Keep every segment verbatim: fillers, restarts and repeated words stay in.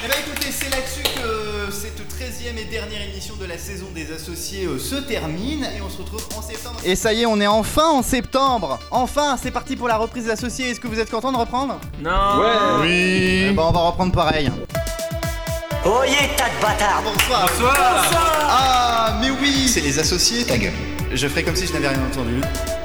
Eh bien écoutez, c'est là-dessus que cette treizième et dernière émission de la saison des associés euh, se termine et on se retrouve en septembre. Et ça y est, on est enfin en septembre. Enfin, c'est parti pour la reprise des associés. Est-ce que vous êtes content de reprendre? Non. Ouais. Oui. Eh ben, on va reprendre pareil. Oyez, tas de bâtards. Bonsoir. Bonsoir. Bonsoir. Ah, mais oui, c'est les associés. Ta gueule. Je ferai comme si je n'avais rien entendu.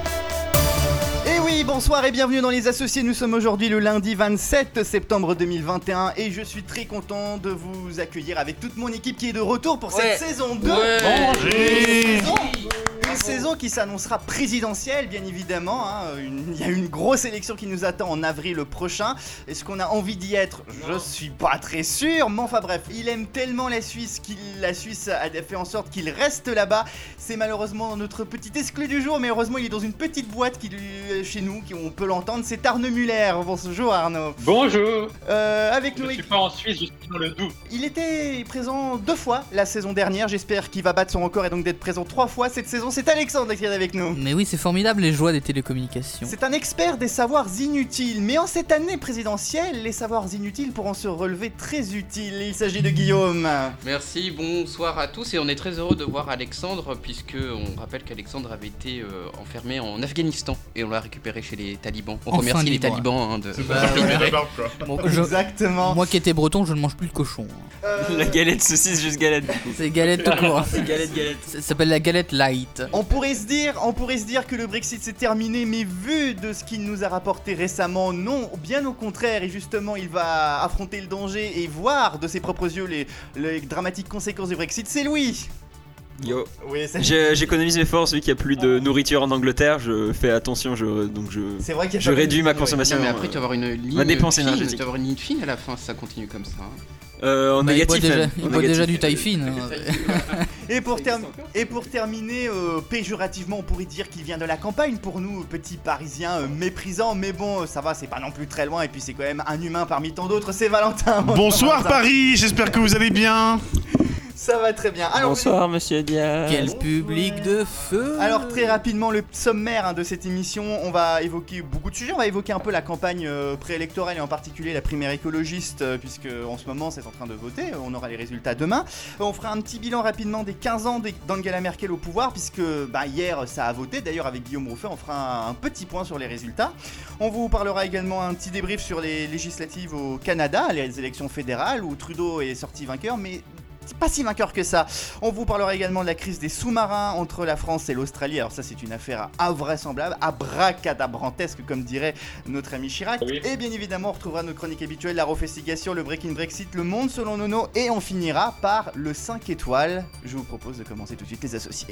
Et oui, bonsoir et bienvenue dans les associés. Nous sommes aujourd'hui le lundi vingt-sept septembre deux mille vingt et un et je suis très content de vous accueillir avec toute mon équipe qui est de retour pour Ouais. cette saison deux. Ouais. Bonjour. Une saison, une saison qui s'annoncera présidentielle, bien évidemment. Hein. Une- Il y a une grosse élection qui nous attend en avril prochain. Est-ce qu'on a envie d'y être? Je suis pas très sûr, mais enfin bref, il aime tellement la Suisse qu'il la Suisse a fait en sorte qu'il reste là-bas. C'est malheureusement notre petit exclu du jour, mais heureusement il est dans une petite boîte qui lui, chez nous, qui on peut l'entendre. C'est Arnaud Muller. Bonjour Arnaud. Bonjour. Euh, avec Je nous, suis pas en Suisse, je suis dans le Doubs. il était présent deux fois la saison dernière. J'espère qu'il va battre son record et donc d'être présent trois fois cette saison. C'est Alexandre qui est avec nous. Mais oui, c'est formidable les joies des télécommunications. C'est un expert des savoirs inutiles, mais en cette année présidentielle, les savoirs inutiles pourront se relever très utiles. Il s'agit de Guillaume. Merci, bonsoir à tous et on est très heureux de voir Alexandre puisque on rappelle qu'Alexandre avait été euh, enfermé en Afghanistan et on l'a récupéré chez les talibans. On Enfin remercie les libre. talibans hein, de Bah, de libérer. Bon, je- Exactement. Moi qui étais breton, je ne mange plus de cochon. Euh, La galette saucisse juste galette. C'est galette tout court. C'est galette galette. Ça s'appelle la galette light. On pourrait se dire, on pourrait se dire que le Brexit c'est terminé, mais vu de ce qu'il nous a rapporté récemment, non, bien au contraire. Et justement, il va affronter le danger et voir de ses propres yeux les, les dramatiques conséquences du Brexit. C'est Louis. Yo. Oui, c'est Je- J'économise mes forces vu qu'il n'y a plus de nourriture en Angleterre. Je fais attention, je, donc je, c'est vrai qu'il y a je pas réduis de- ma ouais. consommation. Non mais après tu vas avoir une ligne Ma dépense fine, énergétique. tu vas avoir une ligne fine à la fin si ça continue comme ça. hein. Euh, en Bah, il boit négatif. déjà, même. il En boit déjà négatif. du taille fine. hein. Et pour, term- et pour terminer, euh, péjorativement, on pourrait dire qu'il vient de la campagne pour nous, petits parisiens euh, méprisants, mais bon, euh, ça va, c'est pas non plus très loin, et puis c'est quand même un humain parmi tant d'autres, c'est Valentin. Bonsoir Valentin. Paris, j'espère que vous allez bien. Ça va très bien. Alors, Bonsoir Monsieur Dia. Quel public de feu. Alors très rapidement le sommaire hein, de cette émission, on va évoquer beaucoup de sujets, on va évoquer un peu la campagne euh, préélectorale et en particulier la primaire écologiste euh, puisque en ce moment c'est en train de voter, on aura les résultats demain. Euh, on fera un petit bilan rapidement des quinze ans des- d'Angela Merkel au pouvoir puisque bah, hier ça a voté, d'ailleurs avec Guillaume Rouffet on fera un, un petit point sur les résultats. On vous parlera également un petit débrief sur les législatives au Canada, les élections fédérales où Trudeau est sorti vainqueur mais... c'est pas si vainqueur que ça. On vous parlera également de la crise des sous-marins entre la France et l'Australie. Alors ça c'est une affaire invraisemblable, abracadabrantesque comme dirait notre ami Chirac. Oui. Et bien évidemment on retrouvera nos chroniques habituelles, la refestigation, le Breaking Brexit, le monde selon Nono et on finira par le cinq étoiles. Je vous propose de commencer tout de suite les associés.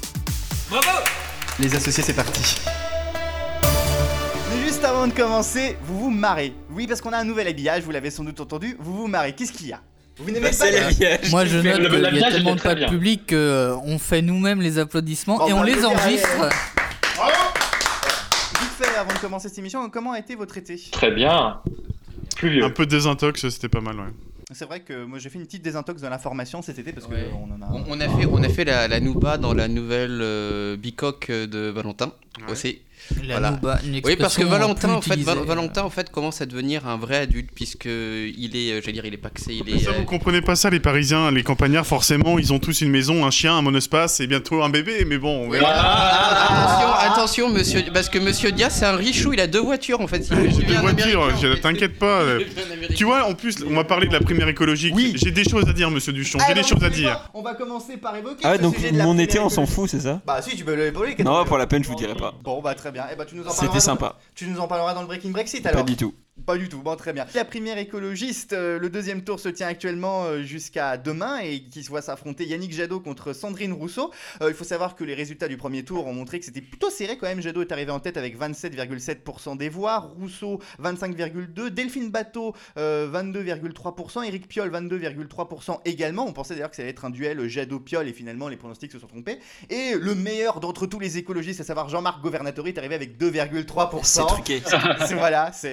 Bravo. Les associés c'est parti. Mais juste avant de commencer, vous vous marrez. Oui parce qu'on a un nouvel habillage, vous l'avez sans doute entendu, vous vous marrez. Qu'est-ce qu'il y a? Vous n'aimez pas C'est les- l'habillage. Moi je Le- note le- qu'il y l'habillage a était tellement de très pas de bien. public qu'on fait nous-mêmes les applaudissements Oh, et on bah, les allez, enregistre. allez. Vite fait avant de commencer cette émission, comment a été votre été? Très bien. Pluvieux. Un peu de désintox, c'était pas mal, ouais. C'est vrai que moi j'ai fait une petite désintox de l'information cet été parce Ouais. qu'on en a... On, on a fait on a fait la, la nouba dans la nouvelle euh, bicoque de Valentin Ouais. aussi. La Voilà. nouba, une Oui parce que expression Valentin plus en fait Val- utilisée. Valentin en fait commence à devenir un vrai adulte puisque il est euh, j'allais dire il est paxé, il Mais est ça, euh, vous comprenez pas ça, les Parisiens, les campagnards, forcément, ils ont tous une maison, un chien, un monospace et bientôt un bébé, mais bon... Oui. ouais. Ah, attention, attention, monsieur, parce que Monsieur Diaz, c'est un richou, il a deux voitures en fait. J'ai deux voitures, je- t'inquiète pas. euh. Tu vois, en plus, on m'a parlé de la primaire écologique. Oui. J'ai des choses à dire, monsieur Duchon, j'ai des Alors, choses à vous savez dire. quoi, on va commencer par évoquer Ah ouais, ce donc sujet de la mon primaire été on s'en écologique. fout, c'est ça? Bah si, tu peux le parler. Non, pour la peine, je vous dirai pas. Bon bah très bien, et bah tu nous en parleras. C'était dans- sympa. Tu nous en parleras dans le Breaking Brexit alors. Pas du tout. Pas du tout, bon très bien. La primaire écologiste, euh, le deuxième tour se tient actuellement euh, jusqu'à demain et qui se voit s'affronter Yannick Jadot contre Sandrine Rousseau. Euh, il faut savoir que les résultats du premier tour ont montré que c'était plutôt serré quand même. Jadot est arrivé en tête avec vingt-sept virgule sept pour cent des voix, Rousseau vingt-cinq virgule deux pour cent, Delphine Bateau euh, vingt-deux virgule trois pour cent, Éric Piolle vingt-deux virgule trois pour cent également. On pensait d'ailleurs que ça allait être un duel Jadot-Piolle et finalement les pronostics se sont trompés. Et le meilleur d'entre tous les écologistes, à savoir Jean-Marc Governatori, est arrivé avec deux virgule trois pour C'est cent. truqué. C'est- voilà, c'est un résultat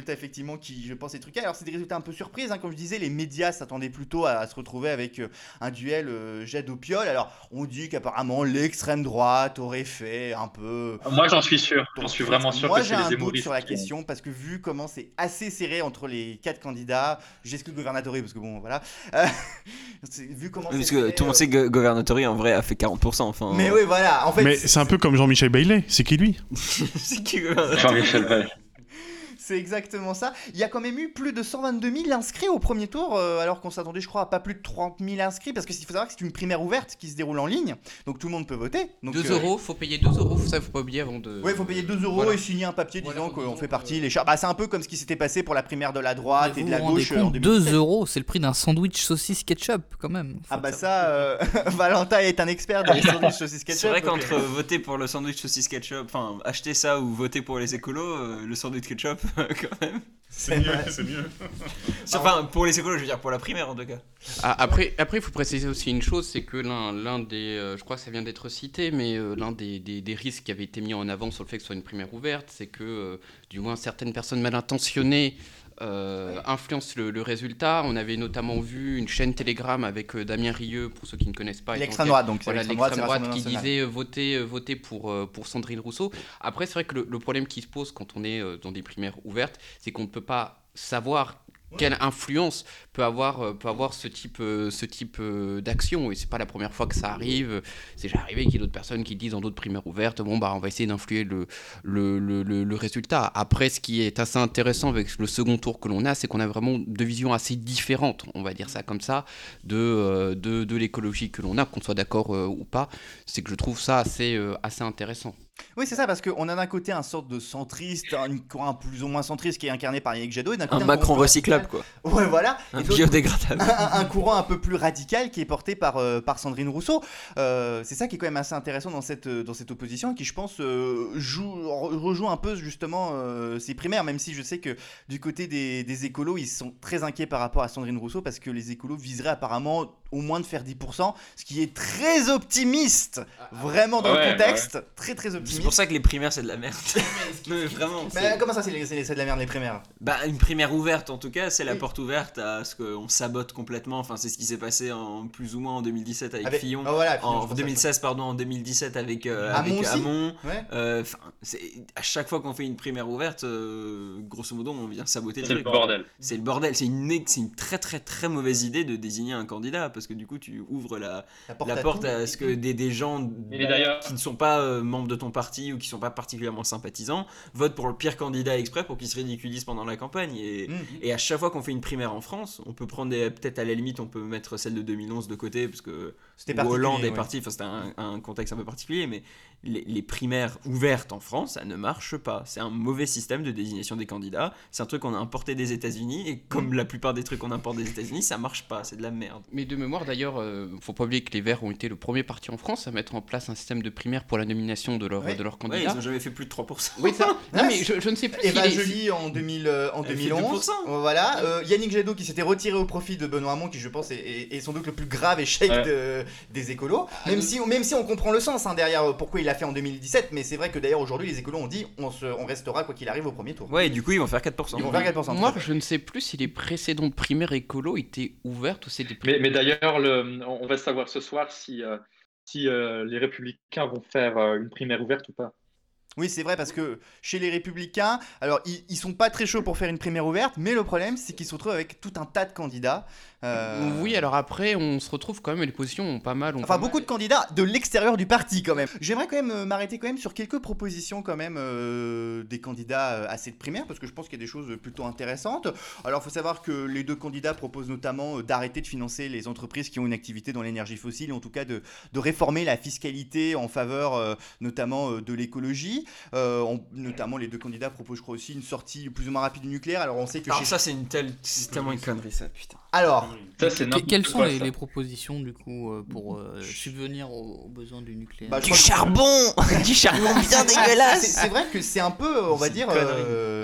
résultats effectivement qui, je pense, est truqué. Alors c'est des résultats un peu surprises, hein. Comme je disais, les médias s'attendaient plutôt à, à se retrouver avec euh, un duel euh, Jadot-Piolle. Alors on dit qu'apparemment l'extrême droite aurait fait un peu. Moi, j'en suis sûr. J'en suis vraiment sûr Moi que j'ai c'est un les doute hémoristes. sur la qui- question parce que vu comment c'est assez serré entre les quatre candidats, j'exclus Governatori parce que bon voilà. Euh, c'est- vu comment Oui, parce c'est que fait, tout le monde euh, sait que Governatori en vrai a fait quarante pour cent. Enfin, Mais oui voilà, en fait. Mais c'est un peu comme Jean-Michel Bailey, c'est qui lui? c'est qui Governatori? Jean-Michel Bell. C'est exactement ça. Il y a quand même eu plus de cent vingt-deux mille inscrits au premier tour, euh, alors qu'on s'attendait, je crois, à pas plus de trente mille inscrits, parce qu'il faut savoir que c'est une primaire ouverte qui se déroule en ligne, donc tout le monde peut voter. Donc, deux euh, euros, faut payer deux euros, ça faut pas oublier avant de. Ouais, il faut payer deux euros Voilà. et signer un papier Voilà, disant faut qu'on dire fait que- partie les chars. Bah, c'est un peu comme ce qui s'était passé pour la primaire de la droite et Vous de la vous rendez gauche euh, en compte, deux mille dix-sept. deux euros, c'est le prix d'un sandwich saucisse ketchup quand même. Faut Ah bah dire. ça, euh, Valentin est un expert des sandwichs saucisses ketchup. C'est vrai donc, qu'entre euh, voter pour le sandwich saucisse ketchup, enfin acheter ça ou voter pour les écolos, euh, le sandwich ketchup quand même. C'est mieux, c'est mieux. Enfin pour les écolos, je veux dire pour la primaire en tout cas. Ah, après, après, il faut préciser aussi une chose, c'est que l'un, l'un des, euh, je crois que ça vient d'être cité, mais euh, l'un des, des, des risques qui avait été mis en avant sur le fait que ce soit une primaire ouverte, c'est que, euh, du moins, certaines personnes mal intentionnées euh, influencent le, le résultat. On avait notamment vu une chaîne Telegram avec euh, Damien Rieu, pour ceux qui ne connaissent pas. et L'extrême dans droite, donc. c'est Voilà, l'extrême droite, l'extrême c'est droite qui Rassemblement national. disait euh, voter, euh, voter pour, euh, pour Sandrine Rousseau. Après, c'est vrai que le, le problème qui se pose quand on est euh, dans des primaires ouvertes, c'est qu'on ne peut pas savoir quelle influence peut avoir, euh, peut avoir ce type, euh, ce type euh, d'action. Et c'est pas la première fois que ça arrive. C'est déjà arrivé qu'il y ait d'autres personnes qui disent dans d'autres primaires ouvertes, bon bah on va essayer d'influer le, le, le, le, le résultat. Après, ce qui est assez intéressant avec le second tour que l'on a, c'est qu'on a vraiment deux visions assez différentes, on va dire ça comme ça, de, euh, de, de l'écologie que l'on a, qu'on soit d'accord euh, ou pas. C'est que je trouve ça assez, euh, assez intéressant. Oui, c'est ça, parce qu'on a d'un côté un sorte de centriste, un courant plus ou moins centriste qui est incarné par Yannick Jadot, et d'un côté Un courant Macron plus recyclable quoi. radical. Ouais, voilà. Un Et d'autre- biodégradable. un, un courant un peu plus radical qui est porté par, euh, par Sandrine Rousseau. Euh, c'est ça qui est quand même assez intéressant dans cette, euh, dans cette opposition, et qui, je pense, euh, joue, re- rejoue un peu justement euh, ces primaires, même si je sais que du côté des, des écolos, ils sont très inquiets par rapport à Sandrine Rousseau, parce que les écolos viseraient apparemment au moins de faire dix pour cent, ce qui est très optimiste, vraiment dans Ouais, le contexte, très très optimiste. C'est pour ça que les primaires c'est de la merde. Non, mais vraiment. Mais c'est- comment ça, c'est, les- c'est, les- c'est de la merde les primaires? Bah, une primaire ouverte en tout cas, c'est la Oui. porte ouverte à ce qu'on sabote complètement. Enfin, c'est ce qui s'est passé en plus ou moins en deux mille dix-sept avec, Avec- Fillon. Ah, voilà, Fillon, En c'est pour ça, deux mille seize, pardon, en deux mille dix-sept avec, euh, Hamon avec aussi. Hamon. Ouais. Euh, 'fin, c'est- à chaque fois qu'on fait une primaire ouverte, euh, grosso modo, on vient saboter le C'est le truc. bordel. C'est le bordel. C'est une, c'est une très très très mauvaise idée de désigner un candidat parce que du coup, tu ouvres la, La porte, la à, porte tout. à ce que des, des gens Et d'ailleurs, qui ne sont pas euh, membres de ton parti ou qui sont pas particulièrement sympathisants votent pour le pire candidat exprès pour qu'il se ridiculise pendant la campagne. Et, Mmh. et à chaque fois qu'on fait une primaire en France, on peut prendre des, peut-être à la limite, on peut mettre celle de deux mille onze de côté parce que C'était particulier, Hollande est ouais. parti, enfin c'était un, un contexte un peu particulier, mais les, les primaires ouvertes en France, ça ne marche pas. C'est un mauvais système de désignation des candidats. C'est un truc qu'on a importé des États-Unis et comme la plupart des trucs qu'on importe des États-Unis, ça marche pas. C'est de la merde. Mais de mémoire, d'ailleurs, euh, faut pas oublier que les Verts ont été le premier parti en France à mettre en place un système de primaire pour la nomination de leur, Ouais. de leur Ouais, candidat. ils ont jamais fait plus de trois pour cent. Oui, ça. Non, mais je, je ne sais plus. Eva s'il est- Joly en, deux mille, euh, en Elle fait deux mille onze. deux pour cent. Euh, Voilà. Euh, Yannick Jadot qui s'était retiré au profit de Benoît Hamon, qui je pense est, est- est sans doute le plus grave échec Ouais. de- des écolos. Ah, Même donc- si, même si on comprend le sens hein, derrière euh, pourquoi il l'a fait en deux mille dix-sept, mais c'est vrai que d'ailleurs aujourd'hui les écolos ont dit on, se, on restera quoi qu'il arrive au premier tour. Ouais, et du coup, ils vont faire quatre pour cent. Ils vont faire quatre pour cent. Moi, je ne sais plus si les précédentes primaires écolo étaient ouvertes ou c'était mais, mais d'ailleurs, le- on va savoir ce soir si, euh, si euh, les Républicains vont faire euh, une primaire ouverte ou pas. Oui, c'est vrai parce que chez les Républicains, alors ils, ils sont pas très chauds pour faire une primaire ouverte, mais le problème c'est qu'ils se retrouvent avec tout un tas de candidats. Euh, Oui, alors après, on se retrouve quand même, et les positions ont pas mal. Ont Enfin, pas beaucoup mal. de candidats de l'extérieur du parti quand même. J'aimerais quand même euh, m'arrêter quand même sur quelques propositions quand même euh, des candidats euh, à cette primaire parce que je pense qu'il y a des choses plutôt intéressantes. Alors, il faut savoir que les deux candidats proposent notamment euh, d'arrêter de financer les entreprises qui ont une activité dans l'énergie fossile, en tout cas de, de réformer la fiscalité en faveur euh, notamment euh, de l'écologie. Euh, on- notamment, les deux candidats proposent, je crois aussi, une sortie plus ou moins rapide du nucléaire. Alors, on sait que Alors chez... ça, c'est une telle, c'est tellement une connerie ça, putain. Alors, Ça, c'est Que- n'importe Quelles sont quoi, les, ça. les propositions du coup euh, pour euh, subvenir aux, aux besoins du nucléaire? Bah, je Du crois que- charbon, du charbon bien c'est dégueulasse. c'est vrai que c'est un peu, on va C'est dire, une connerie. euh,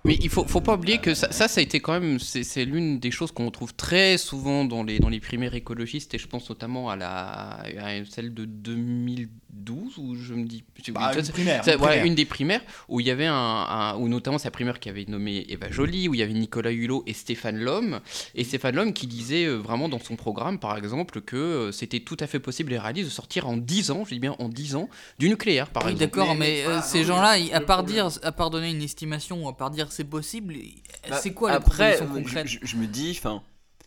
Mais il faut, faut pas oublier que ça, ça, ça a été quand même, c'est, c'est l'une des choses qu'on trouve très souvent dans les, dans les primaires écologistes, et je pense notamment à, la, à celle de deux mille douze, où je me dis... Bah, ça, une primaire, ça, une voilà, primaire. une des primaires, où il y avait un, un où notamment sa primaire qui avait nommé Eva Joly, où il y avait Nicolas Hulot et Stéphane Lhomme, et Stéphane Lhomme qui disait euh, vraiment dans son programme, par exemple, que euh, c'était tout à fait possible et réaliste de sortir en dix ans, je dis bien en dix ans, du nucléaire, par Oui, exemple. d'accord, Mais- mais, euh, ah, ces non, gens-là, mais ils- à le part problème- dire, à part donner une estimation, ou à part dire c'est possible, Bah, c'est quoi les après, propositions euh, concrètes je, je- je me dis, enfin,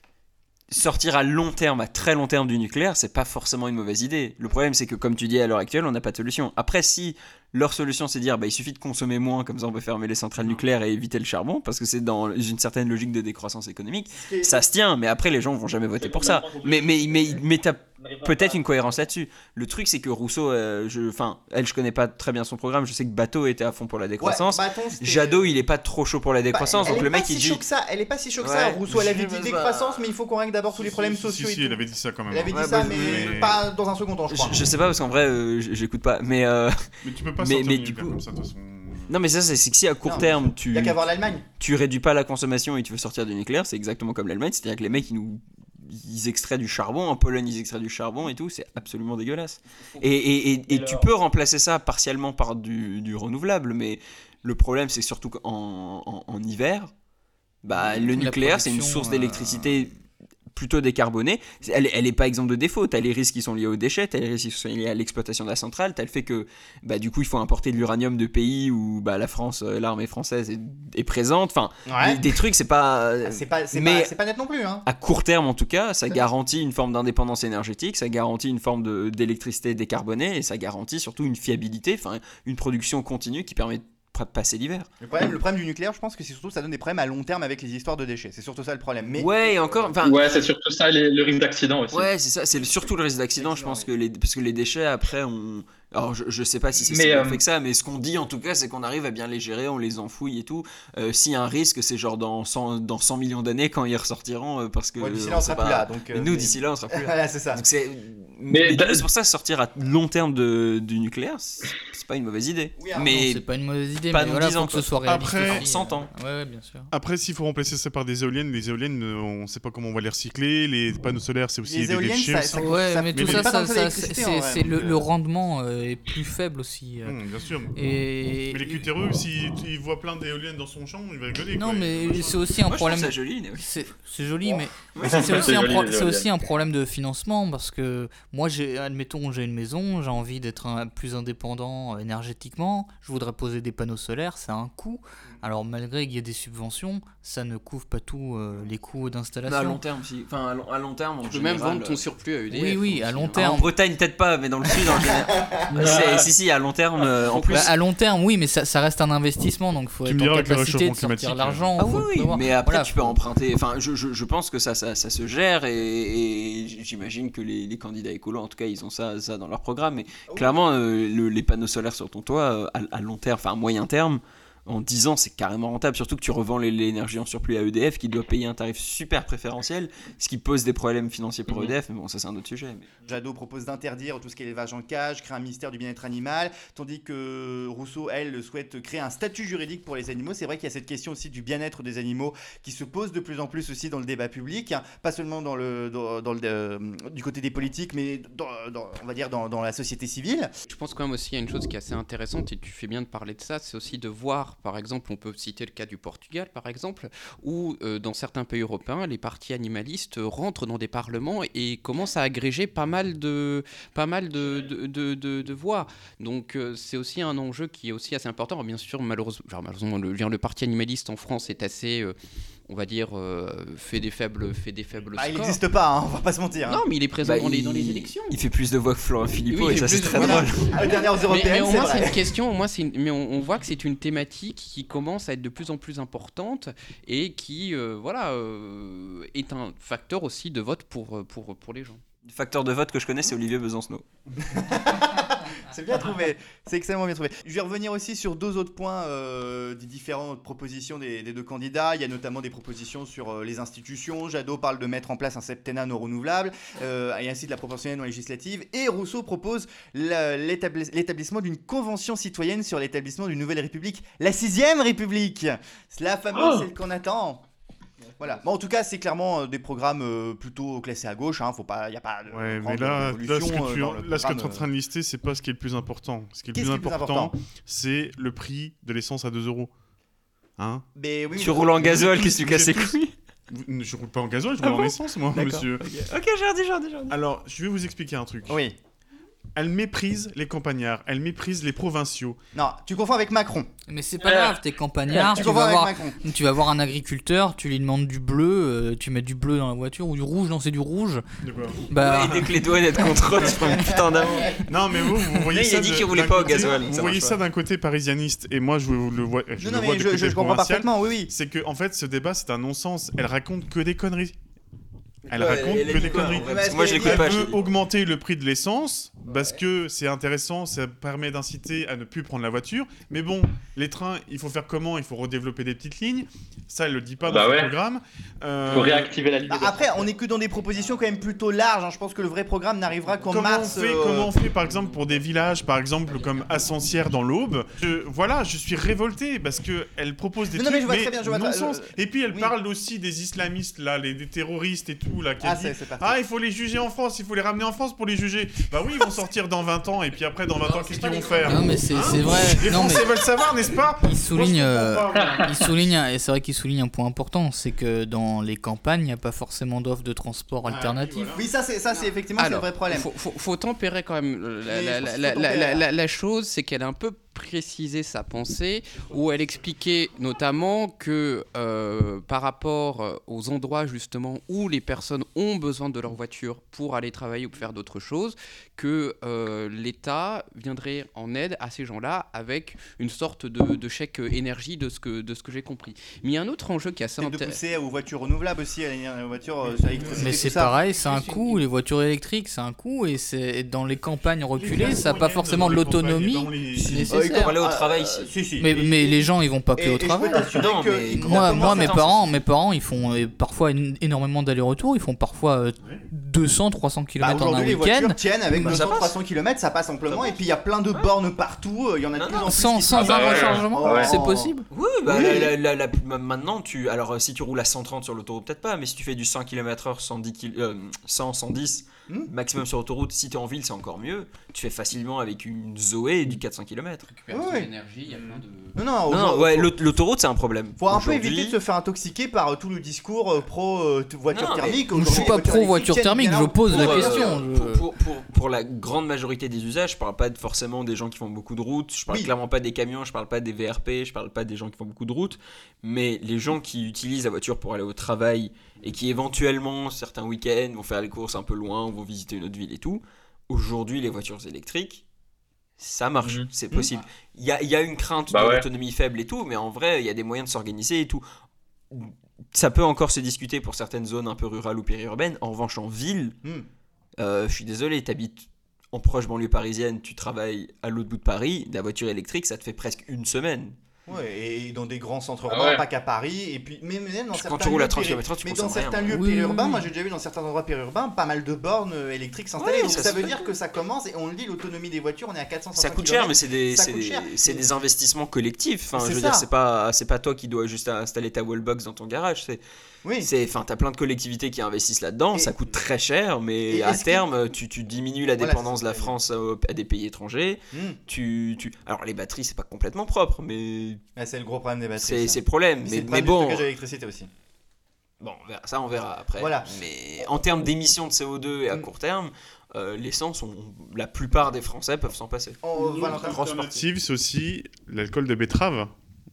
sortir à long terme, à très long terme du nucléaire, c'est pas forcément une mauvaise idée. Le problème, c'est que comme tu dis à l'heure actuelle, on n'a pas de solution. Après, si leur solution, c'est de dire, bah, il suffit de consommer moins, comme ça on peut fermer les centrales nucléaires et éviter le charbon, parce que c'est dans une certaine logique de décroissance économique, ça se tient. Mais après, les gens vont jamais voter pour ça. Mais mais mais mais t'as peut-être une cohérence là-dessus. Le truc, c'est que Rousseau, euh, je, enfin, elle, je connais pas très bien son programme. Je sais que Bateau était à fond pour la décroissance. Ouais, Bâton, c'était- Jadot, il est pas trop chaud pour la Bah, décroissance, elle donc est le pas mec si il dit. chaud que ça, elle est pas si chaud que Ouais, ça. Rousseau, elle je avait sais dit pas. décroissance, mais il faut qu'on règle d'abord tous les problèmes Si, sociaux si, et si, tout. elle avait dit ça quand même. Elle avait dit Ouais, ça, bah, mais mais- pas dans un second temps, je crois. Je, je sais pas parce qu'en vrai euh, j- j'écoute pas mais euh, Mais tu peux pas Mais- sortir mais du du nucléaire coup- comme ça, de toute façon. non mais ça c'est c'est que si à court Non, terme Il tu y a qu'à voir l'Allemagne. tu réduis pas la consommation et tu veux sortir du nucléaire, c'est exactement comme l'Allemagne, c'est-à-dire que les mecs ils nous ils extraient du charbon, en Pologne ils extraient du charbon et tout, c'est absolument dégueulasse. Et, et, et, et tu peux remplacer ça partiellement par du, du renouvelable, mais le problème c'est surtout qu'en en, en hiver, bah, le La nucléaire c'est une production, source euh, d'électricité plutôt décarbonée. Elle, elle est pas exempte de défauts. T'as les risques qui sont liés aux déchets, t'as les risques qui sont liés à l'exploitation de la centrale, t'as le fait que bah, du coup il faut importer de l'uranium de pays où bah, la France, euh, l'armée française est, est présente. Enfin, Ouais. des, des trucs c'est pas. Ah, C'est pas, c'est mais pas, c'est pas net non plus, hein. à court terme en tout cas, ça garantit une forme d'indépendance énergétique, ça garantit une forme de- d'électricité décarbonée et ça garantit surtout une fiabilité, enfin une production continue qui permet de pr- passer l'hiver. Le problème, le problème du nucléaire, je pense que c'est surtout ça donne des problèmes à long terme avec les histoires de déchets. C'est surtout ça le problème. Mais Ouais, et encore, enfin, Ouais, c'est surtout ça, les- le risque d'accident aussi. ouais, c'est ça, c'est surtout le risque d'accident, je pense que les, parce que les déchets après on. Alors je, je sais pas si c'est Mais, si bien euh, fait que ça, mais ce qu'on dit en tout cas c'est qu'on arrive à bien les gérer, on les enfouit et tout. Euh, S'il y a un risque, c'est genre dans cent, dans cent millions d'années quand ils ressortiront euh, parce que. ouais, d'ici on là, on sait sera pas- plus là. Donc, Mais euh, nous mais- d'ici là on sera plus là. Voilà, c'est ça. Donc c'est. Mais Mais, du coup, da- c'est pour ça sortir à long terme de, du nucléaire, c'est c'est pas une mauvaise idée. Oui, alors, Non, mais c'est pas une mauvaise idée, pas mais dans voilà, dix faut ans, que ce quoi. soit réaliste Après, aussi, cent euh, ans. Ouais, ouais, bien sûr. Après, s'il faut remplacer ça par des éoliennes, les éoliennes, euh, on sait pas comment on va les recycler. Les panneaux solaires, c'est aussi Les des éoliennes, déchets. ça- aussi. ça- Ouais, ça- mais mais tout c'est ça, pas ça, tant que ça, l'électricité, c'est en vrai, c'est le, donc, euh, le rendement euh, est plus faible aussi. euh. Hum, bien sûr. Et Mais les cutéreux, s'il il voit plein d'éoliennes dans son champ, il va rigoler. non, quoi. mais c'est aussi un Moi, je trouve problème. ça joli. mais oui. C'est c'est joli, mais Ouais, c'est aussi, un joli, pro- les c'est éoliennes. aussi un problème de financement parce que moi, j'ai, admettons, j'ai une maison, j'ai envie d'être un- plus indépendant euh, énergétiquement, je voudrais poser des panneaux solaires, ça a un coût. Alors malgré qu'il y ait des subventions, ça ne couvre pas tous euh, les coûts Mais d'installation. à long terme, si. Enfin, à long, à long terme, en Tu peux même général, vendre ton euh, surplus à E D F. Oui, oui, à aussi, long hein. terme. En Bretagne, peut-être pas, mais dans le sud, en général. C'est- si, si, à long terme, euh, en plus. Bah, à long terme, oui, mais ça, ça reste un investissement, donc il faut Tu être me diras en avec le capacité de réchauffement sortir climatique, l'argent. Ah faut oui, le oui, prévoir. mais après Voilà, tu peux faut- emprunter. Enfin, je, je, je pense que ça, ça, ça se gère et, et j'imagine que les, les candidats écolos, en tout cas, ils ont ça, ça dans leur programme. Mais clairement, euh, le- les panneaux solaires sur ton toit, euh, à, à long terme, enfin à moyen terme, en dix ans, c'est carrément rentable. Surtout que tu revends les- l'énergie en surplus à E D F qui doit payer un tarif super préférentiel, ce qui pose des problèmes financiers pour E D F. Mais bon, ça, c'est un autre sujet. mais- Jadot propose d'interdire tout ce qui est élevage en cage, créer un ministère du bien-être animal, tandis que Rousseau, elle, souhaite créer un statut juridique pour les animaux. C'est vrai qu'il y a cette question aussi du bien-être des animaux qui se pose de plus en plus aussi dans le débat public, hein, pas seulement dans le, dans, dans le, euh, du côté des politiques, mais dans, dans- on va dire dans, dans la société civile. Je pense quand même aussi il y a une chose qui est assez intéressante et tu fais bien de parler de ça, c'est aussi de voir, par exemple, on peut citer le cas du Portugal, par exemple, où euh, dans certains pays européens, les partis animalistes rentrent dans des parlements et commencent à agréger pas mal de, pas mal de, de, de, de- de voix. Donc euh, c'est aussi un enjeu qui est aussi assez important. Alors, bien sûr, malheureusement, genre, malheureusement le, le parti animaliste en France est assez, euh, on va dire, euh, fait des faibles, fait des faibles Bah, il scores. n'existe pas, hein, on va pas se mentir. hein. Non, mais il est présent Bah, dans, les, il- dans les élections. Il fait plus de voix que Florent Philippot Oui, il et ça, fait c'est plus- très voilà. drôle. À les dernières Mais, mais européennes, au c'est moins vrai. c'est une question, au moins c'est une- mais on, on voit que c'est une thématique qui commence à être de plus en plus importante et qui euh, voilà euh, est un facteur aussi de vote pour pour pour les gens. Le facteur de vote que je connais, c'est Olivier Besancenot. C'est bien trouvé, c'est extrêmement bien trouvé. Je vais revenir aussi sur deux autres points euh, des différentes propositions des, des deux candidats. Il y a notamment des propositions sur euh, les institutions. Jadot parle de mettre en place un septennat non renouvelable euh, et ainsi de la proportionnelle non législative. Et Rousseau propose la, l'établi- l'établissement d'une convention citoyenne sur l'établissement d'une nouvelle république, la sixième république. C'est la fameuse, Oh celle qu'on attend. Voilà. Bon, en tout cas, c'est clairement euh, des programmes euh, plutôt classés à gauche. Hein. Faut pas, y a pas de Ouais, grande mais là, là, ce révolution, que tu, euh, dans le là, ce que tu es en programme, train de lister, c'est pas ce qui est le plus important. Ce qui est le Qu'est-ce plus qui est le plus important, important c'est le prix de l'essence à deux euros. Hein Mais oui, Tu mais- roules en gasoil, tous- qu'est-ce que tu vous casses les êtes tous- couilles? Vous- Je roule pas en gasoil, je Ah roule en bon essence, moi, D'accord. monsieur. Ok, j'ai redit, j'ai redit, j'ai redit. Alors, je vais vous expliquer un truc. Oui. Elle méprise les campagnards, elle méprise les provinciaux. Non, tu confonds avec Macron. Mais c'est pas grave, t'es campagnard, tu tu confonds vas, avec voir, Macron. tu vas voir un agriculteur, tu lui demandes du bleu, euh, tu mets du bleu dans la voiture, ou du rouge, non c'est du rouge. De quoi Bah, Et dès que les douanes elles contrôlent, tu prends une putain d'amende. Non, mais vous, vous voyez Là, il ça. a dit de- qu'il roulait d'un pas au côté- gasoil, Vous ça voyez marche ça d'un côté parisianiste, et moi, je le vois, je Non, le non, vois mais du je, côté je, je comprends provincial. parfaitement, oui, oui. C'est que, en fait, ce débat, c'est un non-sens. Elle raconte que des conneries. Elle Ouais, raconte elle- elle que est des quoi, conneries. en vrai, parce que moi, je Elle l'écoute Elle pas. je veut te dis. augmenter le prix de l'essence parce que c'est intéressant, ça permet d'inciter à ne plus prendre la voiture. Mais bon, les trains, il faut faire comment? Il faut redévelopper des petites lignes. Ça, elle le dit pas Bah dans ouais. son programme. Euh, Faut réactiver la ligne. Bah, de après, Bertrand. on est que dans des propositions quand même plutôt larges. hein. Je pense que le vrai programme n'arrivera qu'en Comment mars. on fait, euh, comment on fait par exemple pour des villages, par exemple comme Ascensière dans l'Aube. Je- Voilà, je suis révolté parce que elle propose des Non, non, trucs mais je vois très bien, je vois très- non-sens. euh, Et puis elle oui. parle aussi des islamistes là, les des terroristes et tout là, qui a Ah, dit c'est c'est parti. ah il faut les juger en France, il faut les ramener en France pour les juger. Bah oui, ils vont sortir dans vingt ans et puis après dans vingt ans qu'est-ce qu'ils vont faire? non mais c'est Hein c'est vrai. Les Non mais Français veulent savoir, n'est-ce pas? il souligne, Moi, je euh, comprends pas, moi. il souligne, un- et c'est vrai qu'il souligne un point important, c'est que dans les campagnes, il n'y a pas forcément d'offres de transport Ah, oui, alternatifs. voilà. Oui, ça, c'est ça, c'est effectivement c'est le Alors, vrai problème. Faut, faut, faut tempérer quand même. euh, La, Oui, la- faut- la- faut la- tempérer, la- là. la- la chose, c'est qu'elle a un peu précisé sa pensée, où elle expliquait notamment que euh, par rapport euh, aux endroits justement où les personnes ont besoin de leur voiture pour aller travailler ou faire d'autres choses, que euh, l'État viendrait en aide à ces gens-là avec une sorte de, de chèque énergie de ce que, de ce que j'ai compris. Mais il y a un autre enjeu qui est assez Peut-être de intéressant. pousser aux voitures renouvelables aussi, à la voiture euh, sur l'électricité, Mais tout c'est ça. pareil, c'est un coût, les voitures électriques c'est un coût, et c'est dans les campagnes reculées, ça n'a pas forcément de l'autonomie Dans les- nécessaire. il faut aller au Ah, travail, euh, si. si, si. Mais, Et- mais et- les gens ils vont pas plus et- au et je travail. peux t'assurer Non, que mais il- comment- Moi, comment moi ça mes dans- parents, mes parents, ils font euh, parfois éno- énormément d'allers-retours. Ils font parfois euh, deux cents, trois cents Bah, kilomètres en un aujourd'hui, les week-end. voitures tiennent avec Bah, ça deux cents, passe. trois cents kilomètres, ça passe amplement. Et puis il y a plein de bornes partout. euh, Il y en a de Non, plus non, en plus. Sans, qui sans passent. un bah, ouais. rechargement, Ouais. c'est possible. Oui, bah Oui. la- la- la- la- maintenant, tu, alors euh, si tu roules à cent trente sur l'autoroute, peut-être pas, mais si tu fais du cent kilomètres heure, cent dix kil- euh, cent, cent dix Hmm. maximum sur autoroute, si t'es en ville, c'est encore mieux. Tu fais facilement avec une Zoé du quatre cents kilomètres. Récupération Ouais. d'énergie, il y a plein de... Non, non, Non, non, aujourd'hui, ouais, faut- l'aut- l'autoroute, c'est un problème. Faut un peu Aujourd'hui- éviter de se faire intoxiquer par euh, tout le discours euh, pro euh, t- voiture Non, mais thermique. Je Aujourd'hui, suis les pas voitures pro voiture électriques thermique, tiennent je bien pose la pour, euh, question. je- Pour, pour, pour, pour la grande majorité des usages, je parle pas de- forcément des gens qui font beaucoup de routes, je parle Oui. clairement pas des camions, je parle pas des V R P, je parle pas des gens qui font beaucoup de routes, mais les gens qui utilisent la voiture pour aller au travail et qui éventuellement, certains week-ends, vont faire les courses un peu loin ou vont visiter une autre ville et tout, aujourd'hui, les voitures électriques, ça marche, Mhm. c'est possible. Il y a, il y a une crainte Bah de ouais. l'autonomie faible et tout, mais en vrai, il y a des moyens de s'organiser et tout. Ça peut encore se discuter pour certaines zones un peu rurales ou périurbaines. En revanche, en ville, Hmm. euh, je suis désolé, t'habites en proche banlieue parisienne, tu travailles à l'autre bout de Paris, la voiture électrique, ça te fait presque une semaine. Ouais, et dans des grands centres Ah urbains, ouais. pas qu'à Paris, et puis même, même dans Quand certains tu roules à lieux trente péri- kilomètres heure, tu mais dans consommes rien. certains lieux Oui, périurbains, oui, moi oui. j'ai déjà vu dans certains endroits périurbains pas mal de bornes euh, électriques s'installer. Ouais, donc ça ça se veut fait. dire que ça commence, et on le dit, l'autonomie des voitures, on est à quatre cents Ça coûte cher, mais c'est des, Ça c'est coûte des, cher. c'est des investissements collectifs. Enfin, C'est je veux ça. dire, c'est pas, c'est pas toi qui dois juste installer ta wallbox dans ton garage. C'est, Oui. c'est, enfin, t'as plein de collectivités qui investissent là-dedans. Et- Ça coûte très cher, mais et à est-ce terme, tu, tu diminues la Voilà, dépendance c'est de la ça. France au- à des pays étrangers. Hmm. Tu, tu... Alors, les batteries, c'est pas complètement propre, mais Ouais, c'est le gros problème des batteries. c'est, ça. c'est le problème. Mais Mais, c'est le mais problème du bon, stockage d'électricité aussi. bon, on verra- ça, on verra après. Voilà. Mais en termes d'émissions de C O deux et à Mm. court terme, euh, l'essence, on- la plupart des Français peuvent s'en passer. Oh, Une Valentin. autre alternative, c'est aussi l'alcool de betterave.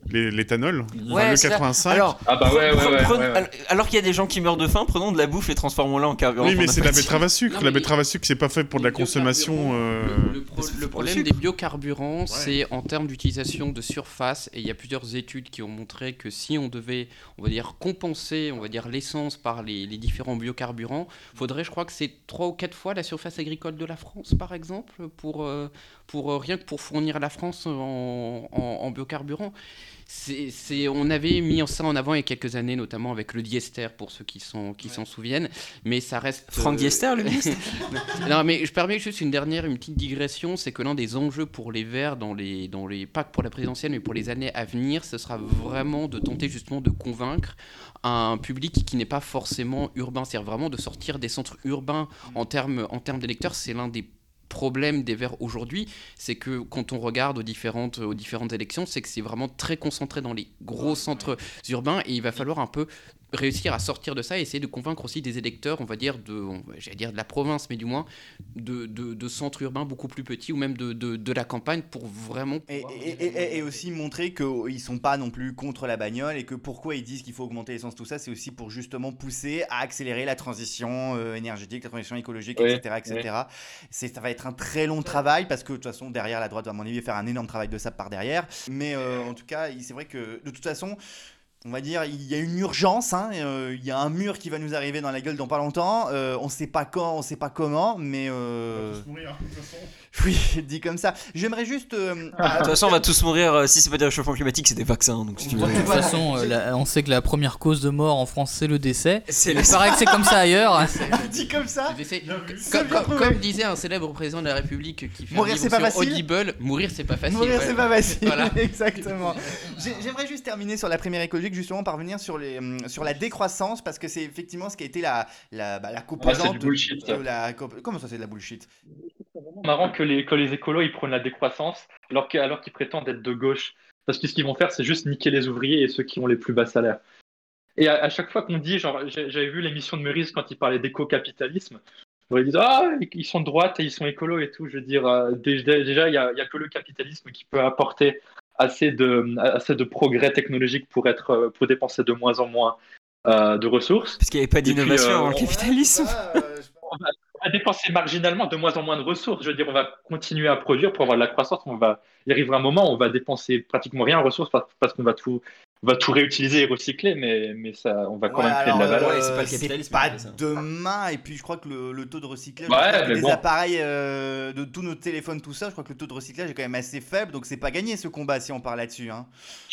les- l'éthanol, enfin, Ouais, le c'est ça. quatre-vingt-cinq. Alors, Ah bah ouais, ouais, pre- ouais, pre- ouais, ouais. alors- alors qu'il y a des gens qui meurent de faim, prenons de la bouffe et transformons-la en carburant. oui, mais pour c'est de la notre betterave à sucre. Non, La mais betterave à sucre, c'est pas fait pour de la les consommation. biocarburants, euh, Le, le pro- c'est fait le pour le problème des sucre. biocarburants, c'est en termes d'utilisation de surface, et il y a plusieurs études qui ont montré que si on devait, on va dire, compenser, on va dire, l'essence par les, les différents biocarburants, faudrait, je crois que c'est trois ou quatre fois la surface agricole de la France, par exemple, pour, euh, pour euh, rien que pour fournir la France en, en, en biocarburant. C'est, c'est, on avait mis ça en avant il y a quelques années, notamment avec le diester, pour ceux qui, sont, qui s'en souviennent, mais ça reste... Franck euh, Diester, le ministre. Non, mais je permets juste une dernière, une petite digression, c'est que l'un des enjeux pour les Verts, dans les, dans les, pas que pour la présidentielle, mais pour les années à venir, ce sera vraiment de tenter justement de convaincre un public qui n'est pas forcément urbain, c'est-à-dire vraiment de sortir des centres urbains en termes, en termes d'électeurs. C'est l'un des problème des Verts aujourd'hui, c'est que quand on regarde aux différentes, aux différentes élections, c'est que c'est vraiment très concentré dans les gros centres urbains, et il va falloir un peu réussir à sortir de ça et essayer de convaincre aussi des électeurs, on va dire, de, on va- j'allais dire de la province, mais du moins de, de, de centres urbains beaucoup plus petits, ou même de, de, de la campagne, pour vraiment Et, pouvoir- et- et- et aussi montrer qu'ils sont pas non plus contre la bagnole et que pourquoi ils disent qu'il faut augmenter l'essence, tout ça, c'est aussi pour justement pousser à accélérer la transition euh, énergétique, la transition écologique, Oui, et cetera, et cetera. C'est, ça va être un très long travail parce que de toute façon, derrière, la droite va, à mon avis, faire un énorme travail de sable par derrière. Mais euh, en tout cas, il- c'est vrai que de toute façon, on va dire, il y a une urgence, hein, euh, il y a un mur qui va nous arriver dans la gueule dans pas longtemps. Euh, on sait pas quand, on sait pas comment, mais euh, On va tous mourir, de toute façon. oui, dit comme ça. J'aimerais juste. euh, De toute façon, on va tous mourir. euh, Si c'est pas des réchauffements climatiques, c'est des vaccins. Donc, si tu veux. De toute façon, euh, la- on sait que la première cause de mort en France, c'est le décès. C'est Il le- paraît que c'est comme ça ailleurs. dit comme ça. C'est- c'est- Bien vu. Ça comme, vient comme- prouver. comme disait un célèbre président de la République qui fait Mourir, un c'est livre pas sur facile. Audible, mourir c'est pas facile. Mourir, ouais. c'est pas facile. Voilà. Exactement. J'ai- J'aimerais juste terminer sur la primaire écologique, justement, parvenir sur, les, hum, sur la décroissance, parce que c'est effectivement ce qui a été la, la, bah, la composante du bullshit, de ça. la. comp- Comment ça, c'est de la bullshit? Marrant que les, que les écolos ils prennent la décroissance alors que- alors qu'ils prétendent être de gauche. Parce que ce qu'ils vont faire, c'est juste niquer les ouvriers et ceux qui ont les plus bas salaires. Et à, à chaque fois qu'on dit, genre, j'ai- j'avais vu l'émission de Meurice quand il parlait d'éco-capitalisme, où ils disent ah ils sont de droite et ils sont écolos et tout. Je veux dire, euh, dé- dé- déjà il y a, il y a que le capitalisme qui peut apporter assez de assez de progrès technologique pour être euh, pour dépenser de moins en moins euh, de ressources. Parce qu'il n'y avait pas puis, d'innovation euh, dans le on- capitalisme. On va, on va dépenser marginalement de moins en moins de ressources. Je veux dire, on va continuer à produire pour avoir de la croissance. On va, il arrivera un moment où on va dépenser pratiquement rien en ressources parce, parce qu'on va tout, on va tout réutiliser et recycler, mais, mais ça, on va quand Ouais, même créer de la alors, valeur. ouais, euh, c'est pas le c'est capitalisme pas qui fait ça. demain, et puis je crois que le, le taux de recyclage Ouais, je crois que mais des bon. appareils, euh, de tous nos téléphones, tout ça, je crois que le taux de recyclage est quand même assez faible, donc c'est pas gagné ce combat si on parle là-dessus. Hein.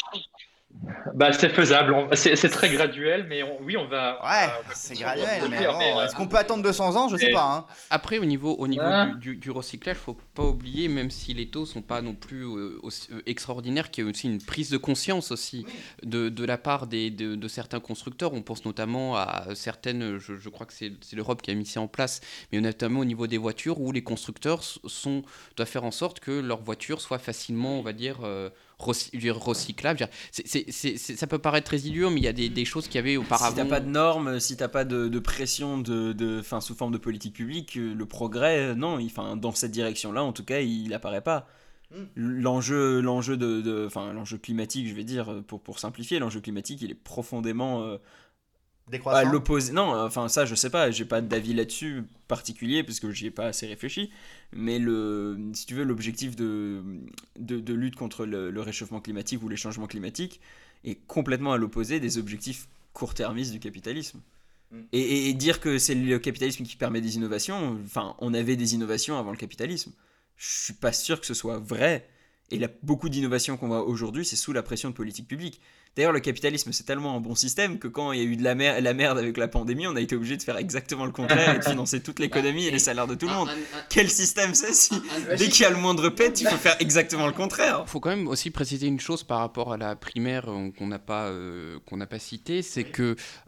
Bah, c'est faisable. On- C'est c'est très graduel, mais on- oui, on va. on Ouais, va- on va c'est continuer à graduel, mais produire, bon, mais, euh, est-ce qu'on peut attendre deux cents ans? Je sais mais- pas. Hein. Après, au niveau, au niveau Ah. du, du, du recyclage, faut pas oublier, même si les taux sont pas non plus euh, aussi, euh, extraordinaires, qu'il y a aussi une prise de conscience aussi de, de la part des, de, de certains constructeurs. On pense notamment à certaines, je, je crois que c'est c'est l'Europe qui a mis ça en place, mais notamment au niveau des voitures, où les constructeurs s- sont, doivent faire en sorte que leurs voitures soient facilement, on va dire, euh, recy- je veux dire, recyclables. Je veux dire, c'est- c'est- c'est- c'est- ça peut paraître très idiot, mais il y a des, des choses qu'il y avait auparavant. Si t'as pas de normes, si t'as pas de, de pression de, de, fin, sous forme de politique publique, euh, le progrès, euh, non, il- enfin, dans cette direction-là, en tout cas, il apparaît pas. Mm. L'enjeu, l'enjeu de, de- enfin, l'enjeu climatique, je vais dire, pour, pour simplifier, l'enjeu climatique, il est profondément euh, à Décroissant. l'opposé. Non, enfin, ça, je sais pas, j'ai pas d'avis là-dessus particulier parce que j'y ai pas assez réfléchi. Mais le, si tu veux, l'objectif de, de, de lutte contre le, le réchauffement climatique ou les changements climatiques est complètement à l'opposé des objectifs court-termistes du capitalisme. Mm. Et, et- et dire que c'est le capitalisme qui permet des innovations, enfin, on avait des innovations avant le capitalisme. Je suis pas sûr que ce soit vrai. Et là, beaucoup d'innovations qu'on voit aujourd'hui, c'est sous la pression de politique publique. D'ailleurs, le capitalisme, c'est tellement un bon système que quand il y a eu de la, mer- la merde avec la pandémie, on a été obligé de faire exactement le contraire et de financer toute l'économie et les salaires de tout le monde. Quel système c'est si dès qu'il y a le moindre pète, il faut faire exactement le contraire. Il faut quand même aussi préciser une chose par rapport à la primaire euh, qu'on n'a pas, euh, qu'on n'a pas citée, c'est que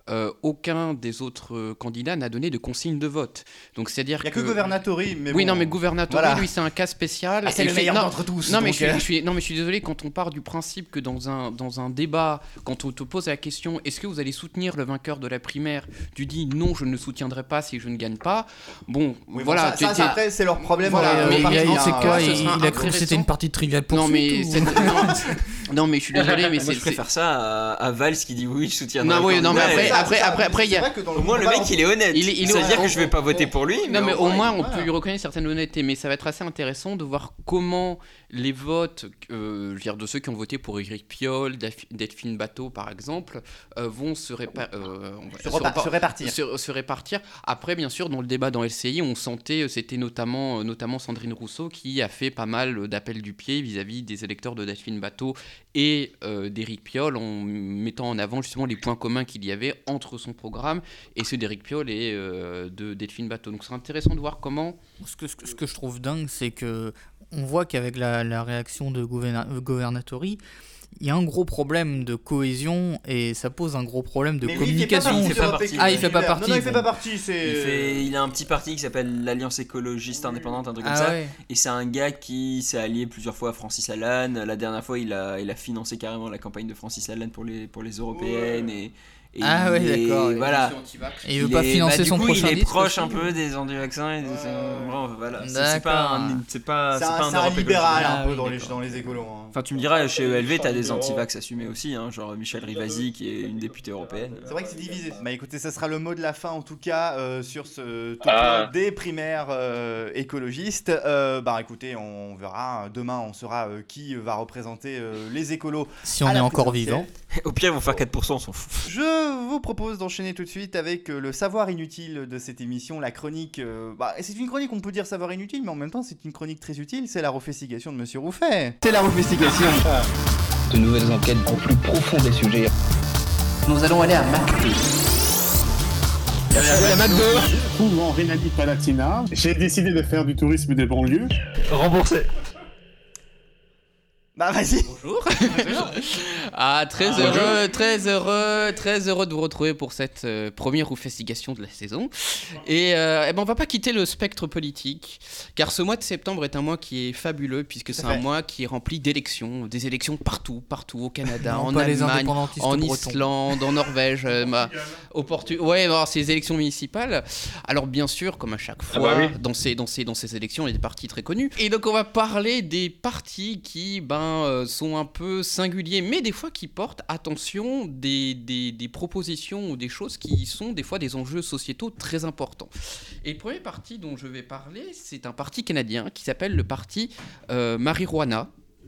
euh, aucun des autres euh, candidats n'a donné de consigne de vote. Donc c'est-à-dire Il n'y a que... que Governatori, mais Oui, bon, non, mais Governatori, voilà. lui, c'est un cas spécial. Ah, c'est Et le je- meilleur non, d'entre tous. Non mais, donc, je suis, euh, je suis- non, mais je suis désolé, quand on part du principe que dans un, dans un débat, quand on te pose la question est-ce que vous allez soutenir le vainqueur de la primaire, tu dis non, je ne le soutiendrai pas si je ne gagne pas. Bon, oui, bon, voilà. ça, t'es- ça, t'es- après, c'est leur problème. Voilà, euh, mais au il y a- parti, il hein. c'est quoi ce il, sera il a cru que c'était intéressant. une partie de Trivial Non Pursuit mais, ou- c'est- non, non, mais je suis désolé, mais Moi, c'est. je préfère ça à, à Valls qui dit oui, je soutiens. Non, oui, non, mais après- Ouais, ça, après- ça, après- mais après, c'est il y a- vrai que dans Au moins, le débat, mec, il est honnête. Il est- il est ça veut dire honnête. que je vais pas voter pour lui. Non, mais au au moins, on voilà. peut lui reconnaître certaines honnêtetés, mais ça va être assez intéressant de voir comment les votes, euh, je veux dire, de ceux qui ont voté pour Éric Piolle, Daf- Delphine Bateau, par exemple, euh, vont se, répa- euh, on va- se, se repa- repa- se répartir. se, se répartir. Après, bien sûr, dans le débat dans L C I, on sentait, euh, c'était notamment, euh, notamment Sandrine Rousseau qui a fait pas mal euh, d'appels du pied vis-à-vis des électeurs de Delphine Bateau et euh, d'Éric Piolle, en mettant en avant justement les points communs qu'il y avait entre son programme et ceux d'Éric Piolle et euh, de Delphine Bateau. Donc c'est intéressant de voir comment... Ce que, ce que- ce que je trouve dingue, c'est que on voit qu'avec la, la réaction de Governa- euh, Governatori, il y a un gros problème de cohésion et ça pose un gros problème de Mais lui, il fait pas communication. partie Il de fait pas l'Europe partie. Équilibre. Ah, il fait pas partie, Non, non, il fait bon. pas partie. C'est. Il, fait, il a un petit parti qui s'appelle l'Alliance écologiste indépendante, un truc comme Ah ça. ouais. Et c'est un gars qui s'est allié plusieurs fois à Francis Lalanne. La dernière fois, il a, il a financé carrément la campagne de Francis Lalanne pour les, pour les européennes. Et, et Ah ouais, il est- d'accord. Voilà. Et il veut Il pas est- financer bah, du son coup, prochain il est disque proche aussi, un peu ou- des anti-vaccins. Et des- c'est- bon, voilà. C'est- C'est D'accord. pas un, c'est pas, C'est c'est un, pas un c'est un Europe libéral écologiste. un Ah peu oui, dans les, d'accord. dans les écolos. hein. Enfin, tu me diras, chez E L V, t'as des anti-vax assumés aussi, hein, genre Michel Rivasi qui est une députée européenne. C'est vrai que c'est divisé. Bah écoutez, ça sera le mot de la fin en tout cas euh, sur ce top Ah. des primaires euh, écologistes. Euh, bah écoutez, on verra. Demain, on saura euh, qui va représenter euh, les écolos. Si on à est la encore présidentielle. vivant. Au pire, ils vont faire quatre pour cent, on s'en fout. Je vous propose d'enchaîner tout de suite avec euh, le savoir inutile de cette émission, la chronique. euh, bah, c'est une chronique, on peut dire savoir inutile, mais en même temps, c'est une chronique très utile. C'est la refestigation de Monsieur Rouffet. C'est la refestigation. De nouvelles enquêtes au plus profond des sujets. Nous allons aller à McDo. Trouvant Rhénanie Palatina, j'ai décidé de faire du tourisme des banlieues. Remboursé. Bah vas-y. Bonjour. Ah, très heureux, très heureux, très heureux de vous retrouver pour cette euh, première investigation de la saison. Et, euh, eh ben, on va pas quitter le spectre politique, car ce mois de septembre est un mois qui est fabuleux, puisque c'est à fait. un mois qui est rempli d'élections, des élections partout, partout, au Canada, Non, en pas les Allemagne, indépendantistes en bretons. Islande, en Norvège, euh, bah, au Portugal. Ouais, alors ces élections municipales. Alors bien sûr, comme à chaque fois, bah oui. dans ces dans ces dans ces élections, il y a des partis très connus. Et donc on va parler des partis qui, ben, euh, sont un peu singuliers, mais des fois qui portent, attention, des, des des propositions ou des choses qui sont des fois des enjeux sociétaux très importants. Et le premier parti dont je vais parler, c'est un parti canadien qui s'appelle le parti euh, Marijuana.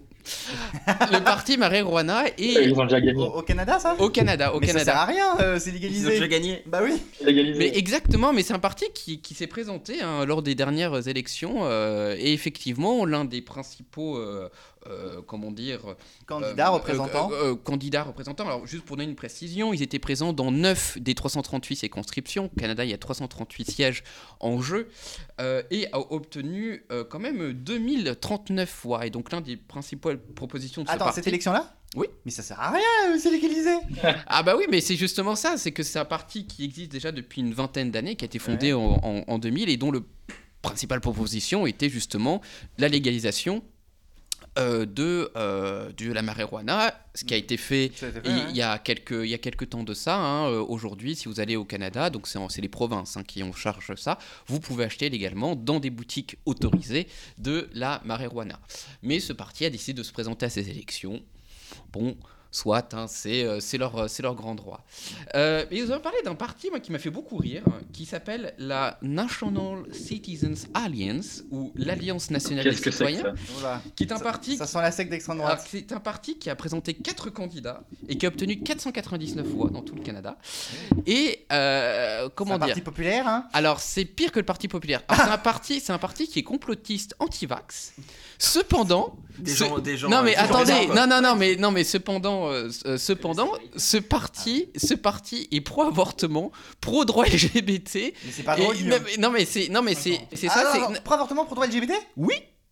Le parti Marijuana est Ils ont déjà Au, gagné. au Canada, ça au Canada, au Mais ça Canada. sert à rien, euh, c'est Ils ont légalisé. déjà gagné. Bah oui. Légalisé. Mais exactement, mais c'est un parti qui, qui s'est présenté hein, lors des dernières élections euh, et effectivement l'un des principaux, euh, euh, comment dire, Candidat, euh, représentant. euh, euh, euh, candidats représentants. Alors juste pour donner une précision, ils étaient présents dans neuf des trois cent trente-huit circonscriptions. Au Canada, il y a trois cent trente-huit sièges en jeu euh, et a obtenu euh, quand même deux mille trente-neuf voix. Et donc l'un des principales propositions de ce Attends, parti. cette élection-là Oui. Mais ça sert à rien, euh, c'est légalisé. Ah bah oui, mais c'est justement ça, c'est que c'est un parti qui existe déjà depuis une vingtaine d'années, qui a été fondé Ouais. en, en- en deux mille et dont le principale proposition était justement la légalisation euh, de, euh, de la marijuana, ce qui a été fait Ça a été fait, il ouais. il y a quelques, il y a quelques temps de ça. hein, euh, Aujourd'hui, si vous allez au Canada, donc c'est en- c'est les provinces hein, qui en chargent ça, vous pouvez acheter légalement dans des boutiques autorisées de la marijuana. Mais ce parti a décidé de se présenter à ces élections. Bon, soit, hein, c'est euh, c'est leur, euh, c'est leur grand droit. Euh, et vous avez parlé d'un parti moi, qui m'a fait beaucoup rire, hein, qui s'appelle la National Citizens Alliance, ou l'Alliance nationale des Qu'est-ce que c'est que citoyens, ça Voilà. qui est un Ça- parti... Ça sent la secte d'extrême Alors, droite. c'est un parti qui a présenté quatre candidats et qui a obtenu quatre cent quatre-vingt-dix-neuf voix dans tout le Canada. Et euh, C'est comment un dire parti populaire, hein. Alors c'est pire que le Parti populaire. Alors, c'est un parti, c'est un parti qui est complotiste, anti-vax. Cependant, Des ce- gens, des gens. non mais euh, qui attendez, raisonnent, quoi. non non non mais non mais cependant, euh, euh, cependant, ce parti, ce parti est pro-avortement, pro-droit L G B T. Mais c'est pas et- drôle, non, Guillaume. mais, non mais c'est non mais c'est c'est Ah, ça. non, c'est non, pro-avortement pour droit L G B T Oui.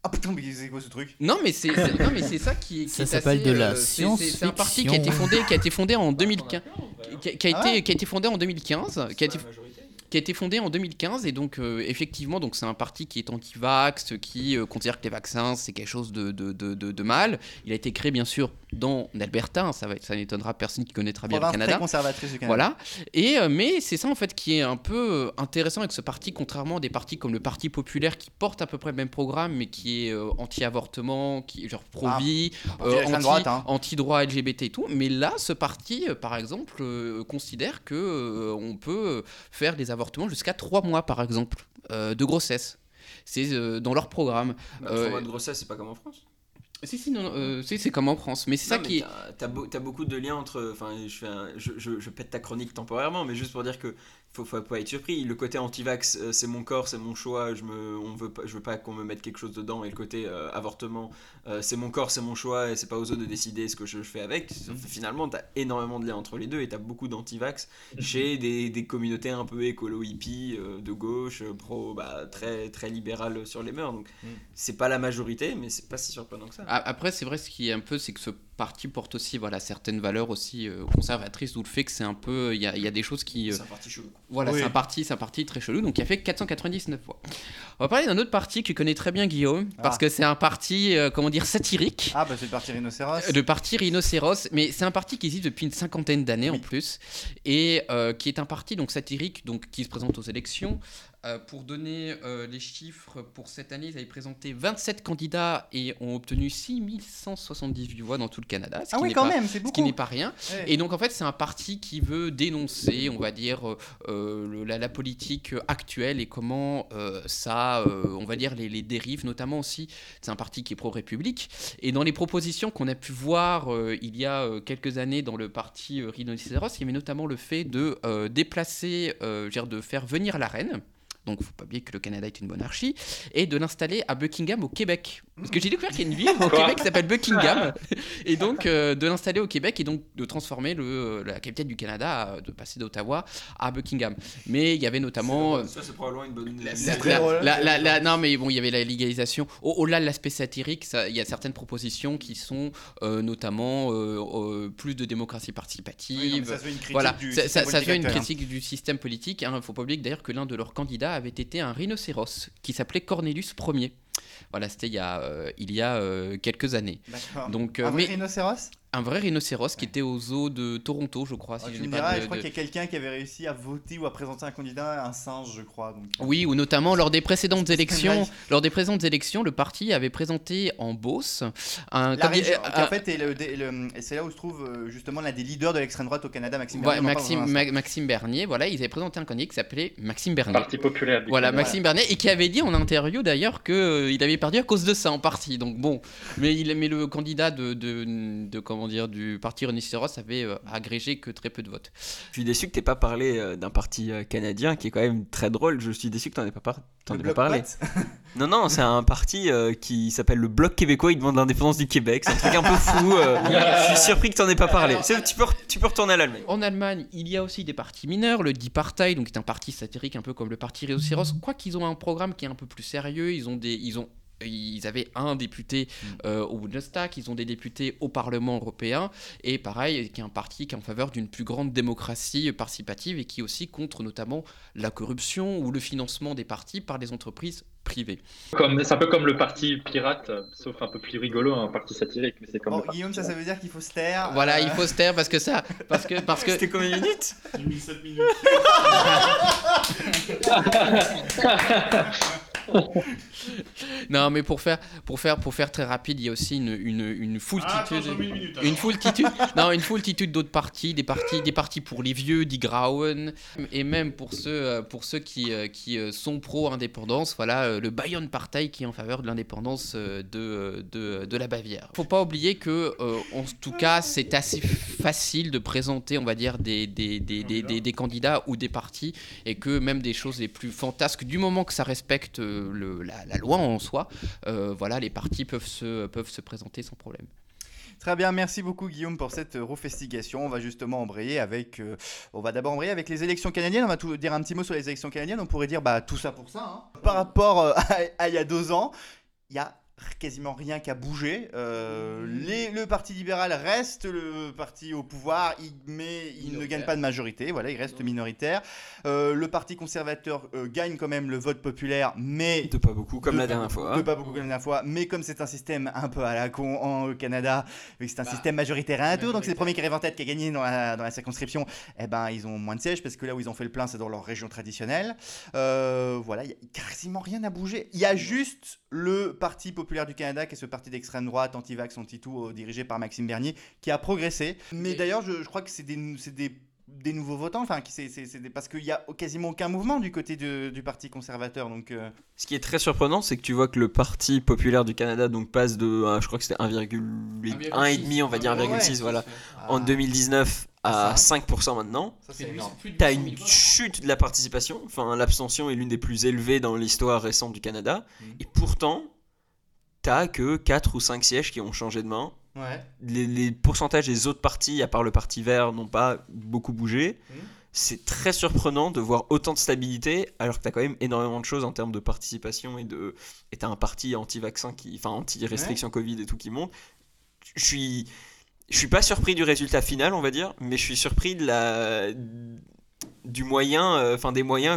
Ah putain, mais c'est quoi ce truc? Non, mais c'est, c'est, non, mais c'est ça qui, qui Ça est s'appelle assez, de la euh, c'est, c'est, c'est un parti science-fiction. qui a été fondé, qui a été fondé en deux mille quinze, qui a, qui a été, Ah ouais qui a été fondé en deux mille quinze, qui a été, qui a été fondé en deux mille quinze, et donc euh, effectivement, donc c'est un parti qui est anti-vax, qui euh, considère que les vaccins c'est quelque chose de, de, de, de, de mal. Il a été créé bien sûr dans l'Alberta, hein, ça, va, ça n'étonnera personne qui connaîtra bien le Province Canada. très conservatrice du Canada. Voilà. Et, euh, mais c'est ça en fait qui est un peu euh, intéressant avec ce parti, contrairement à des partis comme le Parti populaire qui porte à peu près le même programme, mais qui est euh, anti-avortement, qui est genre pro-vie, Ah, euh, anti-extrême anti, droite, hein. anti-droit L G B T et tout. Mais là, ce parti, euh, par exemple, euh, considère que euh, on peut faire des avortements jusqu'à trois mois, par exemple, euh, de grossesse. C'est euh, dans leur programme. Bah, Euh, trois mois de grossesse, c'est pas comme en France. Si, si, non, non, euh, c'est, c'est comme en France. Mais c'est ça Non, mais qui est. t'as, t'as, beau- t'as beaucoup de liens entre. Enfin, je, fais un- je, je, je pète ta chronique temporairement, mais juste pour dire que faut, faut pas être surpris. Le côté anti-vax, euh, c'est mon corps, c'est mon choix. Je me, on veut pas, je veux pas qu'on me mette quelque chose dedans. Et le côté euh, avortement, euh, c'est mon corps, c'est mon choix, et c'est pas aux autres de décider ce que je fais avec. Finalement, t'as énormément de liens entre les deux, et t'as beaucoup d'anti-vax chez des, des communautés un peu écolo hippie, euh, de gauche, euh, pro, bah, très très libérales sur les mœurs. Donc c'est pas la majorité, mais c'est pas si surprenant que ça. A- Après, c'est vrai, ce qui est un peu, c'est que ce parti porte aussi voilà, certaines valeurs aussi euh, conservatrices, d'où le fait que c'est un peu. Il y a, il y a des choses qui. euh, C'est un parti chelou. voilà, Oui. c'est un parti, c'est un parti très chelou, donc qui a fait quatre cent quatre-vingt-dix-neuf voix. On va parler d'un autre parti que tu connais très bien, Guillaume, parce Ah. que c'est un parti, euh, comment dire, satirique. Ah bah c'est le parti rhinocéros. Le parti Rhinocéros, mais c'est un parti qui existe depuis une cinquantaine d'années en plus, et euh, qui est un parti donc satirique, donc qui se présente aux élections. Euh, pour donner euh, les chiffres, pour cette année, ils avaient présenté vingt-sept candidats et ont obtenu six mille cent soixante-dix-huit voix dans tout le Canada. Ce Ah qui oui, n'est quand pas- même, c'est Ce beaucoup. qui n'est pas rien. Ouais. Et donc en fait, c'est un parti qui veut dénoncer, on va dire, euh, euh, le- la, la politique actuelle et comment euh, ça, euh, on va dire, les, les dérives, notamment aussi. C'est un parti qui est pro-république. Et dans les propositions qu'on a pu voir euh, il y a euh, quelques années dans le parti euh, Rhinocéros, il y avait notamment le fait de euh, déplacer, euh, je veux dire, de faire venir la reine. Donc, il ne faut pas oublier que le Canada est une monarchie, et de l'installer à Buckingham au Québec. Parce que j'ai découvert qu'il y a une ville au Quoi Québec qui s'appelle Buckingham, et donc euh, de l'installer au Québec et donc de transformer le, la capitale du Canada, euh, de passer d'Ottawa à Buckingham. Mais il y avait notamment. euh, Ça, c'est probablement une bonne. la- C'est la- très la- drôle. la- la- la- non mais bon, il y avait la légalisation. Au- Au-delà de l'aspect satirique, ça- il y a certaines propositions qui sont euh, notamment euh, euh, plus de démocratie participative. Oui, non, mais ça se fait une critique Voilà, du ça, système ça- ça politique fait une actuel, hein. critique du système politique. Il ne faut pas oublier que d'ailleurs que l'un de leurs candidats avait été un rhinocéros qui s'appelait Cornelius Ier. Voilà, c'était il y a, euh, il y a euh, quelques années. D'accord. Donc, euh, Un vrai mais rhinocéros. un vrai rhinocéros qui était aux zoos de Toronto, je crois. Si Ah, je tu n'ai me pas diras, de- je crois de- qu'il y a quelqu'un qui avait réussi à voter ou à présenter un candidat, un singe, je crois. Donc... Oui, ou notamment lors des précédentes C'est élections, nice. lors des précédentes élections, le parti avait présenté en Beauce un La région, candidat- qui en un- fait est le, dé- le- et c'est là où se trouve euh, justement l'un des leaders de l'extrême droite au Canada, Maxime Ouais, Bernier. on en parle Maxime, dans un instant. Ma- Maxime Bernier, voilà, ils avaient présenté un candidat qui s'appelait Maxime Bernier. Parti populaire. du Voilà, Canada. Maxime Bernier, et qui avait dit en interview d'ailleurs qu'il avait perdu à cause de ça en partie. Donc bon, mais, il, mais le candidat de, de, de, comment dire, du parti Rhinocéros avait euh, agrégé que très peu de votes. Je suis déçu que t'aies pas parlé euh, d'un parti euh, canadien qui est quand même très drôle. Je suis déçu que t'en aies pas, par... t'en Le aies pas Bloc parlé. Pote. Non, non, c'est un parti euh, qui s'appelle le Bloc québécois. Il demande l'indépendance du Québec. C'est un truc un peu fou. euh, je suis surpris que t'en aies pas parlé. C'est- tu, peux, re- tu peux retourner à l'Allemagne. En Allemagne, il y a aussi des partis mineurs, le Die Partei, donc qui est un parti satirique un peu comme le parti Rhinocéros, quoiqu'ils ont un programme qui est un peu plus sérieux, ils ont des, ils ont ils avaient un député euh, au Bundestag, ils ont des députés au Parlement européen, et pareil, qui est un parti qui est en faveur d'une plus grande démocratie participative et qui est aussi contre notamment la corruption ou le financement des partis par les entreprises privées. Comme, c'est un peu comme le parti pirate, euh, sauf un peu plus rigolo, un parti satirique, mais c'est comme Bon, le parti Guillaume, ça, ça pirate. veut dire qu'il faut se taire. Voilà, Euh, il faut se taire parce que ça, parce que, parce que C'était combien de minutes J'ai mis sept minutes. non, mais pour faire, pour faire, pour faire très rapide, il y a aussi une, une, une Ah, attends, foultitude, j'en mets une minute. une alors. foultitude, non, une foultitude d'autres partis, des partis, des partis pour les vieux, die Grauen, et même pour ceux, euh, pour ceux qui, euh, qui euh, sont pro-indépendance. Voilà, euh, le Bayern Partei qui est en faveur de l'indépendance euh, de, de, de la Bavière. Faut pas oublier que, euh, en tout cas, c'est assez facile de présenter, on va dire, des, des, des, des, des, des candidats ou des partis, et que même des choses les plus fantasques, du moment que ça respecte euh, le, la, la loi en soi, euh, voilà, les partis peuvent se, peuvent se présenter sans problème. Très bien, merci beaucoup Guillaume pour cette euh, refestigation. On va justement embrayer avec, euh, on va d'abord embrayer avec les élections canadiennes. On va tout dire un petit mot sur les élections canadiennes. On pourrait dire bah tout ça pour ça. Hein. Par rapport euh, à, à il y a deux ans, il y a quasiment rien qu'à bouger. Euh, les, le Parti libéral reste le parti au pouvoir, il, mais il Minoritaire. ne gagne pas de majorité, voilà, il reste minoritaire. Euh, le Parti conservateur euh, gagne quand même le vote populaire, mais De pas beaucoup, comme de- la dernière fois. de hein. pas beaucoup comme la dernière fois, mais comme c'est un système un peu à la con en, au Canada, vu que c'est un Bah, système majoritaire à un tour, donc c'est le majoritaire. premier qui arrive en tête qui a gagné dans la, dans la circonscription, eh ben ils ont moins de sièges parce que là où ils ont fait le plein, c'est dans leur région traditionnelle. Euh, voilà, il y a quasiment rien à bouger. Il y a juste le Parti populaire du Canada, qui est ce parti d'extrême droite, anti-vax, anti-tout, euh, dirigé par Maxime Bernier, qui a progressé. Mais d'ailleurs, je, je crois que c'est des, c'est des, des nouveaux votants, enfin, qui- c'est, c'est, c'est des- parce qu'il y a quasiment aucun mouvement du côté de- du Parti conservateur, donc. euh, Ce qui est très surprenant, c'est que tu vois que le Parti populaire du Canada donc passe de, euh, je crois que c'était un virgule un virgule cinq, on va dire un virgule six, voilà, en deux mille dix-neuf à Ça. cinq pour cent maintenant. Ça, c'est énorme. T'as une chute de la participation, enfin l'abstention est l'une des plus élevées dans l'histoire récente du Canada, Mm. et pourtant t'as que quatre ou cinq sièges qui ont changé de main. Ouais. Les, les pourcentages des autres partis, à part le Parti vert, n'ont pas beaucoup bougé. Mm. C'est très surprenant de voir autant de stabilité, alors que t'as quand même énormément de choses en termes de participation et de et t'as un parti anti-vaccin, qui, enfin anti-restriction Covid et tout qui monte. Je suis je suis pas surpris du résultat final, on va dire, mais je suis surpris de la du moyen, euh, enfin des moyens,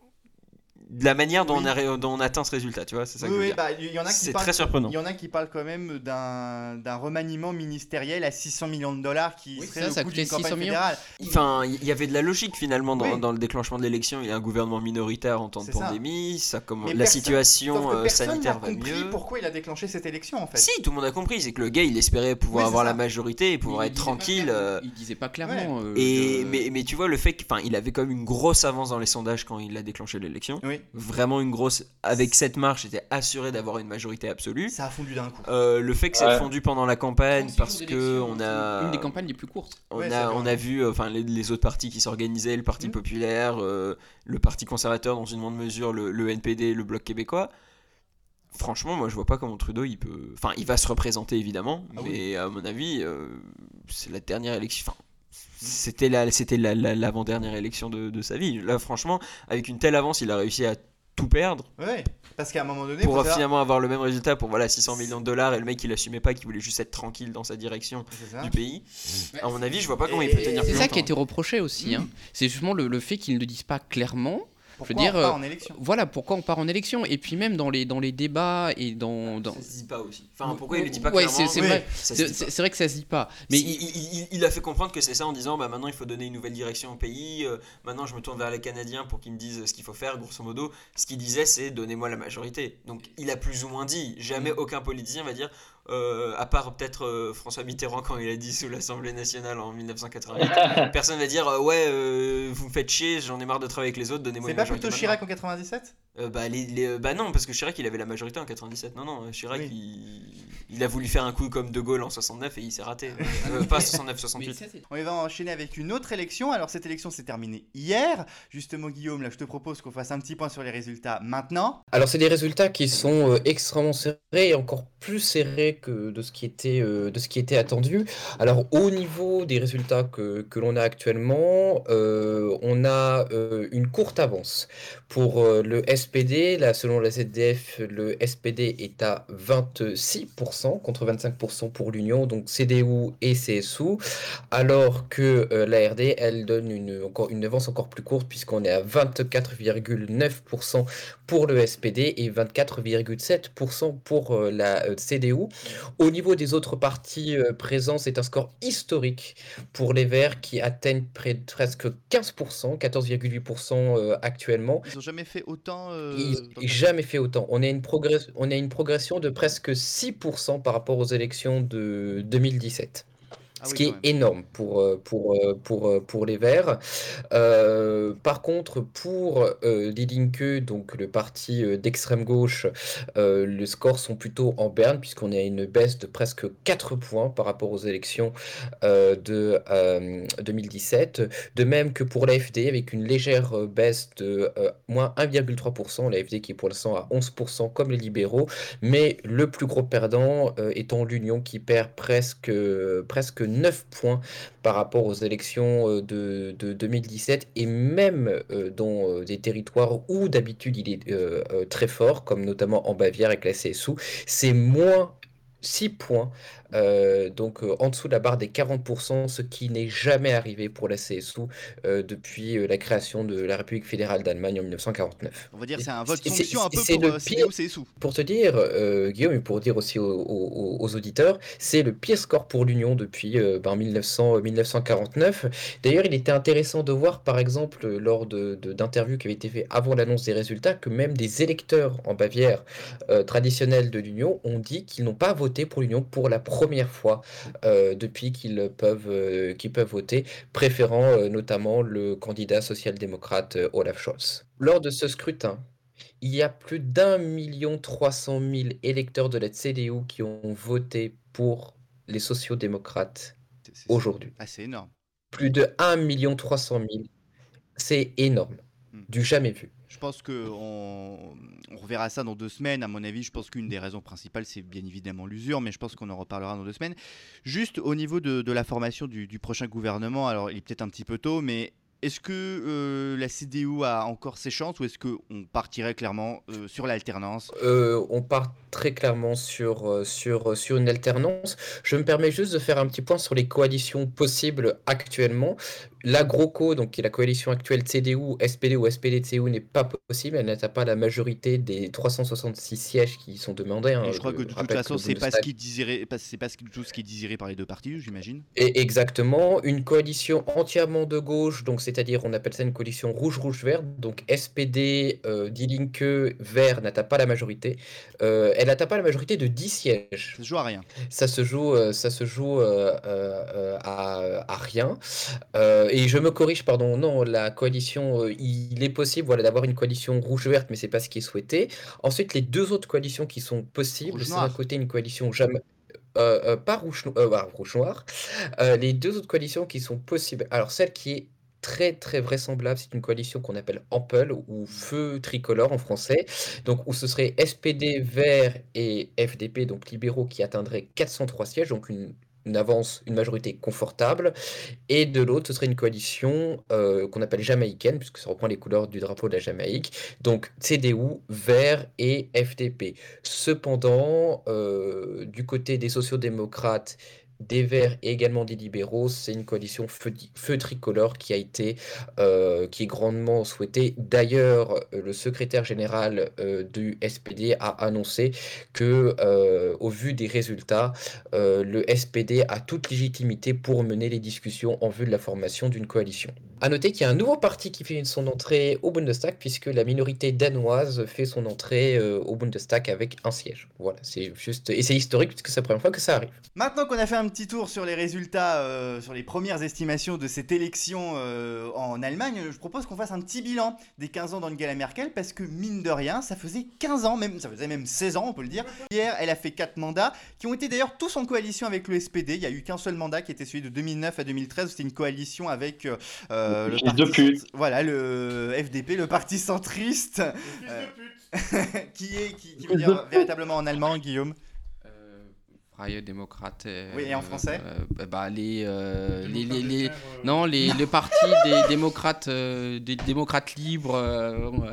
de la manière dont, Oui. on, a, ré- dont on atteint ce résultat, tu vois, c'est ça que Oui, je veux oui, dire. bah, il y en a qui C'est parlent- très surprenant. Il y en a qui parlent quand même d'un, d'un remaniement ministériel à six cents millions de dollars qui Oui, serait ça, le ça coût coûtait d'une campagne six cents millions. fédérale. Enfin, il y avait de la logique finalement dans, Oui. dans le déclenchement de l'élection. Il y a un gouvernement minoritaire en temps de C'est ça. pandémie, ça, comment, Mais la personne- situation Sauf que euh, personne sanitaire n'a va compris mieux. pourquoi il a déclenché cette élection en fait. Si, tout le monde a compris, c'est que le gars il espérait pouvoir Oui, c'est avoir ça. la majorité et pouvoir Il être disait pas tranquille. clairement- euh, Il disait pas clairement. euh, Et, de- mais, mais tu vois, le fait qu'il avait quand même une grosse avance dans les sondages quand il a déclenché l'élection, Oui, vraiment une grosse. Avec cette marche, était assuré d'avoir une majorité absolue. ça a fondu d'un coup. Euh, le fait que ça Ouais. ait fondu pendant la campagne trente-six parce jours que d'élection, on c'est a une des campagnes les plus courtes. on, Ouais, c'est a, vrai. on a vu euh, enfin les, les autres partis qui s'organisaient, le Parti Mhm. populaire, euh, le Parti conservateur dans une moindre mesure, le, le N P D, le Bloc québécois. Franchement, moi je vois pas comment Trudeau il peut. Enfin, il va se représenter évidemment, Ah mais oui. à mon avis, euh, c'est la dernière élection. Enfin, c'était la, c'était la, la- l'avant-dernière élection de, de sa vie. Là, franchement, avec une telle avance, il a réussi à tout perdre Ouais, parce qu'à un moment donné, pour faut faire- finalement avoir le même résultat pour voilà six cents millions de dollars, et le mec il assumait pas, qu'il voulait juste être tranquille dans sa direction C'est ça. du pays. Ouais, À mon avis, je vois pas comment Et- il peut tenir C'est plus ça longtemps. qui a été reproché aussi. Mm. Hein. C'est justement le, le fait qu'ils ne le disent pas clairement. Pourquoi dire, on part euh, en élection Voilà pourquoi on part en élection. Et puis même dans les, dans les débats et dans... dans... Ça se dit pas aussi. Enfin, pourquoi il le dit pas Ouais, clairement c'est- c'est Oui, vrai. ça se C'est dit c'est- pas. c'est vrai que ça se dit pas. Mais Mais il, il- il- il a fait comprendre que c'est ça en disant bah maintenant il faut donner une nouvelle direction au pays, euh, maintenant je me tourne vers les Canadiens pour qu'ils me disent ce qu'il faut faire, grosso modo. Ce qu'il disait c'est donnez-moi la majorité. Donc il a plus ou moins dit, jamais aucun politicien va dire, euh, à part peut-être euh, François Mitterrand quand il a dit sous l'Assemblée nationale en dix-neuf cent quatre-vingt-huit, personne va dire euh, ouais euh, vous me faites chier, j'en ai marre de travailler avec les autres, donnez-moi C'est une pas majorité plutôt maintenant. Chirac en quatre-vingt-dix-sept Euh, bah, les, les- euh, bah non, parce que Chirac il avait la majorité en quatre-vingt-dix-sept. Non, non, Chirac Oui. il, il a voulu faire un coup comme De Gaulle en soixante-neuf et il s'est raté. Euh, pas soixante-neuf, Mais soixante-huit. ça, c'est- On va enchaîner avec une autre élection. Alors cette élection s'est terminée hier. Justement Guillaume, là je te propose qu'on fasse un petit point sur les résultats maintenant. Alors, c'est des résultats qui sont euh, extrêmement serrés et encore plus serrés que de ce qui était, euh, de ce qui était attendu. Alors, au niveau des résultats que, que l'on a actuellement, euh, on a euh, une courte avance. Pour euh, le S P D, là, selon la Z D F, le S P D est à vingt-six pour cent contre vingt-cinq pour cent pour l'Union, donc C D U et C S U, alors que euh, l'A R D, elle donne une, encore, une avance encore plus courte puisqu'on est à vingt-quatre virgule neuf pour cent pour le S P D et vingt-quatre virgule sept pour cent pour euh, la euh, C D U. Au niveau des autres partis euh, présents, c'est un score historique pour les Verts qui atteignent près de presque quinze pour cent, quatorze virgule huit pour cent euh, actuellement. Ils ont jamais fait autant. euh, Ils dans- n'ont jamais fait autant. On a une, progress- on a une progression de presque six pour cent par rapport aux élections de deux mille dix-sept. Ah Ce oui, qui quand est même. énorme pour, euh, pour, euh, pour, euh, pour les Verts. Euh, par contre, pour euh, Die Linke, donc le parti euh, d'extrême gauche, euh, les scores sont plutôt en berne, puisqu'on a une baisse de presque quatre points par rapport aux élections euh, de euh, deux mille dix-sept. De même que pour l'A F D, avec une légère euh, baisse de euh, moins un virgule trois pour cent, l'A F D qui est pour l'instant à onze pour cent comme les libéraux, mais le plus gros perdant euh, étant l'Union qui perd presque, euh, presque neuf points par rapport aux élections euh, de, de deux mille dix-sept, et même euh, dans euh, des territoires où d'habitude il est euh, euh, très fort, comme notamment en Bavière avec la C S U, c'est moins six points, euh, donc euh, en dessous de la barre des quarante pour cent, ce qui n'est jamais arrivé pour la C S U euh, depuis euh, la création de la République fédérale d'Allemagne en mille neuf cent quarante-neuf. On va dire Et c'est un vote c'est- c'est- sanction un peu c'est pour le euh, pire. C D U C S U. Pour te dire, euh, Guillaume, et pour dire aussi aux, aux- aux auditeurs, c'est le pire score pour l'Union depuis euh, ben, mille neuf cents, euh, mille neuf cent quarante-neuf. D'ailleurs, il était intéressant de voir, par exemple, euh, lors de, de- d'interviews qui avaient été faites avant l'annonce des résultats, que même des électeurs en Bavière euh, traditionnels de l'Union ont dit qu'ils n'ont pas voté pour l'Union pour la première fois euh, depuis qu'ils peuvent, euh, qu'ils peuvent voter, préférant euh, notamment le candidat social-démocrate euh, Olaf Scholz. Lors de ce scrutin, il y a plus d'un million trois cent mille électeurs de la C D U qui ont voté pour les sociaux-démocrates C'est- c'est- aujourd'hui. Ah, c'est énorme. Plus de un million trois cent mille. C'est énorme. Hmm. Du jamais vu. Je pense qu'on on reverra ça dans deux semaines. À mon avis, je pense qu'une des raisons principales, c'est bien évidemment l'usure, mais je pense qu'on en reparlera dans deux semaines. Juste au niveau de, de la formation du, du prochain gouvernement, alors il est peut-être un petit peu tôt, mais est-ce que euh, la C D U a encore ses chances ou est-ce qu'on partirait clairement euh, sur l'alternance? Euh, on part très clairement sur, euh, sur, sur une alternance. Je me permets juste de faire un petit point sur les coalitions possibles actuellement. La GroKo, donc qui est la coalition actuelle C D U, S P D ou S P D C U, n'est pas possible. Elle n'atteint pas la majorité des trois cent soixante-six sièges qui sont demandés. hein. Et je crois Je que de toute rappelle façon, le c'est pas ce Bundestag- qui désiré, pas- c'est pas ce qui- du tout ce qui est désiré par les deux partis, j'imagine. Et exactement, une coalition entièrement de gauche, donc c'est-à-dire on appelle ça une coalition rouge-rouge-vert, donc S P D, euh, Die Linke, Vert n'atteint pas la majorité. Euh, elle n'atteint pas la majorité de dix sièges. Ça se joue à rien. Ça se joue, euh, ça se joue euh, euh, euh, à, à rien. Euh, et je me corrige, pardon, non, la coalition, euh, il est possible voilà, d'avoir une coalition rouge-verte, mais c'est pas ce qui est souhaité. Ensuite, les deux autres coalitions qui sont possibles, c'est d'un Rouge-noir. côté une coalition jamais. Euh, euh, pas rouge, no- euh, bah, rouge noir. Euh, les deux autres coalitions qui sont possibles. Alors, celle qui est très très vraisemblable, c'est une coalition qu'on appelle Ampel ou Feu tricolore en français. Donc, où ce serait S P D, Vert et F D P, donc libéraux, qui atteindraient quatre cent trois sièges, donc une, une avance, une majorité confortable. Et de l'autre, ce serait une coalition euh, qu'on appelle jamaïcaine, puisque ça reprend les couleurs du drapeau de la Jamaïque. Donc C D U, Vert et F D P. Cependant, euh, du côté des sociaux-démocrates, des Verts et également des libéraux, c'est une coalition feu, feu tricolore qui a été, euh, qui est grandement souhaitée. D'ailleurs, euh, le secrétaire général euh, du S P D a annoncé que, euh, au vu des résultats, euh, le S P D a toute légitimité pour mener les discussions en vue de la formation d'une coalition. À noter qu'il y a un nouveau parti qui fait son entrée au Bundestag, puisque la minorité danoise fait son entrée euh, au Bundestag avec un siège. Voilà, c'est juste, et c'est historique puisque c'est la première fois que ça arrive. Maintenant qu'on a fait un petit tour sur les résultats, euh, sur les premières estimations de cette élection euh, en Allemagne, je propose qu'on fasse un petit bilan des quinze ans d'Angela Merkel, parce que mine de rien, ça faisait quinze ans, même, ça faisait même seize ans, on peut le dire. Hier, elle a fait quatre mandats, qui ont été d'ailleurs tous en coalition avec le S P D. Il n'y a eu qu'un seul mandat qui était celui de deux mille neuf à deux mille treize, c'était une coalition avec euh, le Fils parti de pute. cent- voilà, le F D P, le parti centriste, euh, qui est, qui, qui veut Fils de dire pute. véritablement en allemand, Guillaume. Euh, Freie Démocrate. euh, Oui, et en français euh, bah, bah, les, euh, les, les, les- Démocrates, euh, non, les, le parti des démocrates, euh, des démocrates libres. euh, ouais.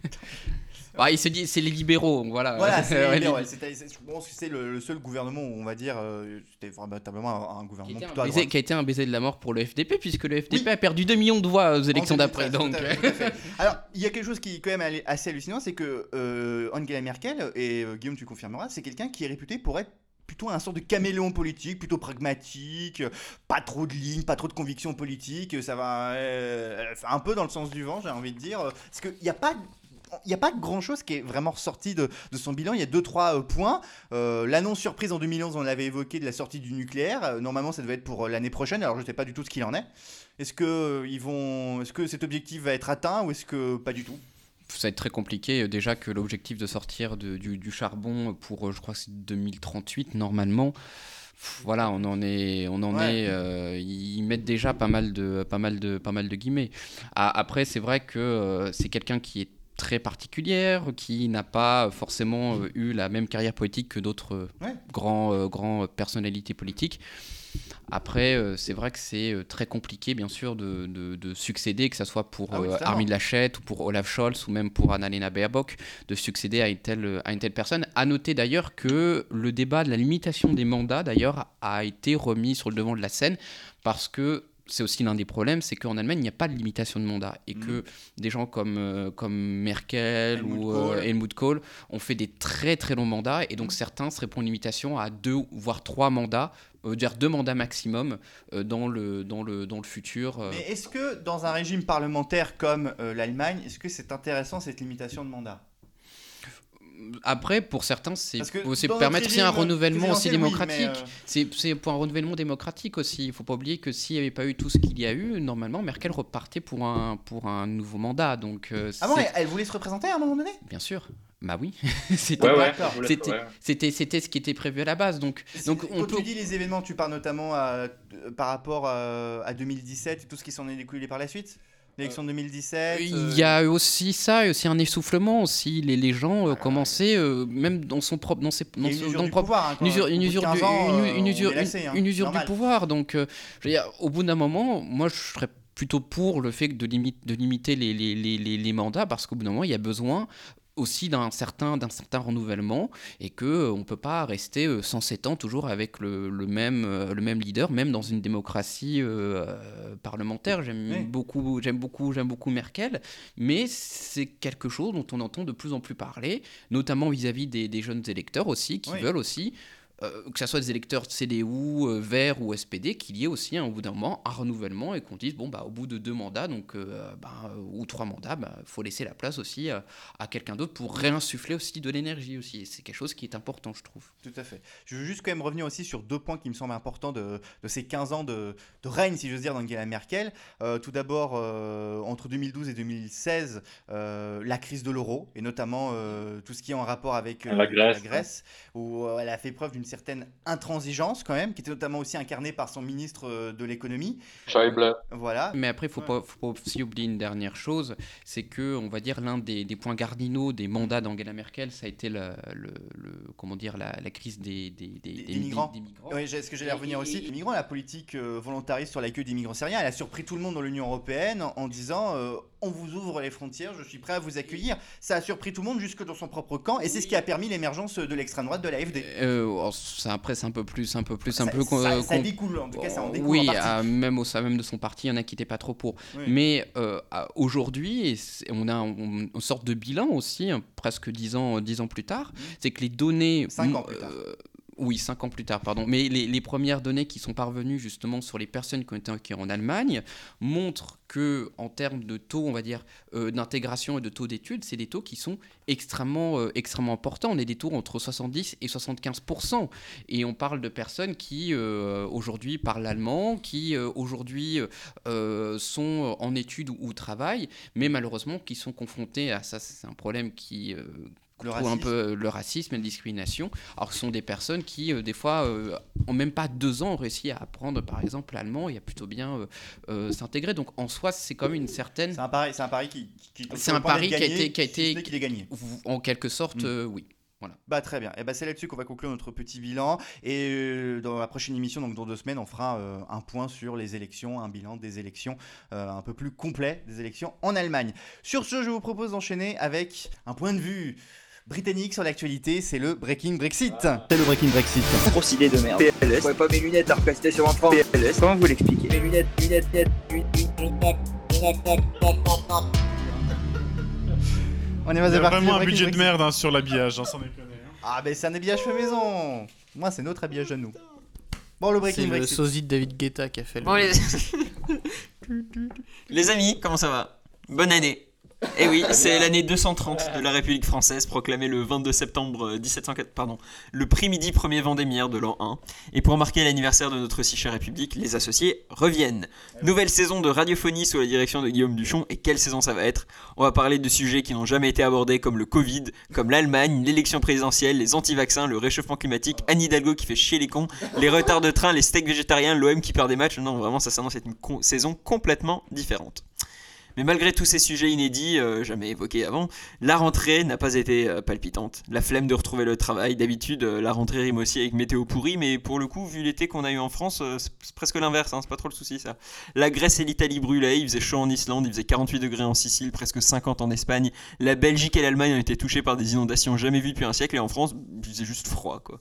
Bah, il se dit, c'est les libéraux, voilà. Voilà, c'est Ouais, les- les- ouais, c'était- c'est- je pense que c'est le, le seul gouvernement où on va dire euh, c'était véritablement un, un qui, gouvernement était un plutôt à baiser, droite. qui a été un baiser de la mort pour le F D P, puisque le F D P Oui. a perdu deux millions de voix aux élections En d'après. deux mille Donc, treize, tout à fait, tout à fait. Alors, il y a quelque chose qui est quand même allé- assez hallucinant, c'est que euh, Angela Merkel, et euh, Guillaume, tu confirmeras, c'est quelqu'un qui est réputé pour être plutôt un sorte de caméléon politique, plutôt pragmatique, euh, pas trop de lignes, pas trop de convictions politiques, ça va euh, elle fait un peu dans le sens du vent, j'ai envie de dire, parce qu'il n'y a pas... Il n'y a pas grand chose qui est vraiment ressorti de, de son bilan. Il y a deux trois euh, points. Euh, L'annonce surprise en deux mille onze, on l'avait évoqué, de la sortie du nucléaire. Euh, normalement, ça devait être pour euh, l'année prochaine. Alors, je ne sais pas du tout ce qu'il en est. Est-ce que, euh, ils vont... est-ce que cet objectif va être atteint ou est-ce que pas du tout? ça va être très compliqué. euh, Déjà que l'objectif de sortir de- du, du charbon pour, euh, je crois que c'est deux mille trente-huit, normalement. Pff, Voilà, on en est, on en Ouais. est. euh, ils mettent déjà pas mal de, pas mal de, pas mal de guillemets. Ah, après, c'est vrai que euh, c'est quelqu'un qui est très particulière, qui n'a pas forcément euh, eu la même carrière politique que d'autres euh, Ouais. grands, euh, grands personnalités politiques. Après, euh, c'est vrai que c'est euh, très compliqué, bien sûr, de, de, de succéder, que ce soit pour Ah oui, euh, totalement. Armin Laschet ou pour Olaf Scholz ou même pour Annalena Baerbock, de succéder à une telle, à une telle personne. À noter d'ailleurs que le débat de la limitation des mandats, d'ailleurs, a été remis sur le devant de la scène parce que c'est aussi l'un des problèmes, c'est qu'en Allemagne, il n'y a pas de limitation de mandat et que des gens comme, euh, comme Merkel Helmut ou euh, Kohl. Helmut Kohl ont fait des très très longs mandats et donc certains seraient pour une limitation à deux voire trois mandats, euh, dire deux mandats maximum euh, dans, le, dans, le, dans le futur. euh. Mais est-ce que dans un régime parlementaire comme euh, l'Allemagne, est-ce que c'est intéressant cette limitation de mandat? Après, pour certains, c'est Parce que c'est dans permettre notre aussi un régime renouvellement aussi présidentiel, oui, démocratique. mais, euh, C'est c'est pour un renouvellement démocratique aussi. Il ne faut pas oublier que s'il n'y avait pas eu tout ce qu'il y a eu, normalement, Merkel repartait pour un, pour un nouveau mandat. Donc, euh, Ah bon, c'est- elle, elle voulait se représenter à un moment donné? Bien sûr. Bah oui. C'était Ouais, ouais, D'accord. je vous laisse- c'était ouais. c'était c'était ce qui était prévu à la base. Donc donc Quand on peut tu dis les événements, tu parles notamment à- euh, par rapport à, à deux mille dix-sept et tout ce qui s'en est découlé par la suite? L'élection de deux mille dix-sept. euh, Il y a aussi ça, et aussi un essoufflement aussi. Les, les gens euh, commençaient, euh, même dans son propre, dans ses, il y a dans une son- usure dans du le propre, pouvoir, hein, quand- une usure, au une bout de usure quinze du, ans, une, euh, une on usure, est lassé, hein. une- une usure C'est du normal. pouvoir. Donc, euh, je veux dire, au bout d'un moment, moi, je serais plutôt pour le fait de, limite, de limiter les, les, les, les, les mandats, parce qu'au bout d'un moment, il y a besoin aussi d'un certain, d'un certain renouvellement et qu'on euh, ne peut pas rester euh, cent sept ans toujours avec le, le, même, euh, le même leader, même dans une démocratie euh, euh, parlementaire. J'aime Oui. beaucoup, j'aime beaucoup, j'aime beaucoup Merkel, mais c'est quelque chose dont on entend de plus en plus parler, notamment vis-à-vis des, des jeunes électeurs aussi, qui Oui. veulent aussi, euh, que ce soit des électeurs C D U, euh, Verts ou S P D, qu'il y ait aussi, hein, au bout d'un moment, un renouvellement et qu'on dise, bon, bah, au bout de deux mandats, donc, euh, bah, euh, ou trois mandats, il bah, faut laisser la place aussi euh, à quelqu'un d'autre pour réinsuffler aussi de l'énergie aussi. Et c'est quelque chose qui est important, je trouve. Tout à fait. Je veux juste quand même revenir aussi sur deux points qui me semblent importants de, de ces quinze ans de, de règne, si j'ose dire, d'Angela Merkel. Euh, tout d'abord, euh, entre deux mille douze et deux mille seize, euh, la crise de l'euro, et notamment euh, tout ce qui est en rapport avec euh, La Grèce, la Grèce, où euh, elle a fait preuve d'une certaine intransigeance quand même, qui était notamment aussi incarnée par son ministre euh, de l'économie. Schäuble. Voilà. Mais après, il ne faut, Ouais. pas- faut pas aussi oublier une dernière chose, c'est que, on va dire, l'un des, des points cardinaux des mandats d'Angela Merkel, ça a été la, le, le- comment dire, la, la crise des, des, des, Des- des des migrants. des migrants. Oui, est-ce que j'allais revenir aussi. Les migrants, la politique euh, volontariste sur l'accueil des migrants syriens, elle a surpris tout le monde dans l'Union européenne en, en disant euh, on vous ouvre les frontières, je suis prêt à vous accueillir. Ça a surpris tout le monde jusque dans son propre camp et c'est ce qui a permis l'émergence de l'extrême droite de l'A F D. Euh, oh, ça, après, c'est un peu plus, un peu plus, un Ça, peu ça, con- ça con- découle, en tout cas, ça en découle oui, en partie. ah, même au sein même de son parti, il y en a qui n'étaient pas trop pour. Oui. Mais euh, ah, aujourd'hui, et c'est- on a un- une sorte de bilan aussi, hein, presque dix ans, dix ans plus tard, c'est que les données... Cinq ans plus tard. euh, oui, cinq ans plus tard, pardon. Mais les, les premières données qui sont parvenues justement sur les personnes qui ont été accueillies en Allemagne montrent que, en termes de taux, on va dire, euh, d'intégration et de taux d'études, c'est des taux qui sont extrêmement, euh, extrêmement importants. On est des taux entre soixante-dix et soixante-quinze pour cent. Et on parle de personnes qui, euh, aujourd'hui, parlent allemand, qui, euh, aujourd'hui, euh, sont en études ou, ou travaillent, mais malheureusement qui sont confrontés à ça. C'est un problème qui... euh, Le trouve un racisme. peu le racisme et la discrimination. Alors ce sont des personnes qui, euh, des fois, euh, en même pas deux ans, ont réussi à apprendre, par exemple, l'allemand et à plutôt bien euh, euh, s'intégrer. Donc en soi, c'est quand même une certaine... C'est un pari, c'est un pari qui, qui, qui C'est un pari qui a été... Qui a été qu'il est gagné. en quelque sorte, Mm. euh, oui. Voilà. Bah très bien. Et bah c'est là-dessus qu'on va conclure notre petit bilan. Et euh, dans la prochaine émission, donc dans deux semaines, on fera euh, un point sur les élections, un bilan des élections euh, un peu plus complet des élections en Allemagne. Sur ce, je vous propose d'enchaîner avec un point de vue britannique sur l'actualité, c'est le Breaking Brexit. C'est le Breaking Brexit. Grosse idée de merde. P L S. Je pas mes lunettes à replacer sur un franc. P L S. Comment vous l'expliquez? Mes lunettes, lunettes, lunettes, lunettes, lunettes, lunettes, lunettes. On est Il y a parti, vraiment un Breaking budget de Brexit. merde hein, sur l'habillage, hein, sans déconner. hein. Ah ben c'est un habillage fait maison. Moi c'est notre habillage à nous. Bon le C'est Breaking le Brexit. sosie de David Guetta qui a fait le. Bon, les... les amis, comment ça va? Bonne année. Eh oui, c'est l'année deux cent trente de la République française, proclamée le vingt-deux septembre dix-sept cent quatre, pardon, le prix midi premier Vendémiaire de l'an un. Et pour marquer l'anniversaire de notre si chère République, les associés reviennent. Nouvelle saison de radiophonie sous la direction de Guillaume Duchon, et quelle saison ça va être? On va parler de sujets qui n'ont jamais été abordés comme le Covid, comme l'Allemagne, l'élection présidentielle, les anti-vaccins, le réchauffement climatique, Anne Hidalgo qui fait chier les cons, les retards de train, les steaks végétariens, l'O M qui perd des matchs. Non, vraiment, ça s'annonce être une con- saison complètement différente. Mais malgré tous ces sujets inédits, euh, jamais évoqués avant, la rentrée n'a pas été euh, palpitante. La flemme de retrouver le travail, d'habitude euh, la rentrée rime aussi avec météo pourri, mais pour le coup, vu l'été qu'on a eu en France, euh, c'est, c'est presque l'inverse, hein, c'est pas trop le souci ça. La Grèce et l'Italie brûlaient, il faisait chaud en Islande, il faisait quarante-huit degrés en Sicile, presque cinquante en Espagne. La Belgique et l'Allemagne ont été touchées par des inondations jamais vues depuis un siècle, et en France, il faisait juste froid quoi.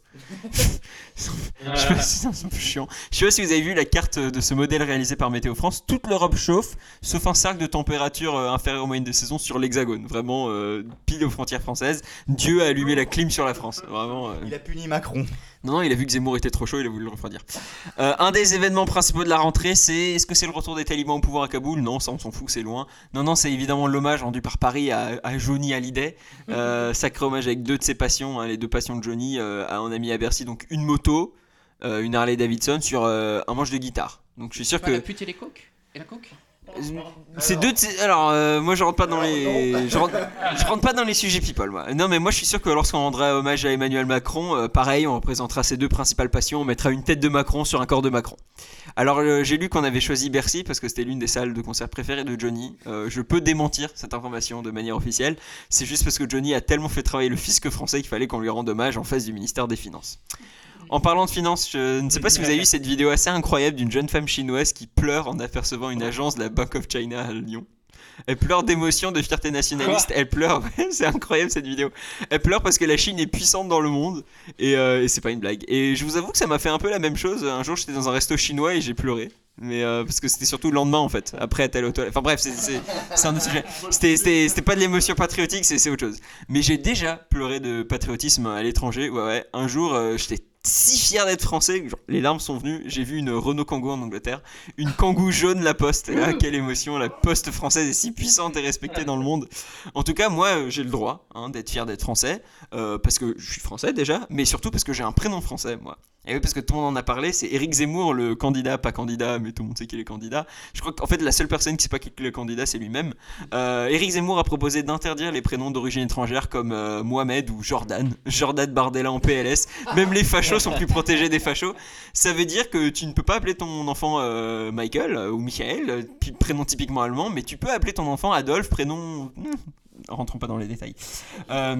Je sais pas si c'est un peu chiant. Je sais pas si vous avez vu la carte de ce modèle réalisé par Météo France, toute l'Europe chauffe, sauf un cercle de température euh, inférieure aux moyennes de saison sur l'hexagone, vraiment euh, pile aux frontières françaises. Dieu a allumé la clim sur la France, vraiment. Euh... Il a puni Macron. Non, non, il a vu que Zemmour était trop chaud, il a voulu le refroidir. Euh, un des événements principaux de la rentrée, c'est... Est-ce que c'est le retour des talibans au pouvoir à Kaboul ? Non, ça on s'en fout, c'est loin. Non, non, c'est évidemment l'hommage rendu par Paris à, à Johnny Hallyday. Euh, sacré hommage avec deux de ses passions, hein, les deux passions de Johnny. Euh, on a mis à Bercy donc une moto, euh, une Harley Davidson sur euh, un manche de guitare. Donc je suis sûr Pas que... la pute et les coques Et la coque C'est deux de ces... Alors, euh, moi je rentre pas dans les... Je rentre... je rentre pas dans les sujets people, moi. Non, mais moi je suis sûr que lorsqu'on rendra hommage à Emmanuel Macron, euh, pareil, on représentera ses deux principales passions, on mettra une tête de Macron sur un corps de Macron. Alors, euh, j'ai lu qu'on avait choisi Bercy parce que c'était l'une des salles de concert préférées de Johnny. Euh, je peux démentir cette information de manière officielle. C'est juste parce que Johnny a tellement fait travailler le fisc français qu'il fallait qu'on lui rende hommage en face du ministère des Finances. En parlant de finances, je ne sais pas si vous avez vu cette vidéo assez incroyable d'une jeune femme chinoise qui pleure en apercevant une agence de la Bank of China à Lyon. Elle pleure d'émotion, de fierté nationaliste. Elle pleure, c'est incroyable cette vidéo. Elle pleure parce que la Chine est puissante dans le monde et, euh, et c'est pas une blague. Et je vous avoue que ça m'a fait un peu la même chose. Un jour, j'étais dans un resto chinois et j'ai pleuré. Mais euh, parce que c'était surtout le lendemain en fait. Après, être allé aux toilettes. Enfin bref, c'est, c'est, c'est un autre sujet. C'était, c'était, c'était pas de l'émotion patriotique, c'est, c'est autre chose. Mais j'ai déjà pleuré de patriotisme à l'étranger. Ouais, ouais. Un jour, euh, j'étais si fier d'être français, genre, les larmes sont venues. J'ai vu une Renault Kangoo en Angleterre, une Kangoo jaune La Poste. Et là, quelle émotion, la Poste française est si puissante et respectée dans le monde. En tout cas, moi, j'ai le droit hein, d'être fier d'être français, euh, parce que je suis français déjà, mais surtout parce que j'ai un prénom français, moi. Et oui, parce que tout le monde en a parlé, c'est Éric Zemmour, le candidat, pas candidat, mais tout le monde sait qu'il est candidat. Je crois qu'en fait, la seule personne qui sait pas qu'il est le candidat, c'est lui-même. Euh, Éric Zemmour a proposé d'interdire les prénoms d'origine étrangère comme euh, Mohamed ou Jordan. Jordan Bardella en P L S. Même les fachos sont plus protégés des fachos. Ça veut dire que tu ne peux pas appeler ton enfant euh, Michael euh, ou Michael, euh, prénom typiquement allemand, mais tu peux appeler ton enfant Adolphe, prénom... Hmm, rentrons pas dans les détails. Euh...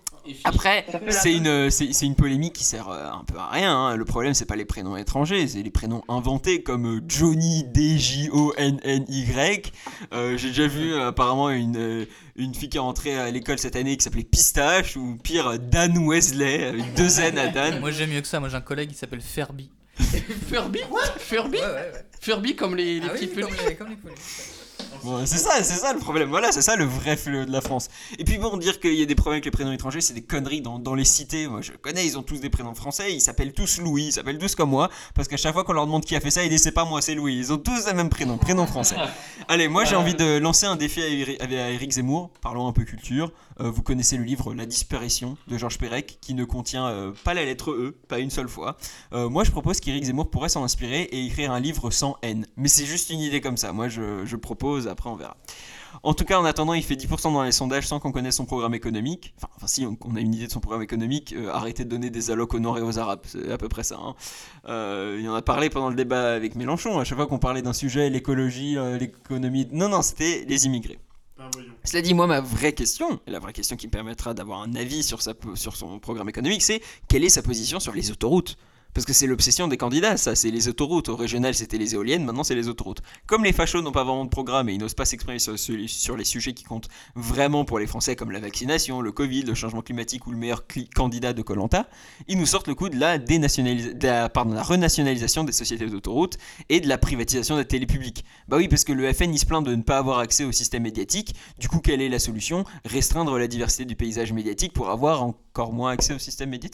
Après, c'est une, c'est, c'est une polémique qui sert euh, un peu à rien. Hein. Le problème, c'est pas les prénoms étrangers, c'est les prénoms inventés comme Johnny D J O N N Y. Euh, j'ai déjà vu euh, apparemment une, euh, une fille qui est rentrée à l'école cette année qui s'appelait Pistache, ou pire, Dan Wesley, avec deux N à Dan. Moi j'ai mieux que ça, moi j'ai un collègue qui s'appelle Ferby. Furby What Furby ouais, ouais, ouais. Furby comme les, les ah petits oui, peluches. comme les, comme les peluches. Bon, c'est ça, c'est ça le problème. Voilà, c'est ça le vrai fléau de la France. Et puis bon, dire qu'il y a des problèmes avec les prénoms étrangers, c'est des conneries dans, dans les cités. Moi, je connais, ils ont tous des prénoms français. Ils s'appellent tous Louis, ils s'appellent tous comme moi. Parce qu'à chaque fois qu'on leur demande qui a fait ça, ils disent c'est pas moi, c'est Louis. Ils ont tous le même prénom, prénom français. Allez, moi j'ai envie de lancer un défi à Éric Zemmour. Parlons un peu culture. Euh, vous connaissez le livre La Disparition de Georges Perec, qui ne contient euh, pas la lettre E, pas une seule fois. Euh, moi je propose qu'Éric Zemmour pourrait s'en inspirer et écrire un livre sans haine. Mais c'est juste une idée comme ça. Moi je, je propose, après on verra. En tout cas, en attendant, il fait dix pour cent dans les sondages sans qu'on connaisse son programme économique. Enfin, enfin si, on, on a une idée de son programme économique. Euh, arrêtez de donner des allocs aux Noirs et aux Arabes, c'est à peu près ça. Hein. Euh, il en a parlé pendant le débat avec Mélenchon. À chaque fois qu'on parlait d'un sujet, l'écologie, euh, l'économie... Non, non, c'était les immigrés. Ah, cela dit, moi, ma vraie question, et la vraie question qui me permettra d'avoir un avis sur, sa, sur son programme économique, c'est quelle est sa position sur les autoroutes ? Parce que c'est l'obsession des candidats, ça, c'est les autoroutes. Au régional, c'était les éoliennes, maintenant c'est les autoroutes. Comme les fachos n'ont pas vraiment de programme et ils n'osent pas s'exprimer sur, sur les sujets qui comptent vraiment pour les Français, comme la vaccination, le Covid, le changement climatique ou le meilleur cli- candidat de Koh Lanta, ils nous sortent le coup de la, dénationalisa- de la, pardon, la renationalisation des sociétés d'autoroutes et de la privatisation de la télé publique. Bah oui, parce que le F N, il se plaint de ne pas avoir accès au système médiatique. Du coup, quelle est la solution ? Restreindre la diversité du paysage médiatique pour avoir encore moins accès au système médiatique ?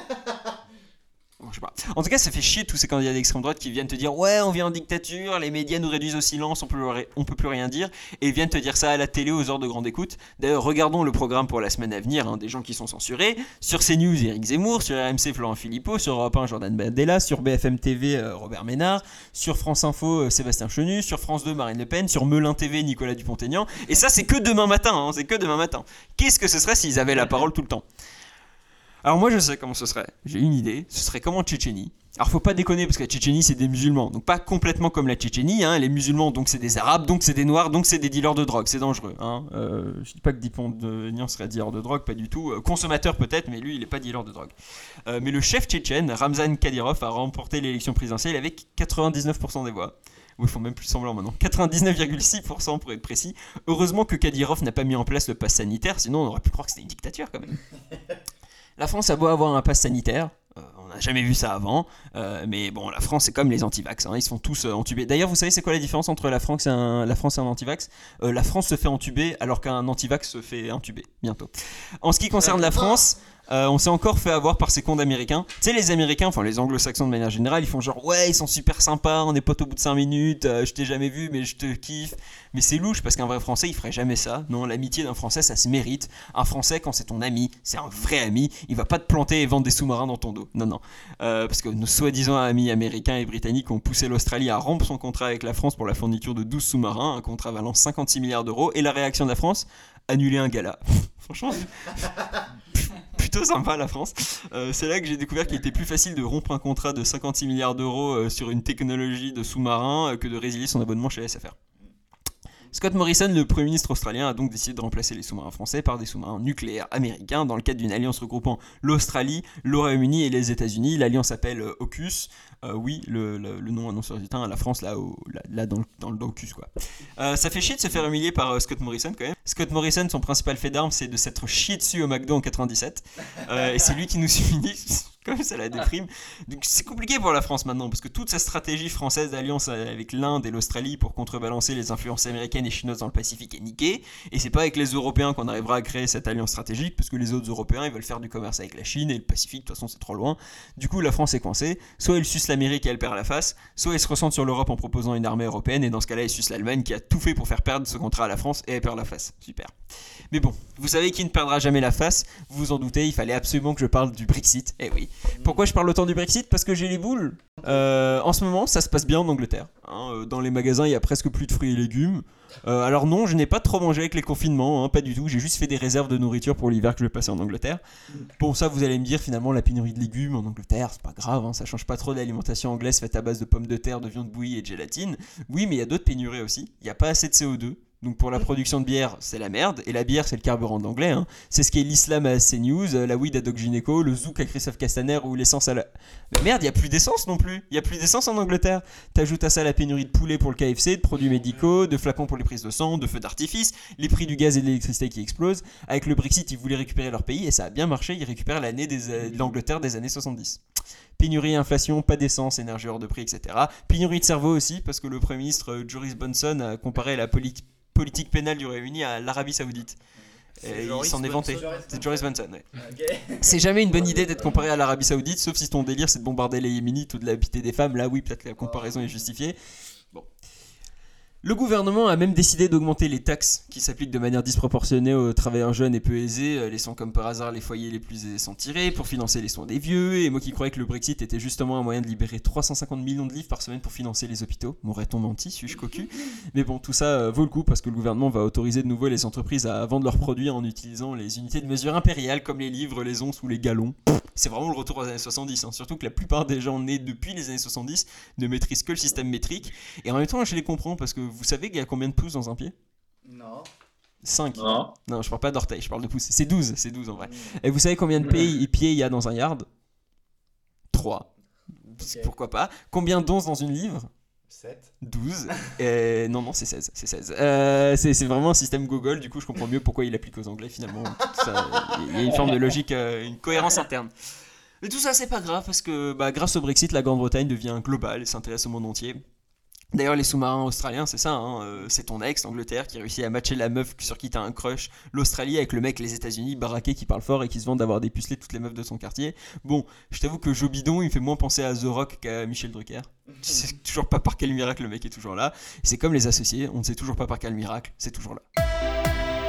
Bon, je sais pas. En tout cas, ça fait chier tous ces candidats d'extrême droite qui viennent te dire ouais, on vit en dictature, les médias nous réduisent au silence, on peut, on peut plus rien dire, et viennent te dire ça à la télé aux heures de grande écoute. D'ailleurs, regardons le programme pour la semaine à venir, hein, des gens qui sont censurés. Sur CNews, Éric Zemmour, sur R M C, Florent Philippot, sur Europe un, Jordan Bardella, sur B F M T V, euh, Robert Ménard, sur France Info, euh, Sébastien Chenu, sur France deux, Marine Le Pen, sur Melun T V, Nicolas Dupont-Aignan. Et ça, c'est que demain matin, hein, c'est que demain matin. Qu'est-ce que ce serait s'ils avaient la parole tout le temps ? Alors moi je sais comment ce serait, j'ai une idée, ce serait comme en Tchétchénie. Alors faut pas déconner parce que la Tchétchénie c'est des musulmans, donc pas complètement comme la Tchétchénie, hein. Les musulmans donc c'est des arabes, donc c'est des noirs, donc c'est des dealers de drogue, c'est dangereux. Hein. Euh, je dis pas que Dipondnian serait dealer de drogue, pas du tout, euh, consommateur peut-être, mais lui il est pas dealer de drogue. Euh, mais le chef tchétchène, Ramzan Kadyrov, a remporté l'élection présidentielle avec quatre-vingt-dix-neuf pour cent des voix. Oui, ils font même plus semblant maintenant. quatre-vingt-dix-neuf virgule six pour cent pour être précis. Heureusement que Kadyrov n'a pas mis en place le pass sanitaire, sinon on aurait pu croire que c'était une dictature quand même. La France a beau avoir un pass sanitaire, euh, on n'a jamais vu ça avant, euh, mais bon, la France c'est comme les antivax, hein, ils se font tous euh, entuber. D'ailleurs, vous savez c'est quoi la différence entre la France et un, la France et un antivax euh, La France se fait entuber alors qu'un antivax se fait intuber bientôt. En ce qui concerne la France... Euh, on s'est encore fait avoir par ces cons d'Américains. Tu sais, les Américains, enfin les Anglo-Saxons de manière générale, ils font genre ouais, ils sont super sympas, on est potes au bout de cinq minutes, euh, je t'ai jamais vu, mais je te kiffe. Mais c'est louche parce qu'un vrai Français, il ferait jamais ça. Non, l'amitié d'un Français, ça se mérite. Un Français, quand c'est ton ami, c'est un vrai ami, il va pas te planter et vendre des sous-marins dans ton dos. Non, non. Euh, parce que nos soi-disant amis américains et britanniques ont poussé l'Australie à rompre son contrat avec la France pour la fourniture de douze sous-marins, un contrat valant cinquante-six milliards d'euros. Et la réaction de la France, annuler un gala. Franchement, plutôt sympa la France. Euh, c'est là que j'ai découvert qu'il était plus facile de rompre un contrat de cinquante-six milliards d'euros euh, sur une technologie de sous-marin euh, que de résilier son abonnement chez S F R. Scott Morrison, le Premier ministre australien, a donc décidé de remplacer les sous-marins français par des sous-marins nucléaires américains dans le cadre d'une alliance regroupant l'Australie, le Royaume-Uni et les États-Unis. L'alliance s'appelle euh, AUKUS. Euh, oui, le, le, le nom annoncé résultat, la France là, au, là, là dans, le, dans le AUKUS quoi. Euh, ça fait chier de se faire humilier par euh, Scott Morrison quand même. Scott Morrison, son principal fait d'armes, c'est de s'être chié dessus au McDo en quatre-vingt-dix-sept. Euh, et c'est lui qui nous unit. Comme ça la déprime. Donc c'est compliqué pour la France maintenant parce que toute sa stratégie française d'alliance avec l'Inde et l'Australie pour contrebalancer les influences américaines et chinoises dans le Pacifique est niquée. Et c'est pas avec les Européens qu'on arrivera à créer cette alliance stratégique parce que les autres Européens ils veulent faire du commerce avec la Chine et le Pacifique de toute façon c'est trop loin. Du coup la France est coincée. Soit elle suce l'Amérique et elle perd la face, soit elle se ressente sur l'Europe en proposant une armée européenne et dans ce cas-là elle suce l'Allemagne qui a tout fait pour faire perdre ce contrat à la France et elle perd la face. Super. Mais bon, vous savez qui ne perdra jamais la face, vous vous en doutez, il fallait absolument que je parle du Brexit. Eh oui. Pourquoi je parle autant du Brexit ? Parce que j'ai les boules. Euh, en ce moment, ça se passe bien en Angleterre. Hein, dans les magasins, il y a presque plus de fruits et légumes. Euh, alors non, je n'ai pas trop mangé avec les confinements, hein, pas du tout. J'ai juste fait des réserves de nourriture pour l'hiver que je vais passer en Angleterre. Bon, ça, vous allez me dire, finalement, la pénurie de légumes en Angleterre, c'est pas grave, hein, ça change pas trop de l'alimentation anglaise faite à base de pommes de terre, de viande bouillie et de gélatine. Oui, mais il y a d'autres pénuries aussi. Il n'y a pas assez de C O deux. Donc pour la production de bière, c'est la merde. Et la bière, c'est le carburant d'anglais. Hein. C'est ce qu'est l'islam à C News, la weed à Doc Gynéco, le zouk à Christophe Castaner ou l'essence à la... Mais merde, il n'y a plus d'essence non plus. Il n'y a plus d'essence en Angleterre. T'ajoutes à ça la pénurie de poulet pour le K F C, de produits médicaux, de flacons pour les prises de sang, de feux d'artifice, les prix du gaz et de l'électricité qui explosent. Avec le Brexit, ils voulaient récupérer leur pays et ça a bien marché. Ils récupèrent l'année des... de l'Angleterre des années soixante-dix. Pénurie, inflation, pas d'essence, énergie hors de prix, et cetera. Pénurie de cerveau aussi, parce que le Premier ministre Boris Johnson a comparé la politique politique pénale du Royaume-Uni à l'Arabie Saoudite. Et il s'en est vanté. C'est Boris Johnson, ouais. Okay. C'est jamais une bonne idée d'être comparé à l'Arabie Saoudite, sauf si ton délire c'est de bombarder les Yéménites ou de la piter des femmes. Là, oui, peut-être que la comparaison est justifiée. Bon. Le gouvernement a même décidé d'augmenter les taxes qui s'appliquent de manière disproportionnée aux travailleurs jeunes et peu aisés, laissant comme par hasard les foyers les plus aisés s'en tirer pour financer les soins des vieux. Et moi qui croyais que le Brexit était justement un moyen de libérer trois cent cinquante millions de livres par semaine pour financer les hôpitaux, m'aurait-on menti, suis-je cocu ? Mais bon, tout ça euh, vaut le coup parce que le gouvernement va autoriser de nouveau les entreprises à vendre leurs produits en utilisant les unités de mesure impériales comme les livres, les onces ou les gallons. C'est vraiment le retour aux années soixante-dix, hein. Surtout que la plupart des gens nés depuis les années soixante-dix ne maîtrisent que le système métrique. Et en même temps, je les comprends parce que vous savez qu'il y a combien de pouces dans un pied ? Non. cinq. Non. Non, je parle pas d'orteil, je parle de pouces. C'est douze, c'est douze en vrai. Mmh. Et vous savez combien de pieds, pieds il y a dans un yard ? trois. Okay. Pourquoi pas ? Combien d'onces dans une livre ? sept. douze. Et... Non, non, c'est seize. C'est, seize. Euh, c'est, c'est vraiment un système Google, du coup je comprends mieux pourquoi il applique aux Anglais finalement. Il y a une forme de logique, euh, une cohérence interne. Mais tout ça c'est pas grave parce que bah, grâce au Brexit, la Grande-Bretagne devient globale et s'intéresse au monde entier. D'ailleurs, les sous-marins australiens, c'est ça, hein, euh, c'est ton ex, l'Angleterre, qui réussit à matcher la meuf sur qui t'as un crush, l'Australie avec le mec, les États-Unis, baraqué, qui parle fort et qui se vante d'avoir dépucelé toutes les meufs de son quartier. Bon, je t'avoue que Joe Bidon, il me fait moins penser à The Rock qu'à Michel Drucker. Tu sais toujours pas par quel miracle le mec est toujours là. C'est comme les associés, on ne sait toujours pas par quel miracle, c'est toujours là.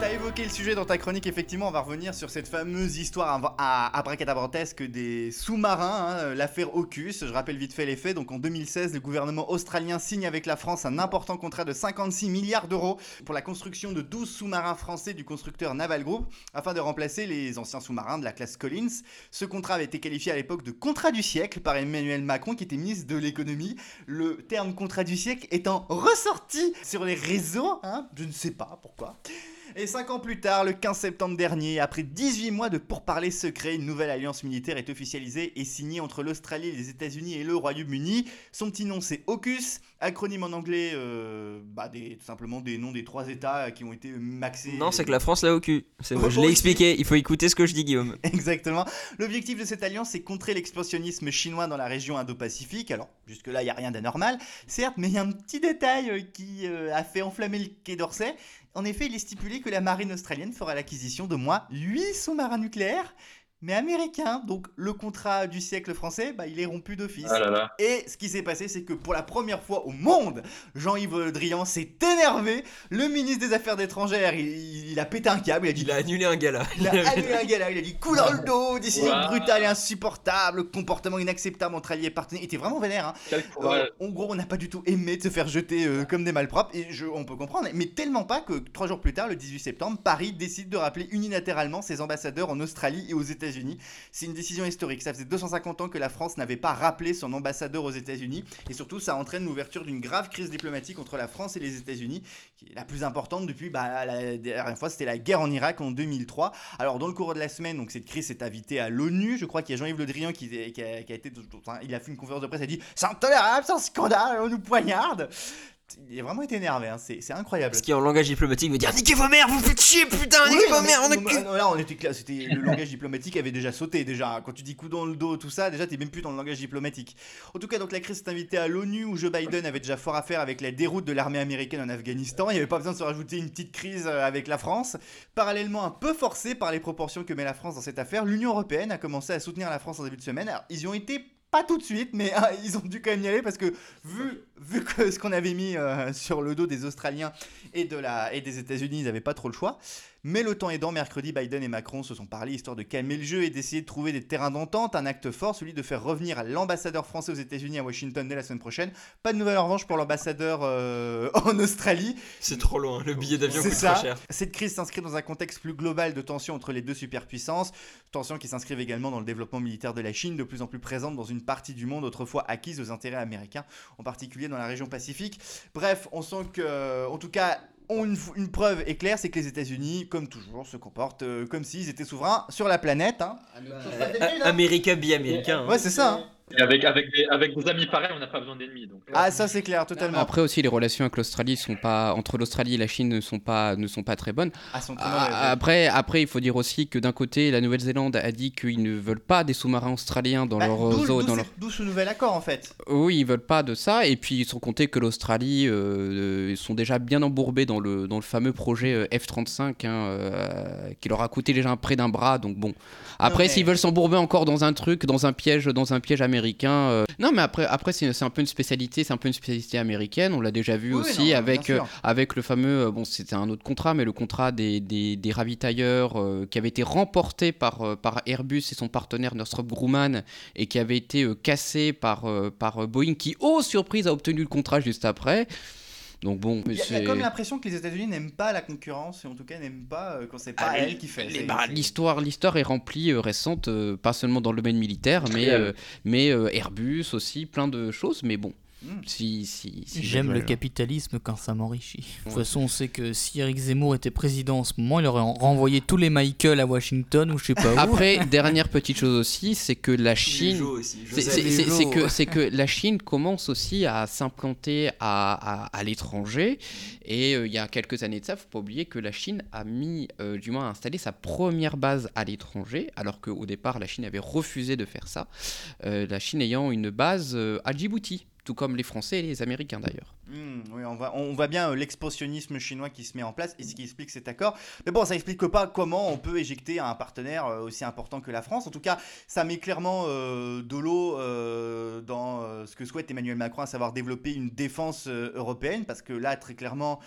T'as évoqué le sujet dans ta chronique, effectivement, on va revenir sur cette fameuse histoire à abracadabrantesque des sous-marins, hein, l'affaire AUKUS. Je rappelle vite fait les faits. Donc en deux mille seize, le gouvernement australien signe avec la France un important contrat de cinquante-six milliards d'euros pour la construction de douze sous-marins français du constructeur Naval Group afin de remplacer les anciens sous-marins de la classe Collins. Ce contrat avait été qualifié à l'époque de contrat du siècle par Emmanuel Macron qui était ministre de l'économie. Le terme contrat du siècle étant ressorti sur les réseaux, hein, je ne sais pas pourquoi. Et cinq ans plus tard, le quinze septembre dernier, après dix-huit mois de pourparlers secrets, une nouvelle alliance militaire est officialisée et signée entre l'Australie, les États-Unis et le Royaume-Uni. Son petit nom, c'est AUKUS, acronyme en anglais, euh, bah des, tout simplement des noms des trois États qui ont été maxés. Non, c'est que la France l'a au cul. C'est moi, je l'ai expliqué. Il faut écouter ce que je dis, Guillaume. Exactement. L'objectif de cette alliance, c'est contrer l'expansionnisme chinois dans la région Indo-Pacifique. Alors, jusque-là, il n'y a rien d'anormal, certes, mais il y a un petit détail qui euh, a fait enflammer le Quai d'Orsay. En effet, il est stipulé que la marine australienne fera l'acquisition de moins huit sous-marins nucléaires, mais américains. Donc le contrat du siècle français, bah, il est rompu d'office. Ah là là. Et ce qui s'est passé, c'est que pour la première fois au monde, Jean-Yves Le Drian s'est énervé. Le ministre des Affaires étrangères, il, il, il a pété un câble. Il a dit. Il a annulé un gala. Il a annulé un gala. Il a dit coup dans le dos, décision wow. brutale et insupportable, comportement inacceptable entre alliés et partenaires. Il était vraiment vénère. Hein. Euh, en gros, on n'a pas du tout aimé de se faire jeter euh, comme des malpropres. Et je, on peut comprendre, mais tellement pas que trois jours plus tard, le dix-huit septembre, Paris décide de rappeler unilatéralement ses ambassadeurs en Australie et aux États-Unis. C'est une décision historique. Ça faisait deux cent cinquante ans que la France n'avait pas rappelé son ambassadeur aux États-Unis. Et surtout, ça entraîne l'ouverture d'une grave crise diplomatique entre la France et les États-Unis, qui est la plus importante depuis bah, la dernière fois, c'était la guerre en Irak en deux mille trois. Alors, dans le cours de la semaine, donc, cette crise s'est invitée à l'ONU. Je crois qu'il y a Jean-Yves Le Drian qui, qui, a, qui a été. Enfin, il a fait une conférence de presse, il a dit c'est intolérable, c'est un scandale, on nous poignarde. Il a vraiment été énervé, hein. c'est, c'est incroyable. Ce qui en langage diplomatique veut dire niquez vos mères, vous faites chier putain, niquez oui, vos mères, on a cul. Là on était clair, c'était le langage diplomatique avait déjà sauté déjà. Quand tu dis coup dans le dos, tout ça, déjà t'es même plus dans le langage diplomatique. En tout cas, donc la crise s'est invitée à l'ONU où Joe Biden avait déjà fort à faire avec la déroute de l'armée américaine en Afghanistan. Il n'y avait pas besoin de se rajouter une petite crise avec la France. Parallèlement, un peu forcé par les proportions que met la France dans cette affaire, l'Union européenne a commencé à soutenir la France en début de semaine. Alors ils y ont été pas tout de suite, mais euh, ils ont dû quand même y aller parce que vu, vu que ce qu'on avait mis euh, sur le dos des Australiens et, de la, et des États-Unis, ils n'avaient pas trop le choix. Mais le temps aidant, mercredi, Biden et Macron se sont parlé histoire de calmer le jeu et d'essayer de trouver des terrains d'entente. Un acte fort, celui de faire revenir l'ambassadeur français aux États-Unis à Washington dès la semaine prochaine. Pas de nouvelle en revanche pour l'ambassadeur euh, en Australie. C'est trop loin, le billet d'avion C'est coûte ça. trop cher. Cette crise s'inscrit dans un contexte plus global de tensions entre les deux superpuissances. Tensions qui s'inscrivent également dans le développement militaire de la Chine, de plus en plus présente dans une partie du monde autrefois acquise aux intérêts américains, en particulier dans la région Pacifique. Bref, on sent que, en tout cas, Une, une preuve est claire, c'est que les États-Unis, comme toujours, se comportent euh, comme s'ils étaient souverains sur la planète. Hein. Euh, America be américain. Ouais, c'est ça. Hein. Et avec, avec, des, avec des amis pareils, on n'a pas besoin d'ennemis. Donc. Ah, ça c'est clair, totalement. Après aussi, les relations avec l'Australie sont pas, entre l'Australie et la Chine ne sont pas, ne sont pas très bonnes. Ah, sont très ah, après, après, il faut dire aussi que d'un côté, la Nouvelle-Zélande a dit qu'ils ne veulent pas des sous-marins australiens dans bah, leur d'où, zone. D'où, dans c'est, leur... d'où ce nouvel accord en fait. Oui, ils veulent pas de ça. Et puis, sans compter que l'Australie euh, sont déjà bien embourbés dans le, dans le fameux projet F trente-cinq hein, euh, qui leur a coûté déjà près d'un bras. Donc bon. Après, non, mais... s'ils veulent s'embourber encore dans un truc, dans un piège, dans un piège américain. Euh... Non, mais après, après c'est, c'est un peu une spécialité, c'est un peu une spécialité américaine. On l'a déjà vu oui, aussi non, avec, euh, avec le fameux, bon, c'était un autre contrat, mais le contrat des, des, des ravitailleurs euh, qui avait été remporté par, euh, par Airbus et son partenaire Northrop Grumman et qui avait été euh, cassé par, euh, par Boeing, qui, oh surprise, a obtenu le contrat juste après. Donc bon, il y, y a comme l'impression que les États-Unis n'aiment pas la concurrence et en tout cas n'aiment pas euh, quand c'est pas ah, elle qui fait. Les, bah, l'histoire, l'histoire est remplie euh, récente, euh, pas seulement dans le domaine militaire, mais euh, mais euh, Airbus aussi, plein de choses. Mais bon, mmh. si, si, si j'aime le capitalisme quand ça m'enrichit. De toute ouais. façon, on sait que si Eric Zemmour était président en ce moment, il aurait renvoyé tous les Michael à Washington ou je sais pas où. Après, dernière petite chose aussi, c'est que la Chine, c'est, c'est, c'est, c'est que c'est que la Chine commence aussi à s'implanter à, à, à l'étranger. Et euh, il y a quelques années de ça, faut pas oublier que la Chine a mis, euh, du moins, a installé sa première base à l'étranger, alors qu'au départ, la Chine avait refusé de faire ça. Euh, la Chine ayant une base euh, à Djibouti. Tout comme les Français et les Américains d'ailleurs. Mmh, oui, on voit, on voit bien euh, l'expansionnisme chinois qui se met en place et ce qui explique cet accord. Mais bon, ça explique pas comment on peut éjecter un partenaire euh, aussi important que la France. En tout cas, ça met clairement euh, de l'eau euh, dans euh, ce que souhaite Emmanuel Macron, à savoir développer une défense euh, européenne. Parce que là, très clairement...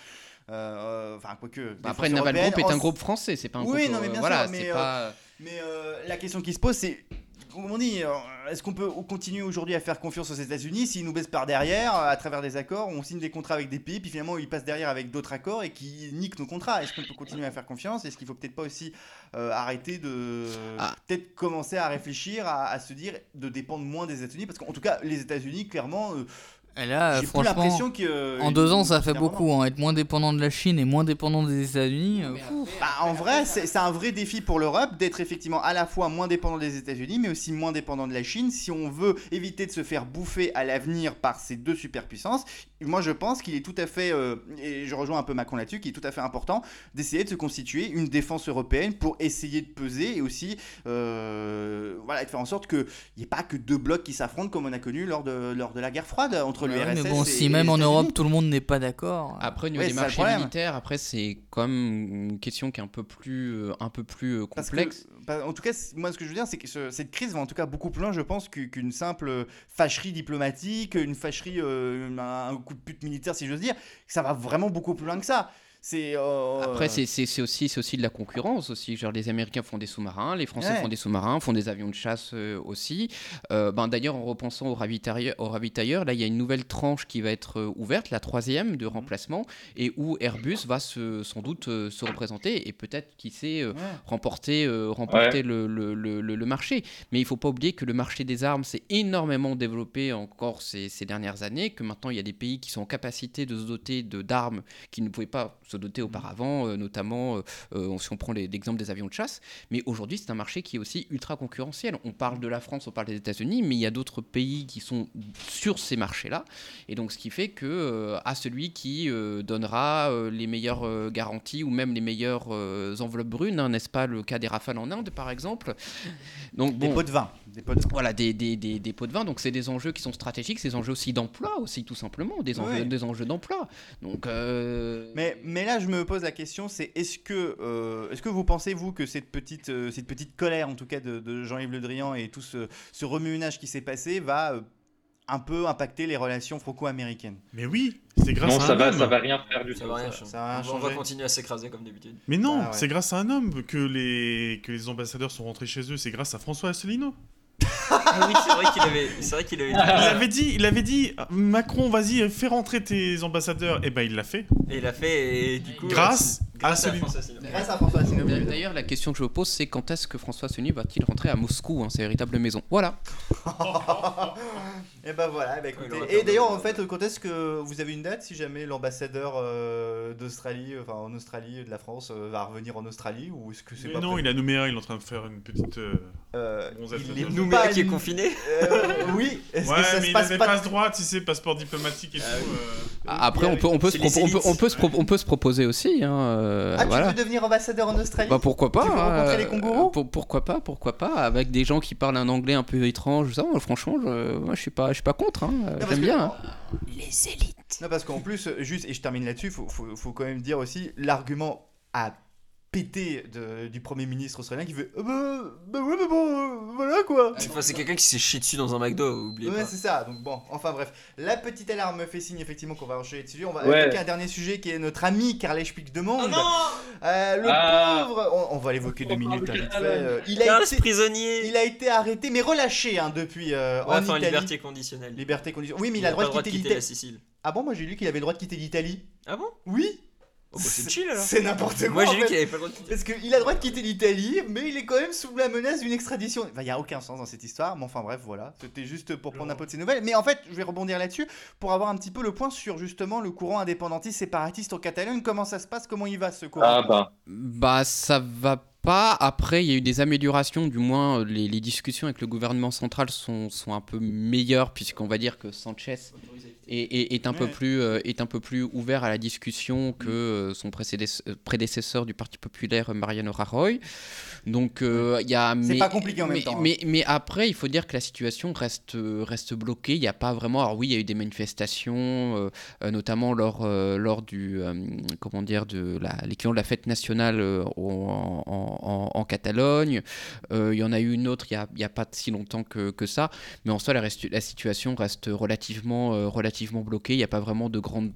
euh, enfin quoique. Bah après, Naval Group est un groupe français, c'est pas un oui, groupe. non, mais bien voilà, sûr, mais, c'est euh, pas. mais euh, la question qui se pose, c'est. Comme on dit, est-ce qu'on peut continuer aujourd'hui à faire confiance aux États-Unis s'ils nous baissent par derrière à travers des accords, on signe des contrats avec des pays, puis finalement ils passent derrière avec d'autres accords et qui niquent nos contrats? Est-ce qu'on peut continuer à faire confiance? Est-ce qu'il faut peut-être pas aussi euh, arrêter de ah. peut-être commencer à réfléchir à, à se dire de dépendre moins des États-Unis? Parce qu'en tout cas, les États-Unis, clairement. Euh, Et là, j'ai franchement, plus l'impression que, euh, en deux ans, ça fait beaucoup. Hein. Être moins dépendant de la Chine et moins dépendant des États-Unis. Euh, bah, en vrai, c'est, c'est un vrai défi pour l'Europe d'être effectivement à la fois moins dépendant des États-Unis, mais aussi moins dépendant de la Chine. Si on veut éviter de se faire bouffer à l'avenir par ces deux superpuissances, moi je pense qu'il est tout à fait, euh, et je rejoins un peu Macron là-dessus, qu'il est tout à fait important d'essayer de se constituer une défense européenne pour essayer de peser et aussi euh, voilà, de faire en sorte qu'il n'y ait pas que deux blocs qui s'affrontent comme on a connu lors de, lors de la guerre froide entre l'U R S S mais bon, et si même en Europe tout le monde n'est pas d'accord. Après, au niveau ouais, des marchés militaires, après c'est quand même une question qui est un peu plus, un peu plus complexe. Que, en tout cas, moi ce que je veux dire, c'est que ce, cette crise va en tout cas beaucoup plus loin, je pense, qu'une simple fâcherie diplomatique, une fâcherie, euh, un coup de pute militaire, si j'ose dire. Ça va vraiment beaucoup plus loin que ça. C'est, euh... Après, c'est, c'est, c'est, aussi, c'est aussi de la concurrence aussi. Genre, les Américains font des sous-marins, les Français ouais. font des sous-marins, font des avions de chasse euh, aussi. Euh, ben, d'ailleurs, en repensant au ravitailleur, au ravitailleur, là, il y a une nouvelle tranche qui va être euh, ouverte, la troisième de remplacement, mmh. et où Airbus va se, sans doute euh, se représenter et peut-être, qui sait, euh, ouais. remporter, euh, remporter ouais. le, le, le, le marché. Mais il ne faut pas oublier que le marché des armes s'est énormément développé encore ces, ces dernières années, que maintenant, il y a des pays qui sont en capacité de se doter de, d'armes qui ne pouvaient pas se doté auparavant, euh, notamment euh, si on prend les, l'exemple des avions de chasse. Mais aujourd'hui, c'est un marché qui est aussi ultra concurrentiel. On parle de la France, on parle des États-Unis, mais il y a d'autres pays qui sont sur ces marchés-là. Et donc, ce qui fait que euh, à celui qui euh, donnera euh, les meilleures euh, garanties ou même les meilleures euh, enveloppes brunes, hein, n'est-ce pas le cas des Rafales en Inde, par exemple. Donc, bon, des pots de vin. Des pots de vin. Voilà, des, des, des, des pots de vin. Donc, c'est des enjeux qui sont stratégiques, c'est des enjeux aussi d'emploi, aussi, tout simplement, des enjeux, ouais. des enjeux d'emploi. Donc, euh... mais, mais là, je me pose la question, c'est est-ce que, euh, est-ce que vous pensez, vous, que cette petite, euh, cette petite colère, en tout cas, de, de Jean-Yves Le Drian et tout ce, ce remue-ménage qui s'est passé va euh, un peu impacter les relations franco-américaines? Mais oui, c'est grâce non, à ça un va, homme. Ça va rien faire du ça tout. Va rien ça, ça va rien on va continuer à s'écraser comme d'habitude. Mais non, ah ouais. c'est grâce à un homme que les, que les ambassadeurs sont rentrés chez eux, c'est grâce à François Asselineau. Ah oui, c'est vrai qu'il avait, c'est vrai qu'il avait dit. Il avait dit, il avait dit, Macron, vas-y, fais rentrer tes ambassadeurs. Et ben il l'a fait. Et il l'a fait, et du coup. Grâce, euh, grâce à, à François Asselineau. Grâce à François Asselineau. D'ailleurs, la question que je me pose, c'est quand est-ce que François Asselineau va-t-il rentrer à Moscou, hein, sa véritable maison? Voilà. Et ben voilà. Bah, écoutez. Ouais, et d'ailleurs, en fait, quand est-ce que vous avez une date si jamais l'ambassadeur euh, d'Australie, enfin en Australie, de la France, euh, va revenir en Australie, ou est-ce que c'est mais pas non, prévu? il a Nouméa, il est en train de faire une petite. Euh, euh, il est Nouméa qui est confiné. Euh, oui. Est-ce ouais, que ça mais se il passe avait pas pas ce droit, tu sais, passeport diplomatique et ah, tout. oui. Euh... Après, on peut, on peut se, pro- on peut, on peut se, pro- on peut se proposer aussi. Hein, euh, ah, voilà. tu veux devenir ambassadeur en Australie? Bah pourquoi pas. Tu veux rencontrer euh, les kangourous? pour, Pourquoi pas, pourquoi pas, avec des gens qui parlent un anglais un peu étrange. Ça, franchement, je, moi, je suis pas, je suis pas contre. Hein, non, j'aime que, bien. Hein. Les élites. Non, parce qu'en plus, juste, et je termine là-dessus, faut, faut, faut quand même dire aussi l'argument à pété de, du Premier ministre australien qui fait euh, bah, bah ouais mais bon euh, voilà quoi. Enfin, c'est quelqu'un qui s'est chié dessus dans un McDo, oubliez ouais, pas. Ouais c'est ça, donc bon, enfin bref, la petite alarme me fait signe effectivement qu'on va enchaîner dessus. On va ouais. évoquer un dernier sujet qui est notre ami Carl Puigdemont. Oh non euh, le ah. pauvre, on, on va l'évoquer deux minutes hein, vite fait. Euh, il a été prisonnier. Il a été arrêté mais relâché hein, depuis euh, ouais, en enfin, Italie. Liberté conditionnelle. Liberté conditionnelle. Oui mais il, il a le droit, droit de quitter, quitter la Sicile. Ah bon, moi j'ai lu qu'il avait le droit de quitter l'Italie. Ah bon? Oui. Oh bah c'est chill alors. C'est n'importe quoi. Moi j'ai en vu fait. qu'il avait pas le droit de quitter. Parce qu'il a le droit de quitter l'Italie, mais il est quand même sous la menace d'une extradition. Enfin, il n'y a aucun sens dans cette histoire, mais enfin bref, voilà. C'était juste pour prendre un peu de ces nouvelles. Mais en fait, je vais rebondir là-dessus pour avoir un petit peu le point sur justement le courant indépendantiste séparatiste en Catalogne. Comment ça se passe? Comment il va ce courant? Ah bah. Bah ça va pas. Après, il y a eu des améliorations, du moins les, les discussions avec le gouvernement central sont, sont un peu meilleures, puisqu'on va dire que Sanchez est, est, est, un ouais. peu plus, euh, est un peu plus ouvert à la discussion que euh, son précédesseur, prédécesseur du Parti populaire, Mariano Rajoy. Donc, euh, il y a... C'est mais, pas compliqué en même mais, temps. Hein. Mais, mais après, il faut dire que la situation reste, reste bloquée. Il n'y a pas vraiment... Alors oui, il y a eu des manifestations, euh, notamment lors, euh, lors du... Euh, comment dire, de la, l'équivalent de la fête nationale euh, en, en En, en Catalogne. Euh, il y en a eu une autre il n'y a, a pas si longtemps que, que ça, mais en soi la, restu- la situation reste relativement, euh, relativement bloquée. Il n'y a pas vraiment de grandes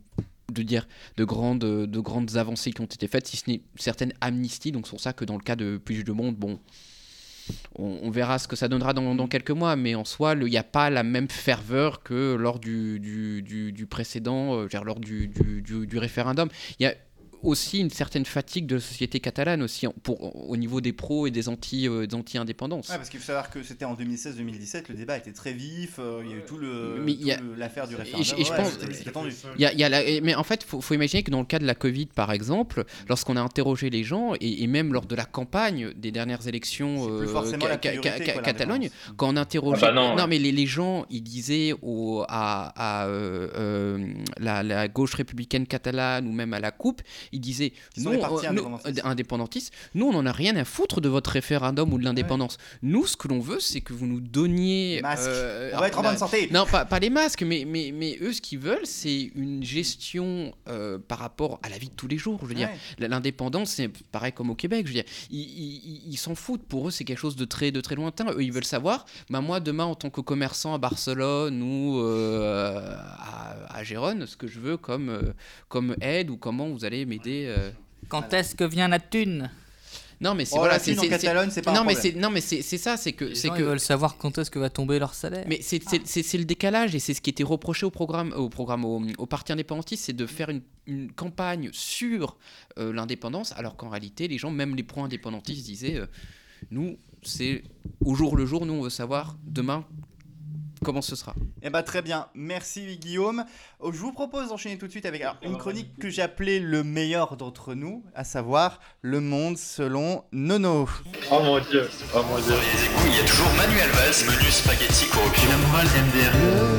de dire de grandes, de grandes avancées qui ont été faites, si ce n'est certaines amnisties. Donc c'est pour ça que dans le cas de Plus de Monde, bon, on, on verra ce que ça donnera dans, dans quelques mois, mais en soi, il n'y a pas la même ferveur que lors du, du, du, du précédent, euh, genre lors du, du, du, du référendum. Il y a aussi une certaine fatigue de la société catalane aussi pour, au niveau des pros et des anti euh, des anti-indépendances. Ouais, parce qu'il faut savoir que c'était en deux mille seize deux mille dix-sept, le débat était très vif, euh, il y a eu tout le, mais tout y a, le l'affaire du référendum. Et, et je ouais, pense, c'était, c'était tendu. Y a, y a la, mais en fait, faut, faut imaginer que dans le cas de la Covid, par exemple, lorsqu'on a interrogé les gens et, et même lors de la campagne des dernières élections euh, ca, ca, ca, ca, Catalogne, quand on interrogeait, ah bah non, non ouais. mais les, les gens, ils disaient au, à, à euh, euh, la, la gauche républicaine catalane ou même à la Coupe, ils disaient non, euh, nous, indépendantistes, nous on n'en a rien à foutre de votre référendum ou de l'indépendance. Ouais. Nous, ce que l'on veut, c'est que vous nous donniez. Euh, on va être en bonne santé. Non, pas, pas les masques, mais, mais, mais eux, ce qu'ils veulent, c'est une gestion euh, par rapport à la vie de tous les jours. Je veux dire, ouais. L'indépendance, c'est pareil comme au Québec. Je veux dire, ils, ils, ils s'en foutent. Pour eux, c'est quelque chose de très, de très lointain. Eux, ils veulent savoir. Bah, moi, demain, en tant que commerçant à Barcelone ou euh, à, à Gérone, ce que je veux comme, euh, comme aide ou comment vous allez m'aider. Euh, Quand est-ce que vient la thune ? Non mais c'est oh, voilà, la c'est thune en Catalogne, c'est pas non un mais problème. c'est non mais c'est c'est ça, c'est que les c'est gens, que ils veulent savoir quand est-ce que va tomber leur salaire. Mais c'est c'est, c'est c'est le décalage et c'est ce qui était reproché au programme au programme au, au parti indépendantiste, c'est de faire une, une campagne sur euh, l'indépendance, alors qu'en réalité les gens, même les pro-indépendantistes, disaient euh, nous c'est au jour le jour, nous on veut savoir demain comment ce sera. Eh ben très bien, merci Guillaume. Je vous propose d'enchaîner tout de suite avec alors, une chronique que j'ai appelée le meilleur d'entre nous, à savoir Le Monde selon Nono. Oh mon dieu, oh mon dieu. Les égouts, il y a toujours Manuel Valls, menu spaghetti corruption. La morale M D R.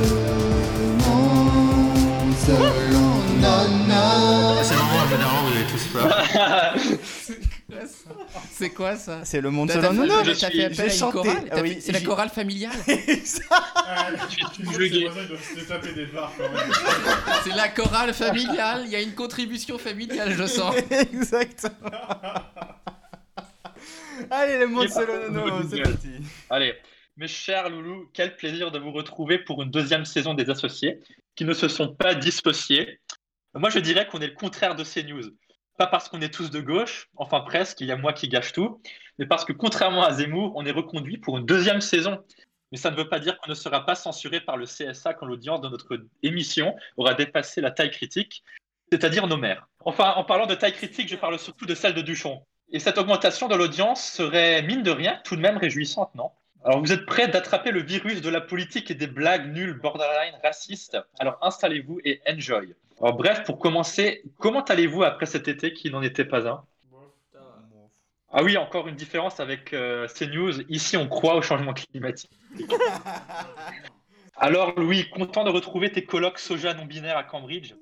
Le Monde selon Nono. C'est le moment, généralement, vous avez tous peur. C'est quoi ça? C'est Le Monde selon Nono. Je suis j'ai chanté. Ah oui, c'est la chorale familiale. C'est la chorale familiale. Il y a une contribution familiale, je sens. Exactement. Allez, Le Monde selon Nono, c'est parti. Allez, mes chers loulous, quel plaisir de vous retrouver pour une deuxième saison des Associés, qui ne se sont pas dissociés. Moi, je dirais qu'on est le contraire de CNews. Pas parce qu'on est tous de gauche, enfin presque, il y a moi qui gâche tout, mais parce que contrairement à Zemmour, on est reconduit pour une deuxième saison. Mais ça ne veut pas dire qu'on ne sera pas censuré par le C S A quand l'audience de notre émission aura dépassé la taille critique, c'est-à-dire nos maires. Enfin, en parlant de taille critique, je parle surtout de celle de Duchon. Et cette augmentation de l'audience serait, mine de rien, tout de même réjouissante, non ? Alors, vous êtes prêts d'attraper le virus de la politique et des blagues nulles, borderline, racistes ? Alors, installez-vous et enjoy. Alors, bref, pour commencer, comment allez-vous après cet été qui n'en était pas un ? Ah oui, encore une différence avec euh, CNews. Ici, on croit au changement climatique. Alors, Louis, content de retrouver tes colocs soja non-binaires à Cambridge.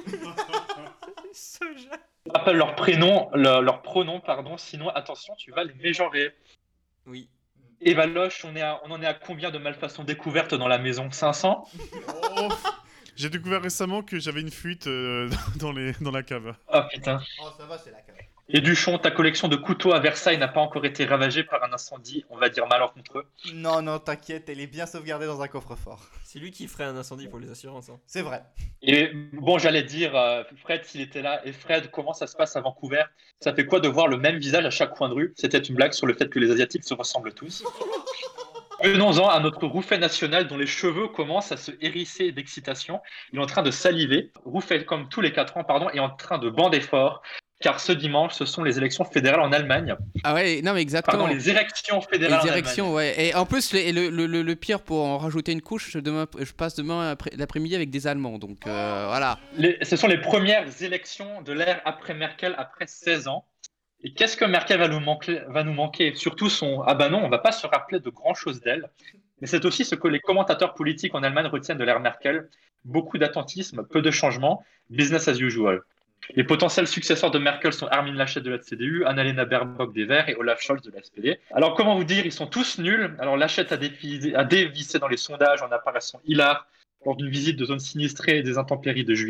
Soja. Je rappelle leur prénom, leur, leur pronom, pardon. Sinon, attention, tu vas les mégenrer. Oui. Et Valoche, on, est à, on en est à combien de malfaçons découvertes dans la maison ? cinq cents ? Oh, j'ai découvert récemment que j'avais une fuite euh, dans, les, dans la cave. Oh putain. Oh, ça va, c'est la cave. Et Duchon, ta collection de couteaux à Versailles n'a pas encore été ravagée par un incendie, on va dire malencontreux. Non, non, t'inquiète, elle est bien sauvegardée dans un coffre-fort. C'est lui qui ferait un incendie pour les assurances. Hein. C'est vrai. Et bon, j'allais dire, euh, Fred, s'il était là. Et Fred, comment ça se passe à Vancouver ? Ça fait quoi de voir le même visage à chaque coin de rue ? C'était une blague sur le fait que les Asiatiques se ressemblent tous. Venons-en à notre Rouffet national dont les cheveux commencent à se hérisser d'excitation. Il est en train de saliver. Rouffet, comme tous les quatre ans, pardon, est en train de bander fort. Car ce dimanche, ce sont les élections fédérales en Allemagne. Ah ouais, non mais exactement. Pardon, les élections fédérales les en élections, Allemagne. Ouais. Et en plus, le, le, le, le pire, pour en rajouter une couche, demain, je passe demain après, l'après-midi avec des Allemands. Donc euh, voilà. Les, ce sont les premières élections de l'ère après Merkel, après seize ans. Et qu'est-ce que Merkel va nous manquer, va nous manquer ? Surtout son... Ah bah non, on ne va pas se rappeler de grand-chose d'elle. Mais c'est aussi ce que les commentateurs politiques en Allemagne retiennent de l'ère Merkel. Beaucoup d'attentisme, peu de changements, business as usual. Les potentiels successeurs de Merkel sont Armin Laschet de la C D U, Annalena Baerbock des Verts et Olaf Scholz de la S P D. Alors comment vous dire, ils sont tous nuls. Alors Laschet a, défi... a dévissé dans les sondages en apparaissant hilar lors d'une visite de zone sinistrée des intempéries de juillet.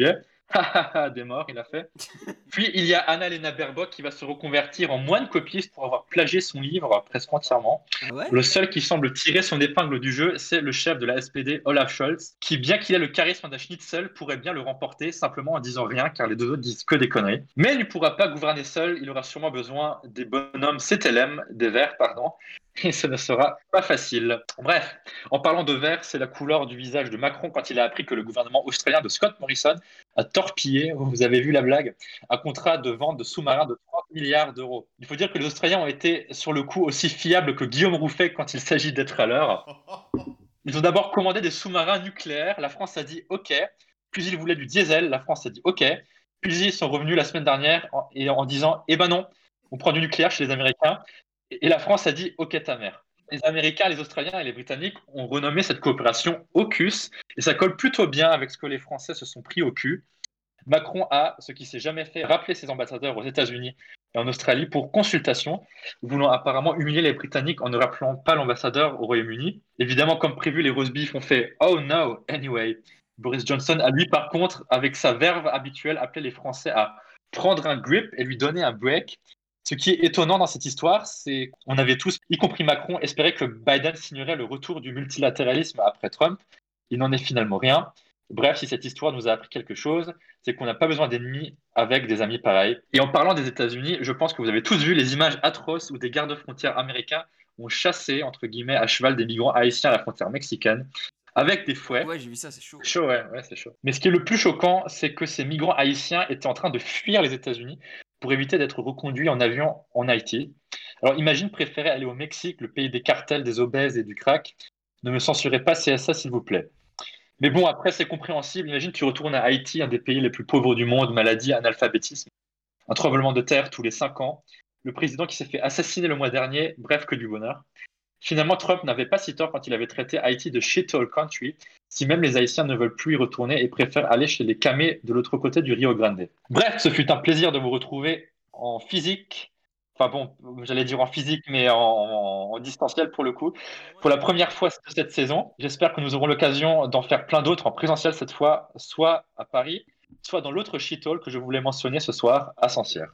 Des morts, il a fait. Puis il y a Anna-Lena Baerbock qui va se reconvertir en moine copiste pour avoir plagié son livre presque entièrement. Ah ouais Le seul qui semble tirer son épingle du jeu, c'est le chef de la S P D, Olaf Scholz, qui, bien qu'il ait le charisme d'un schnitzel, pourrait bien le remporter simplement en disant rien, car les deux autres disent que des conneries. Mais il ne pourra pas gouverner seul, il aura sûrement besoin des bonhommes C T L M, des Verts, pardon, et ce ne sera pas facile. Bref, en parlant de vert, c'est la couleur du visage de Macron quand il a appris que le gouvernement australien de Scott Morrison a torpillé, vous avez vu la blague, un contrat de vente de sous-marins de trente milliards d'euros. Il faut dire que les Australiens ont été sur le coup aussi fiables que Guillaume Rouffet quand il s'agit d'être à l'heure. Ils ont d'abord commandé des sous-marins nucléaires, la France a dit OK, puis ils voulaient du diesel, la France a dit OK, puis ils sont revenus la semaine dernière en, et en disant eh ben non, on prend du nucléaire chez les Américains, et, et la France a dit OK ta mère. Les Américains, les Australiens et les Britanniques ont renommé cette coopération AUKUS, et ça colle plutôt bien avec ce que les Français se sont pris au cul. Macron a, ce qui s'est jamais fait, rappelé ses ambassadeurs aux États-Unis et en Australie pour consultation, voulant apparemment humilier les Britanniques en ne rappelant pas l'ambassadeur au Royaume-Uni. Évidemment, comme prévu, les roast beef ont fait « Oh no, anyway ». Boris Johnson a lui, par contre, avec sa verve habituelle, appelé les Français à prendre un grip et lui donner un break. Ce qui est étonnant dans cette histoire, c'est qu'on avait tous, y compris Macron, espéré que Biden signerait le retour du multilatéralisme après Trump. Il n'en est finalement rien. Bref, si cette histoire nous a appris quelque chose, c'est qu'on n'a pas besoin d'ennemis avec des amis pareils. Et en parlant des États-Unis, je pense que vous avez tous vu les images atroces où des gardes-frontières américains ont chassé, entre guillemets, à cheval des migrants haïtiens à la frontière mexicaine, avec des fouets. Ouais, j'ai vu ça, c'est chaud. Chaud, ouais, ouais, c'est chaud. Mais ce qui est le plus choquant, c'est que ces migrants haïtiens étaient en train de fuir les États-Unis pour éviter d'être reconduits en avion en Haïti. Alors imagine préférer aller au Mexique, le pays des cartels, des obèses et du crack. Ne me censurez pas C S A, s'il vous plaît. Mais bon, après, c'est compréhensible. Imagine, tu retournes à Haïti, un des pays les plus pauvres du monde, maladie, analphabétisme, un tremblement de terre tous les cinq ans, le président qui s'est fait assassiner le mois dernier, bref, que du bonheur. Finalement, Trump n'avait pas si tort quand il avait traité Haïti de shithole country, si même les Haïtiens ne veulent plus y retourner et préfèrent aller chez les camés de l'autre côté du Rio Grande. Bref, ce fut un plaisir de vous retrouver en physique. Enfin bon, j'allais dire en physique, mais en, en, en distanciel pour le coup. Pour la première fois de cette saison, j'espère que nous aurons l'occasion d'en faire plein d'autres en présentiel cette fois, soit à Paris, soit dans l'autre shithole que je voulais mentionner ce soir, à Sancières.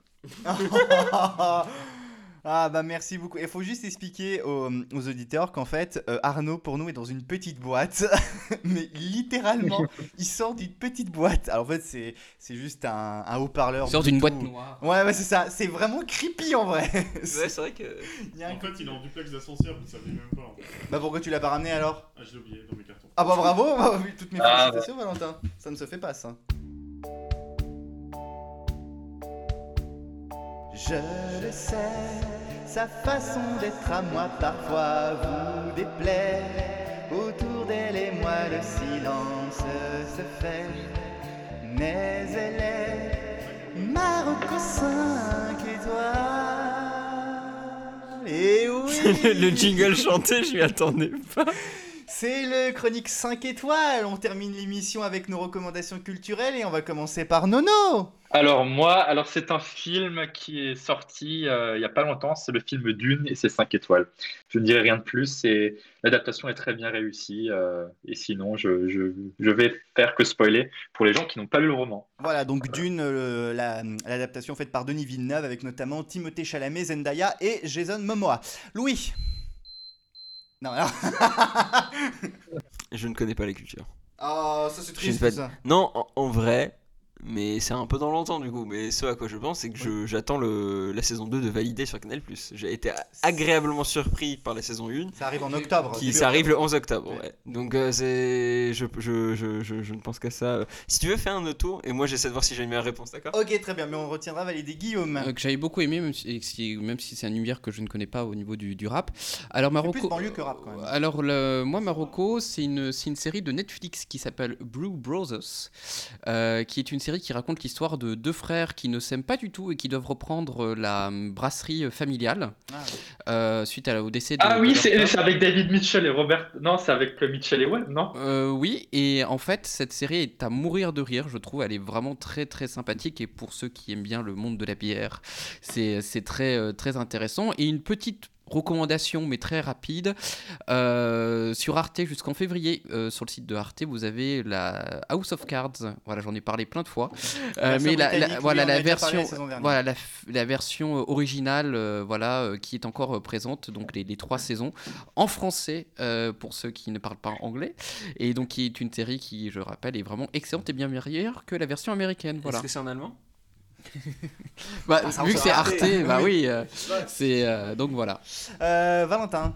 Ah bah merci beaucoup. Il faut juste expliquer aux, aux auditeurs qu'en fait euh, Arnaud pour nous est dans une petite boîte, mais littéralement il sort d'une petite boîte. Alors en fait c'est c'est juste un, un haut-parleur. Il sort d'une boîte noire. Ouais ouais c'est ça. C'est vraiment creepy en vrai. Ouais c'est vrai que. Il y a un... En fait il est en duplex d'ascenseur, vous ne saviez même pas. En fait. Bah pourquoi tu l'as pas ramené alors? Ah je l'ai oublié dans mes cartons. Ah bah bravo, bah, toutes mes ah, félicitations ouais. Valentin. Ça ne se fait pas ça. Je le sais, sa façon d'être à moi parfois vous déplaît. Autour d'elle et moi le silence se fait. Mais elle est Marocco cinq étoiles. Et oui. Le jingle chanté, je m'y attendais pas. C'est le Chronique cinq étoiles. On termine l'émission avec nos recommandations culturelles et on va commencer par Nono. Alors moi, alors c'est un film qui est sorti euh, il n'y a pas longtemps, c'est le film Dune et c'est cinq étoiles. Je ne dirai rien de plus, et l'adaptation est très bien réussie euh, et sinon je, je, je vais faire que spoiler pour les gens qui n'ont pas lu le roman. Voilà, donc Dune, euh, la, l'adaptation faite par Denis Villeneuve avec notamment Timothée Chalamet, Zendaya et Jason Momoa. Louis. Non, alors... Je ne connais pas les cultures. Ah, oh, ça c'est triste pas... ça. Non, en, en vrai, mais c'est un peu dans longtemps du coup. Mais ce à quoi je pense, c'est que je, oui. j'attends le, la saison deux de valider sur Canal plus. J'ai été agréablement surpris par la saison un. Ça arrive en octobre. Qui, ça arrive le onze octobre, ouais. ouais. Donc euh, c'est... Je, je, je, je, je ne pense qu'à ça. Si tu veux, fais un auto et moi j'essaie de voir si j'ai une meilleure réponse, d'accord? Ok, très bien, mais on retiendra valider Guillaume. Euh, que j'avais beaucoup aimé, même si, même si c'est un univers que je ne connais pas au niveau du, du rap. Alors Marocco... C'est plus banlieue que rap quand même. Alors le, moi Marocco, c'est une, c'est une série de Netflix qui s'appelle Brew Brothers, euh, qui est une série qui raconte l'histoire de deux frères qui ne s'aiment pas du tout et qui doivent reprendre la brasserie familiale ah, oui. euh, suite à, au décès de Ah oui, de c'est, c'est avec David Mitchell et Robert... Non, c'est avec Mitchell et Webb, non euh, Oui, et en fait, cette série est à mourir de rire, je trouve. Elle est vraiment très très sympathique et pour ceux qui aiment bien le monde de la bière, c'est, c'est très, très intéressant. Et une petite recommandation mais très rapide. Euh, sur Arte jusqu'en février, euh, sur le site de Arte, vous avez la House of Cards. Voilà, j'en ai parlé plein de fois. Euh, mais la, la, voilà la version, la voilà la, la version originale, euh, voilà, euh, qui est encore euh, présente. Donc les, les trois saisons en français euh, pour ceux qui ne parlent pas anglais. Et donc qui est une série qui, je rappelle, est vraiment excellente et bien meilleure que la version américaine. Voilà. Est-ce que c'est en allemand? bah, ah, vu que c'est Arte, Arte bah oui, euh, c'est euh, donc voilà. Euh, Valentin.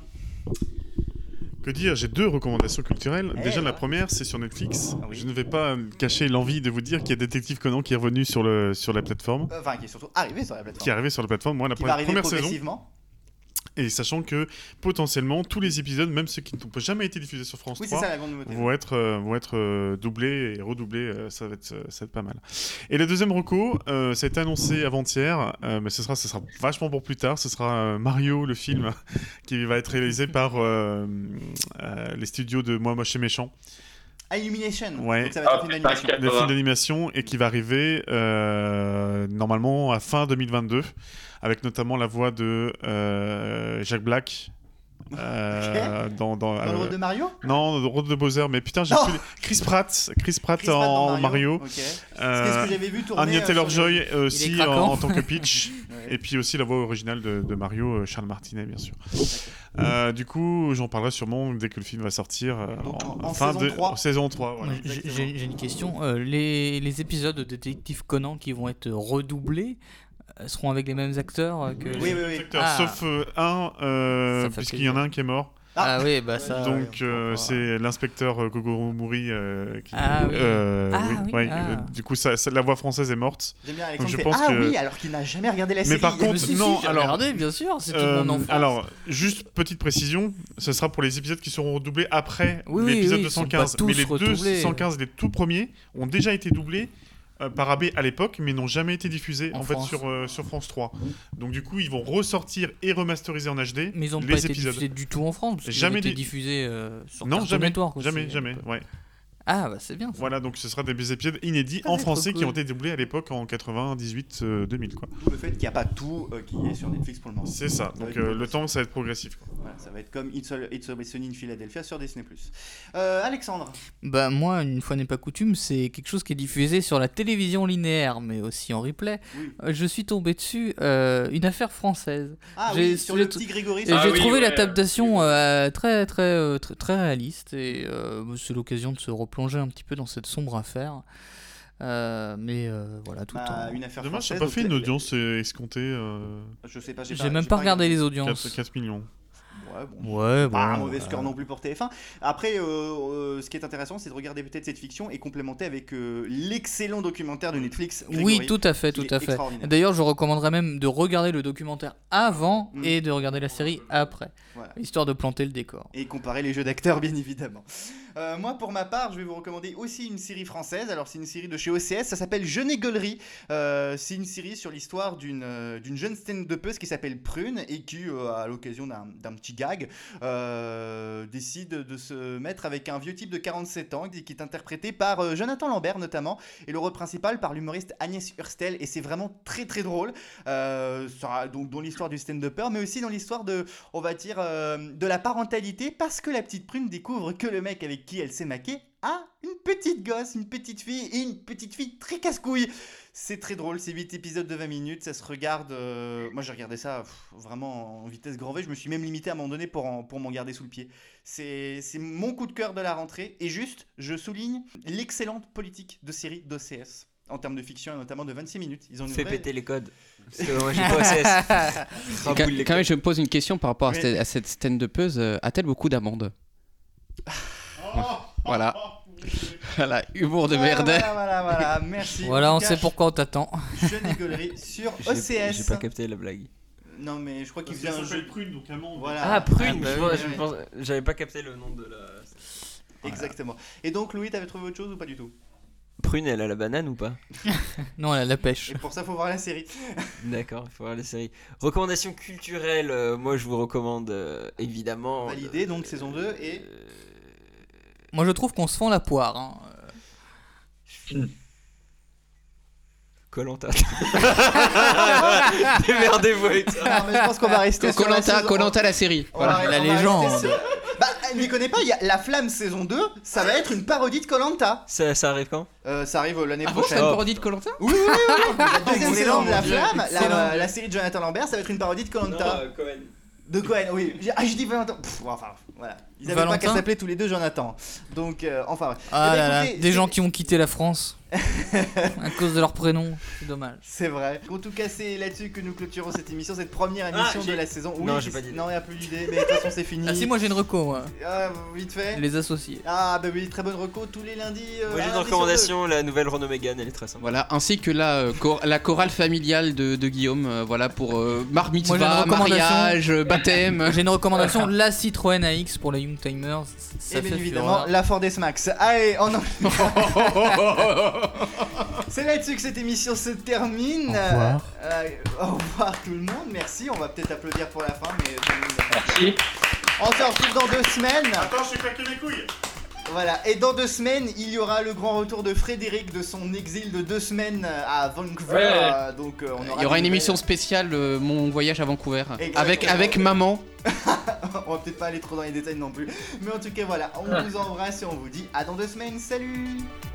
Que dire, j'ai deux recommandations culturelles. Eh, Déjà, ouais. la première, c'est sur Netflix. Ah, oui. Je ne vais pas cacher l'envie de vous dire qu'il y a Détective Conan qui est revenu sur, le, sur la plateforme. Enfin, qui est surtout arrivé sur la plateforme. Qui est arrivé sur la plateforme. Moi, la qui va première, arriver première progressivement. saison. Et sachant que potentiellement tous les épisodes, même ceux qui n'ont jamais été diffusés sur France oui, trois, ça, la grande nouveauté, vont, oui. être, euh, vont être euh, doublés et redoublés. Euh, ça, va être, ça va être pas mal. Et la deuxième reco, euh, ça a été annoncé avant-hier, euh, mais ce sera, ce sera vachement pour plus tard. Ce sera euh, Mario, le film, qui va être réalisé par euh, euh, les studios de Moi Moche et Méchant. Ah, Illumination. Ouais. Donc ça va être un film d'animation. Le film d'animation et qui va arriver euh, normalement à fin deux mille vingt-deux, avec notamment la voix de euh, Jack Black. Euh, okay. dans, dans, dans euh, le rôle de Mario. Non, dans le rôle de Bowser, mais putain, j'ai oh plus... Chris Pratt, Chris Pratt, Chris en, Pratt en Mario. Mario. Okay. Euh, c'est ce que j'avais vu tourner. Anya Taylor-Joy euh, aussi en, en tant que Peach, ouais. Et puis aussi la voix originale de, de Mario, Charles Martinet, bien sûr. Euh, du coup, j'en parlerai sûrement dès que le film va sortir. Euh, Donc, en, en, fin saison de trois. En saison trois. Voilà. J'ai, j'ai une question. Euh, les, les épisodes de Détective Conan qui vont être redoublés seront avec les mêmes acteurs que. Oui, oui, oui. Acteurs, ah. Sauf euh, un, euh, puisqu'il y en a un qui est mort. Ah, ah oui, bah ça. Donc euh, c'est l'inspecteur euh, Gogoro Mori euh, qui. Ah oui. Euh, ah, oui, oui ouais, ah. euh, du coup, ça, ça, la voix française est morte. J'aime bien Alexandre. Je fait, pense ah que... oui, alors qu'il n'a jamais regardé la série. Mais par contre, si, non. Si, alors, regardé, bien sûr, c'est euh, tout mon enfance. Alors, juste petite précision, ce sera pour les épisodes qui seront redoublés après oui, l'épisode oui, deux cent quinze. Mais les redoublés. deux cent quinze, les tout premiers, ont déjà été doublés. Euh, par A B à l'époque, mais n'ont jamais été diffusés en, en fait sur, euh, sur France trois. Donc du coup, ils vont ressortir et remasteriser en H D. Mais ils n'ont les pas été épisodes. diffusés du tout en France. Parce jamais ils ont été di... diffusés euh, sur non, Cartoon jamais, Network aussi, jamais, jamais, ouais. Ah bah c'est bien ça. Voilà, donc ce sera des épisodes inédits ça en français cool. qui ont été doublés à l'époque en quatre-vingt-dix-huit deux mille quoi. Le fait qu'il n'y a pas tout euh, qui est sur Netflix pour le moment. C'est ça, ça donc euh, le temps ça va être progressif quoi. Voilà, ça va être comme It's, All, It's Always Sunny in Philadelphia sur Disney plus. Euh, Alexandre. Bah moi, une fois n'est pas coutume, c'est quelque chose qui est diffusé sur la télévision linéaire, mais aussi en replay. Oui. Euh, je suis tombé dessus, euh, une affaire française. Ah j'ai, oui, sur le petit Grégory. Et ah, j'ai oui, trouvé ouais, l'adaptation euh, très, très, euh, très, très réaliste, et euh, c'est l'occasion de se replonger un petit peu dans cette sombre affaire. Euh, mais euh, voilà, tout bah, le temps. Une affaire Dommage, française. ça n'a pas fait les... une audience escomptée. Euh... Je sais pas, j'ai, j'ai pas, même j'ai pas pas regardé, regardé les audiences. audiences. quatre millions. Ouais, bon, ouais, pas bon, un mauvais score euh... non plus pour T F un. Après, euh, euh, ce qui est intéressant, c'est de regarder peut-être cette fiction et complémenter avec euh, l'excellent documentaire de Netflix. Grégory, oui, tout à fait, tout à fait. D'ailleurs, je recommanderais même de regarder le documentaire avant mmh. et de regarder la série après, voilà. Histoire de planter le décor. Et comparer les jeux d'acteurs, bien évidemment. Euh, moi, pour ma part, je vais vous recommander aussi une série française. Alors, c'est une série de chez O C S, ça s'appelle Jeune Égolerie. Euh, c'est une série sur l'histoire d'une, euh, d'une jeune stand-upeuse qui s'appelle Prune et qui, euh, à l'occasion d'un, d'un petit gag, euh, décide de se mettre avec un vieux type de quarante-sept ans qui est interprété par euh, Jonathan Lambert notamment, et le rôle principal par l'humoriste Agnès Hurstel, et c'est vraiment très très drôle, euh, donc dans l'histoire du stand-upper, mais aussi dans l'histoire de, on va dire, euh, de la parentalité, parce que la petite Prune découvre que le mec avec qui elle s'est maquée a une petite gosse, une petite fille, et une petite fille très casse-couille. C'est très drôle, c'est huit épisodes de vingt minutes, ça se regarde... Euh... Moi j'ai regardé ça pff, vraiment en vitesse grand V, je me suis même limité à un moment donné pour, en, pour m'en garder sous le pied. C'est, c'est mon coup de cœur de la rentrée, et juste, je souligne l'excellente politique de série d'O C S, en termes de fiction, et notamment de vingt-six minutes. Ils ont une Fais vraie... péter les codes. Parce que moi j'ai pas O C S. quand, quand même, je me pose une question par rapport à, oui. cette, à cette stand-upeuse, euh, a-t-elle beaucoup d'amendes? Voilà. Voilà, humour de voilà, merde. Voilà, voilà, voilà, merci. Voilà, on sait pourquoi on t'attend. Jeune Égolerie sur O C S. J'ai, j'ai pas capté la blague. Non, mais je crois qu'il vient vient un jeu de Prune, donc amende. Voilà. Ah, Prune, ah, je vois, je pense, j'avais pas capté le nom de la. Exactement. Et donc, Louis, t'avais trouvé autre chose ou pas du tout? Prune, elle a la banane ou pas? Non, elle a la pêche. Et pour ça, faut voir la série. D'accord, il faut voir la série. Recommandations culturelles, euh, moi je vous recommande euh, évidemment. Validé, euh, donc saison deux et. Euh... Moi je trouve qu'on se fend la poire. Hein. Hmm. Koh-Lanta. Démerdez-vous avec ça. Non, mais je pense qu'on va rester sur la Koh-Lanta, saison- Koh-Lanta la série. On va- Voilà. on va rester sur- Bah, n'y connais pas, il y a La Flamme saison deux, ça va être une parodie de Koh-Lanta. Ça, ça arrive quand Euh, ça arrive l'année Ah bon, prochaine. c'est une parodie de Koh-Lanta? Oui, oui, oui, oui. La deuxième Excellent, saison de La mon Dieu. Flamme, Excellent. la, la série de Jonathan Lambert, ça va être une parodie de Koh-Lanta. Cohen. De Cohen, oui. J'ai- Ah, je dis Valentin. Pff, enfin, voilà. Ils avaient Valentin pas qu'à s'appeler tous les deux Jonathan. Donc, euh, enfin. Ah Eh ben, là là, écoutez, des c'est- gens qui ont quitté la France à cause de leur prénom, c'est dommage. C'est vrai. En tout cas, c'est là-dessus que nous clôturons cette émission, cette première émission j'ai- de la saison. Non, Oui, j'ai pas d'idée. Non, il n'y a plus d'idée, mais de toute façon, c'est fini. Ah si, moi j'ai une reco, moi. Ah, vite fait. Les associés. Ah, bah oui, très bonne reco tous les lundis. euh, Moi j'ai un une lundi sur recommandation, la nouvelle Renault Mégane, elle est très sympa. Voilà, ainsi que la, euh, chor- la chorale familiale de, de Guillaume, euh, voilà, pour euh, bar Moi, j'ai une mitzvah, recommandation. mariage, euh, baptême. J'ai une recommandation, la Citroën A X pour les Youngtimers. deux. Ça Et bien fait évidemment, fureur. la Ford S-Max. Allez, on en... C'est là-dessus que cette émission se termine. Au revoir. Euh, au revoir tout le monde, merci. On va peut-être applaudir pour la fin, mais tout le monde n'a pas Merci. On se retrouve dans deux semaines. Attends, je vais claquer les couilles. Voilà, et dans deux semaines, il y aura le grand retour de Frédéric de son exil de deux semaines à Vancouver. Ouais. Euh, Donc, euh, on aura Il y aura des une nouvelles. émission spéciale, euh, mon voyage à Vancouver, Exactement. avec, avec maman. On va peut-être pas aller trop dans les détails non plus. Mais en tout cas, voilà, on vous embrasse et on vous dit à dans deux semaines. Salut!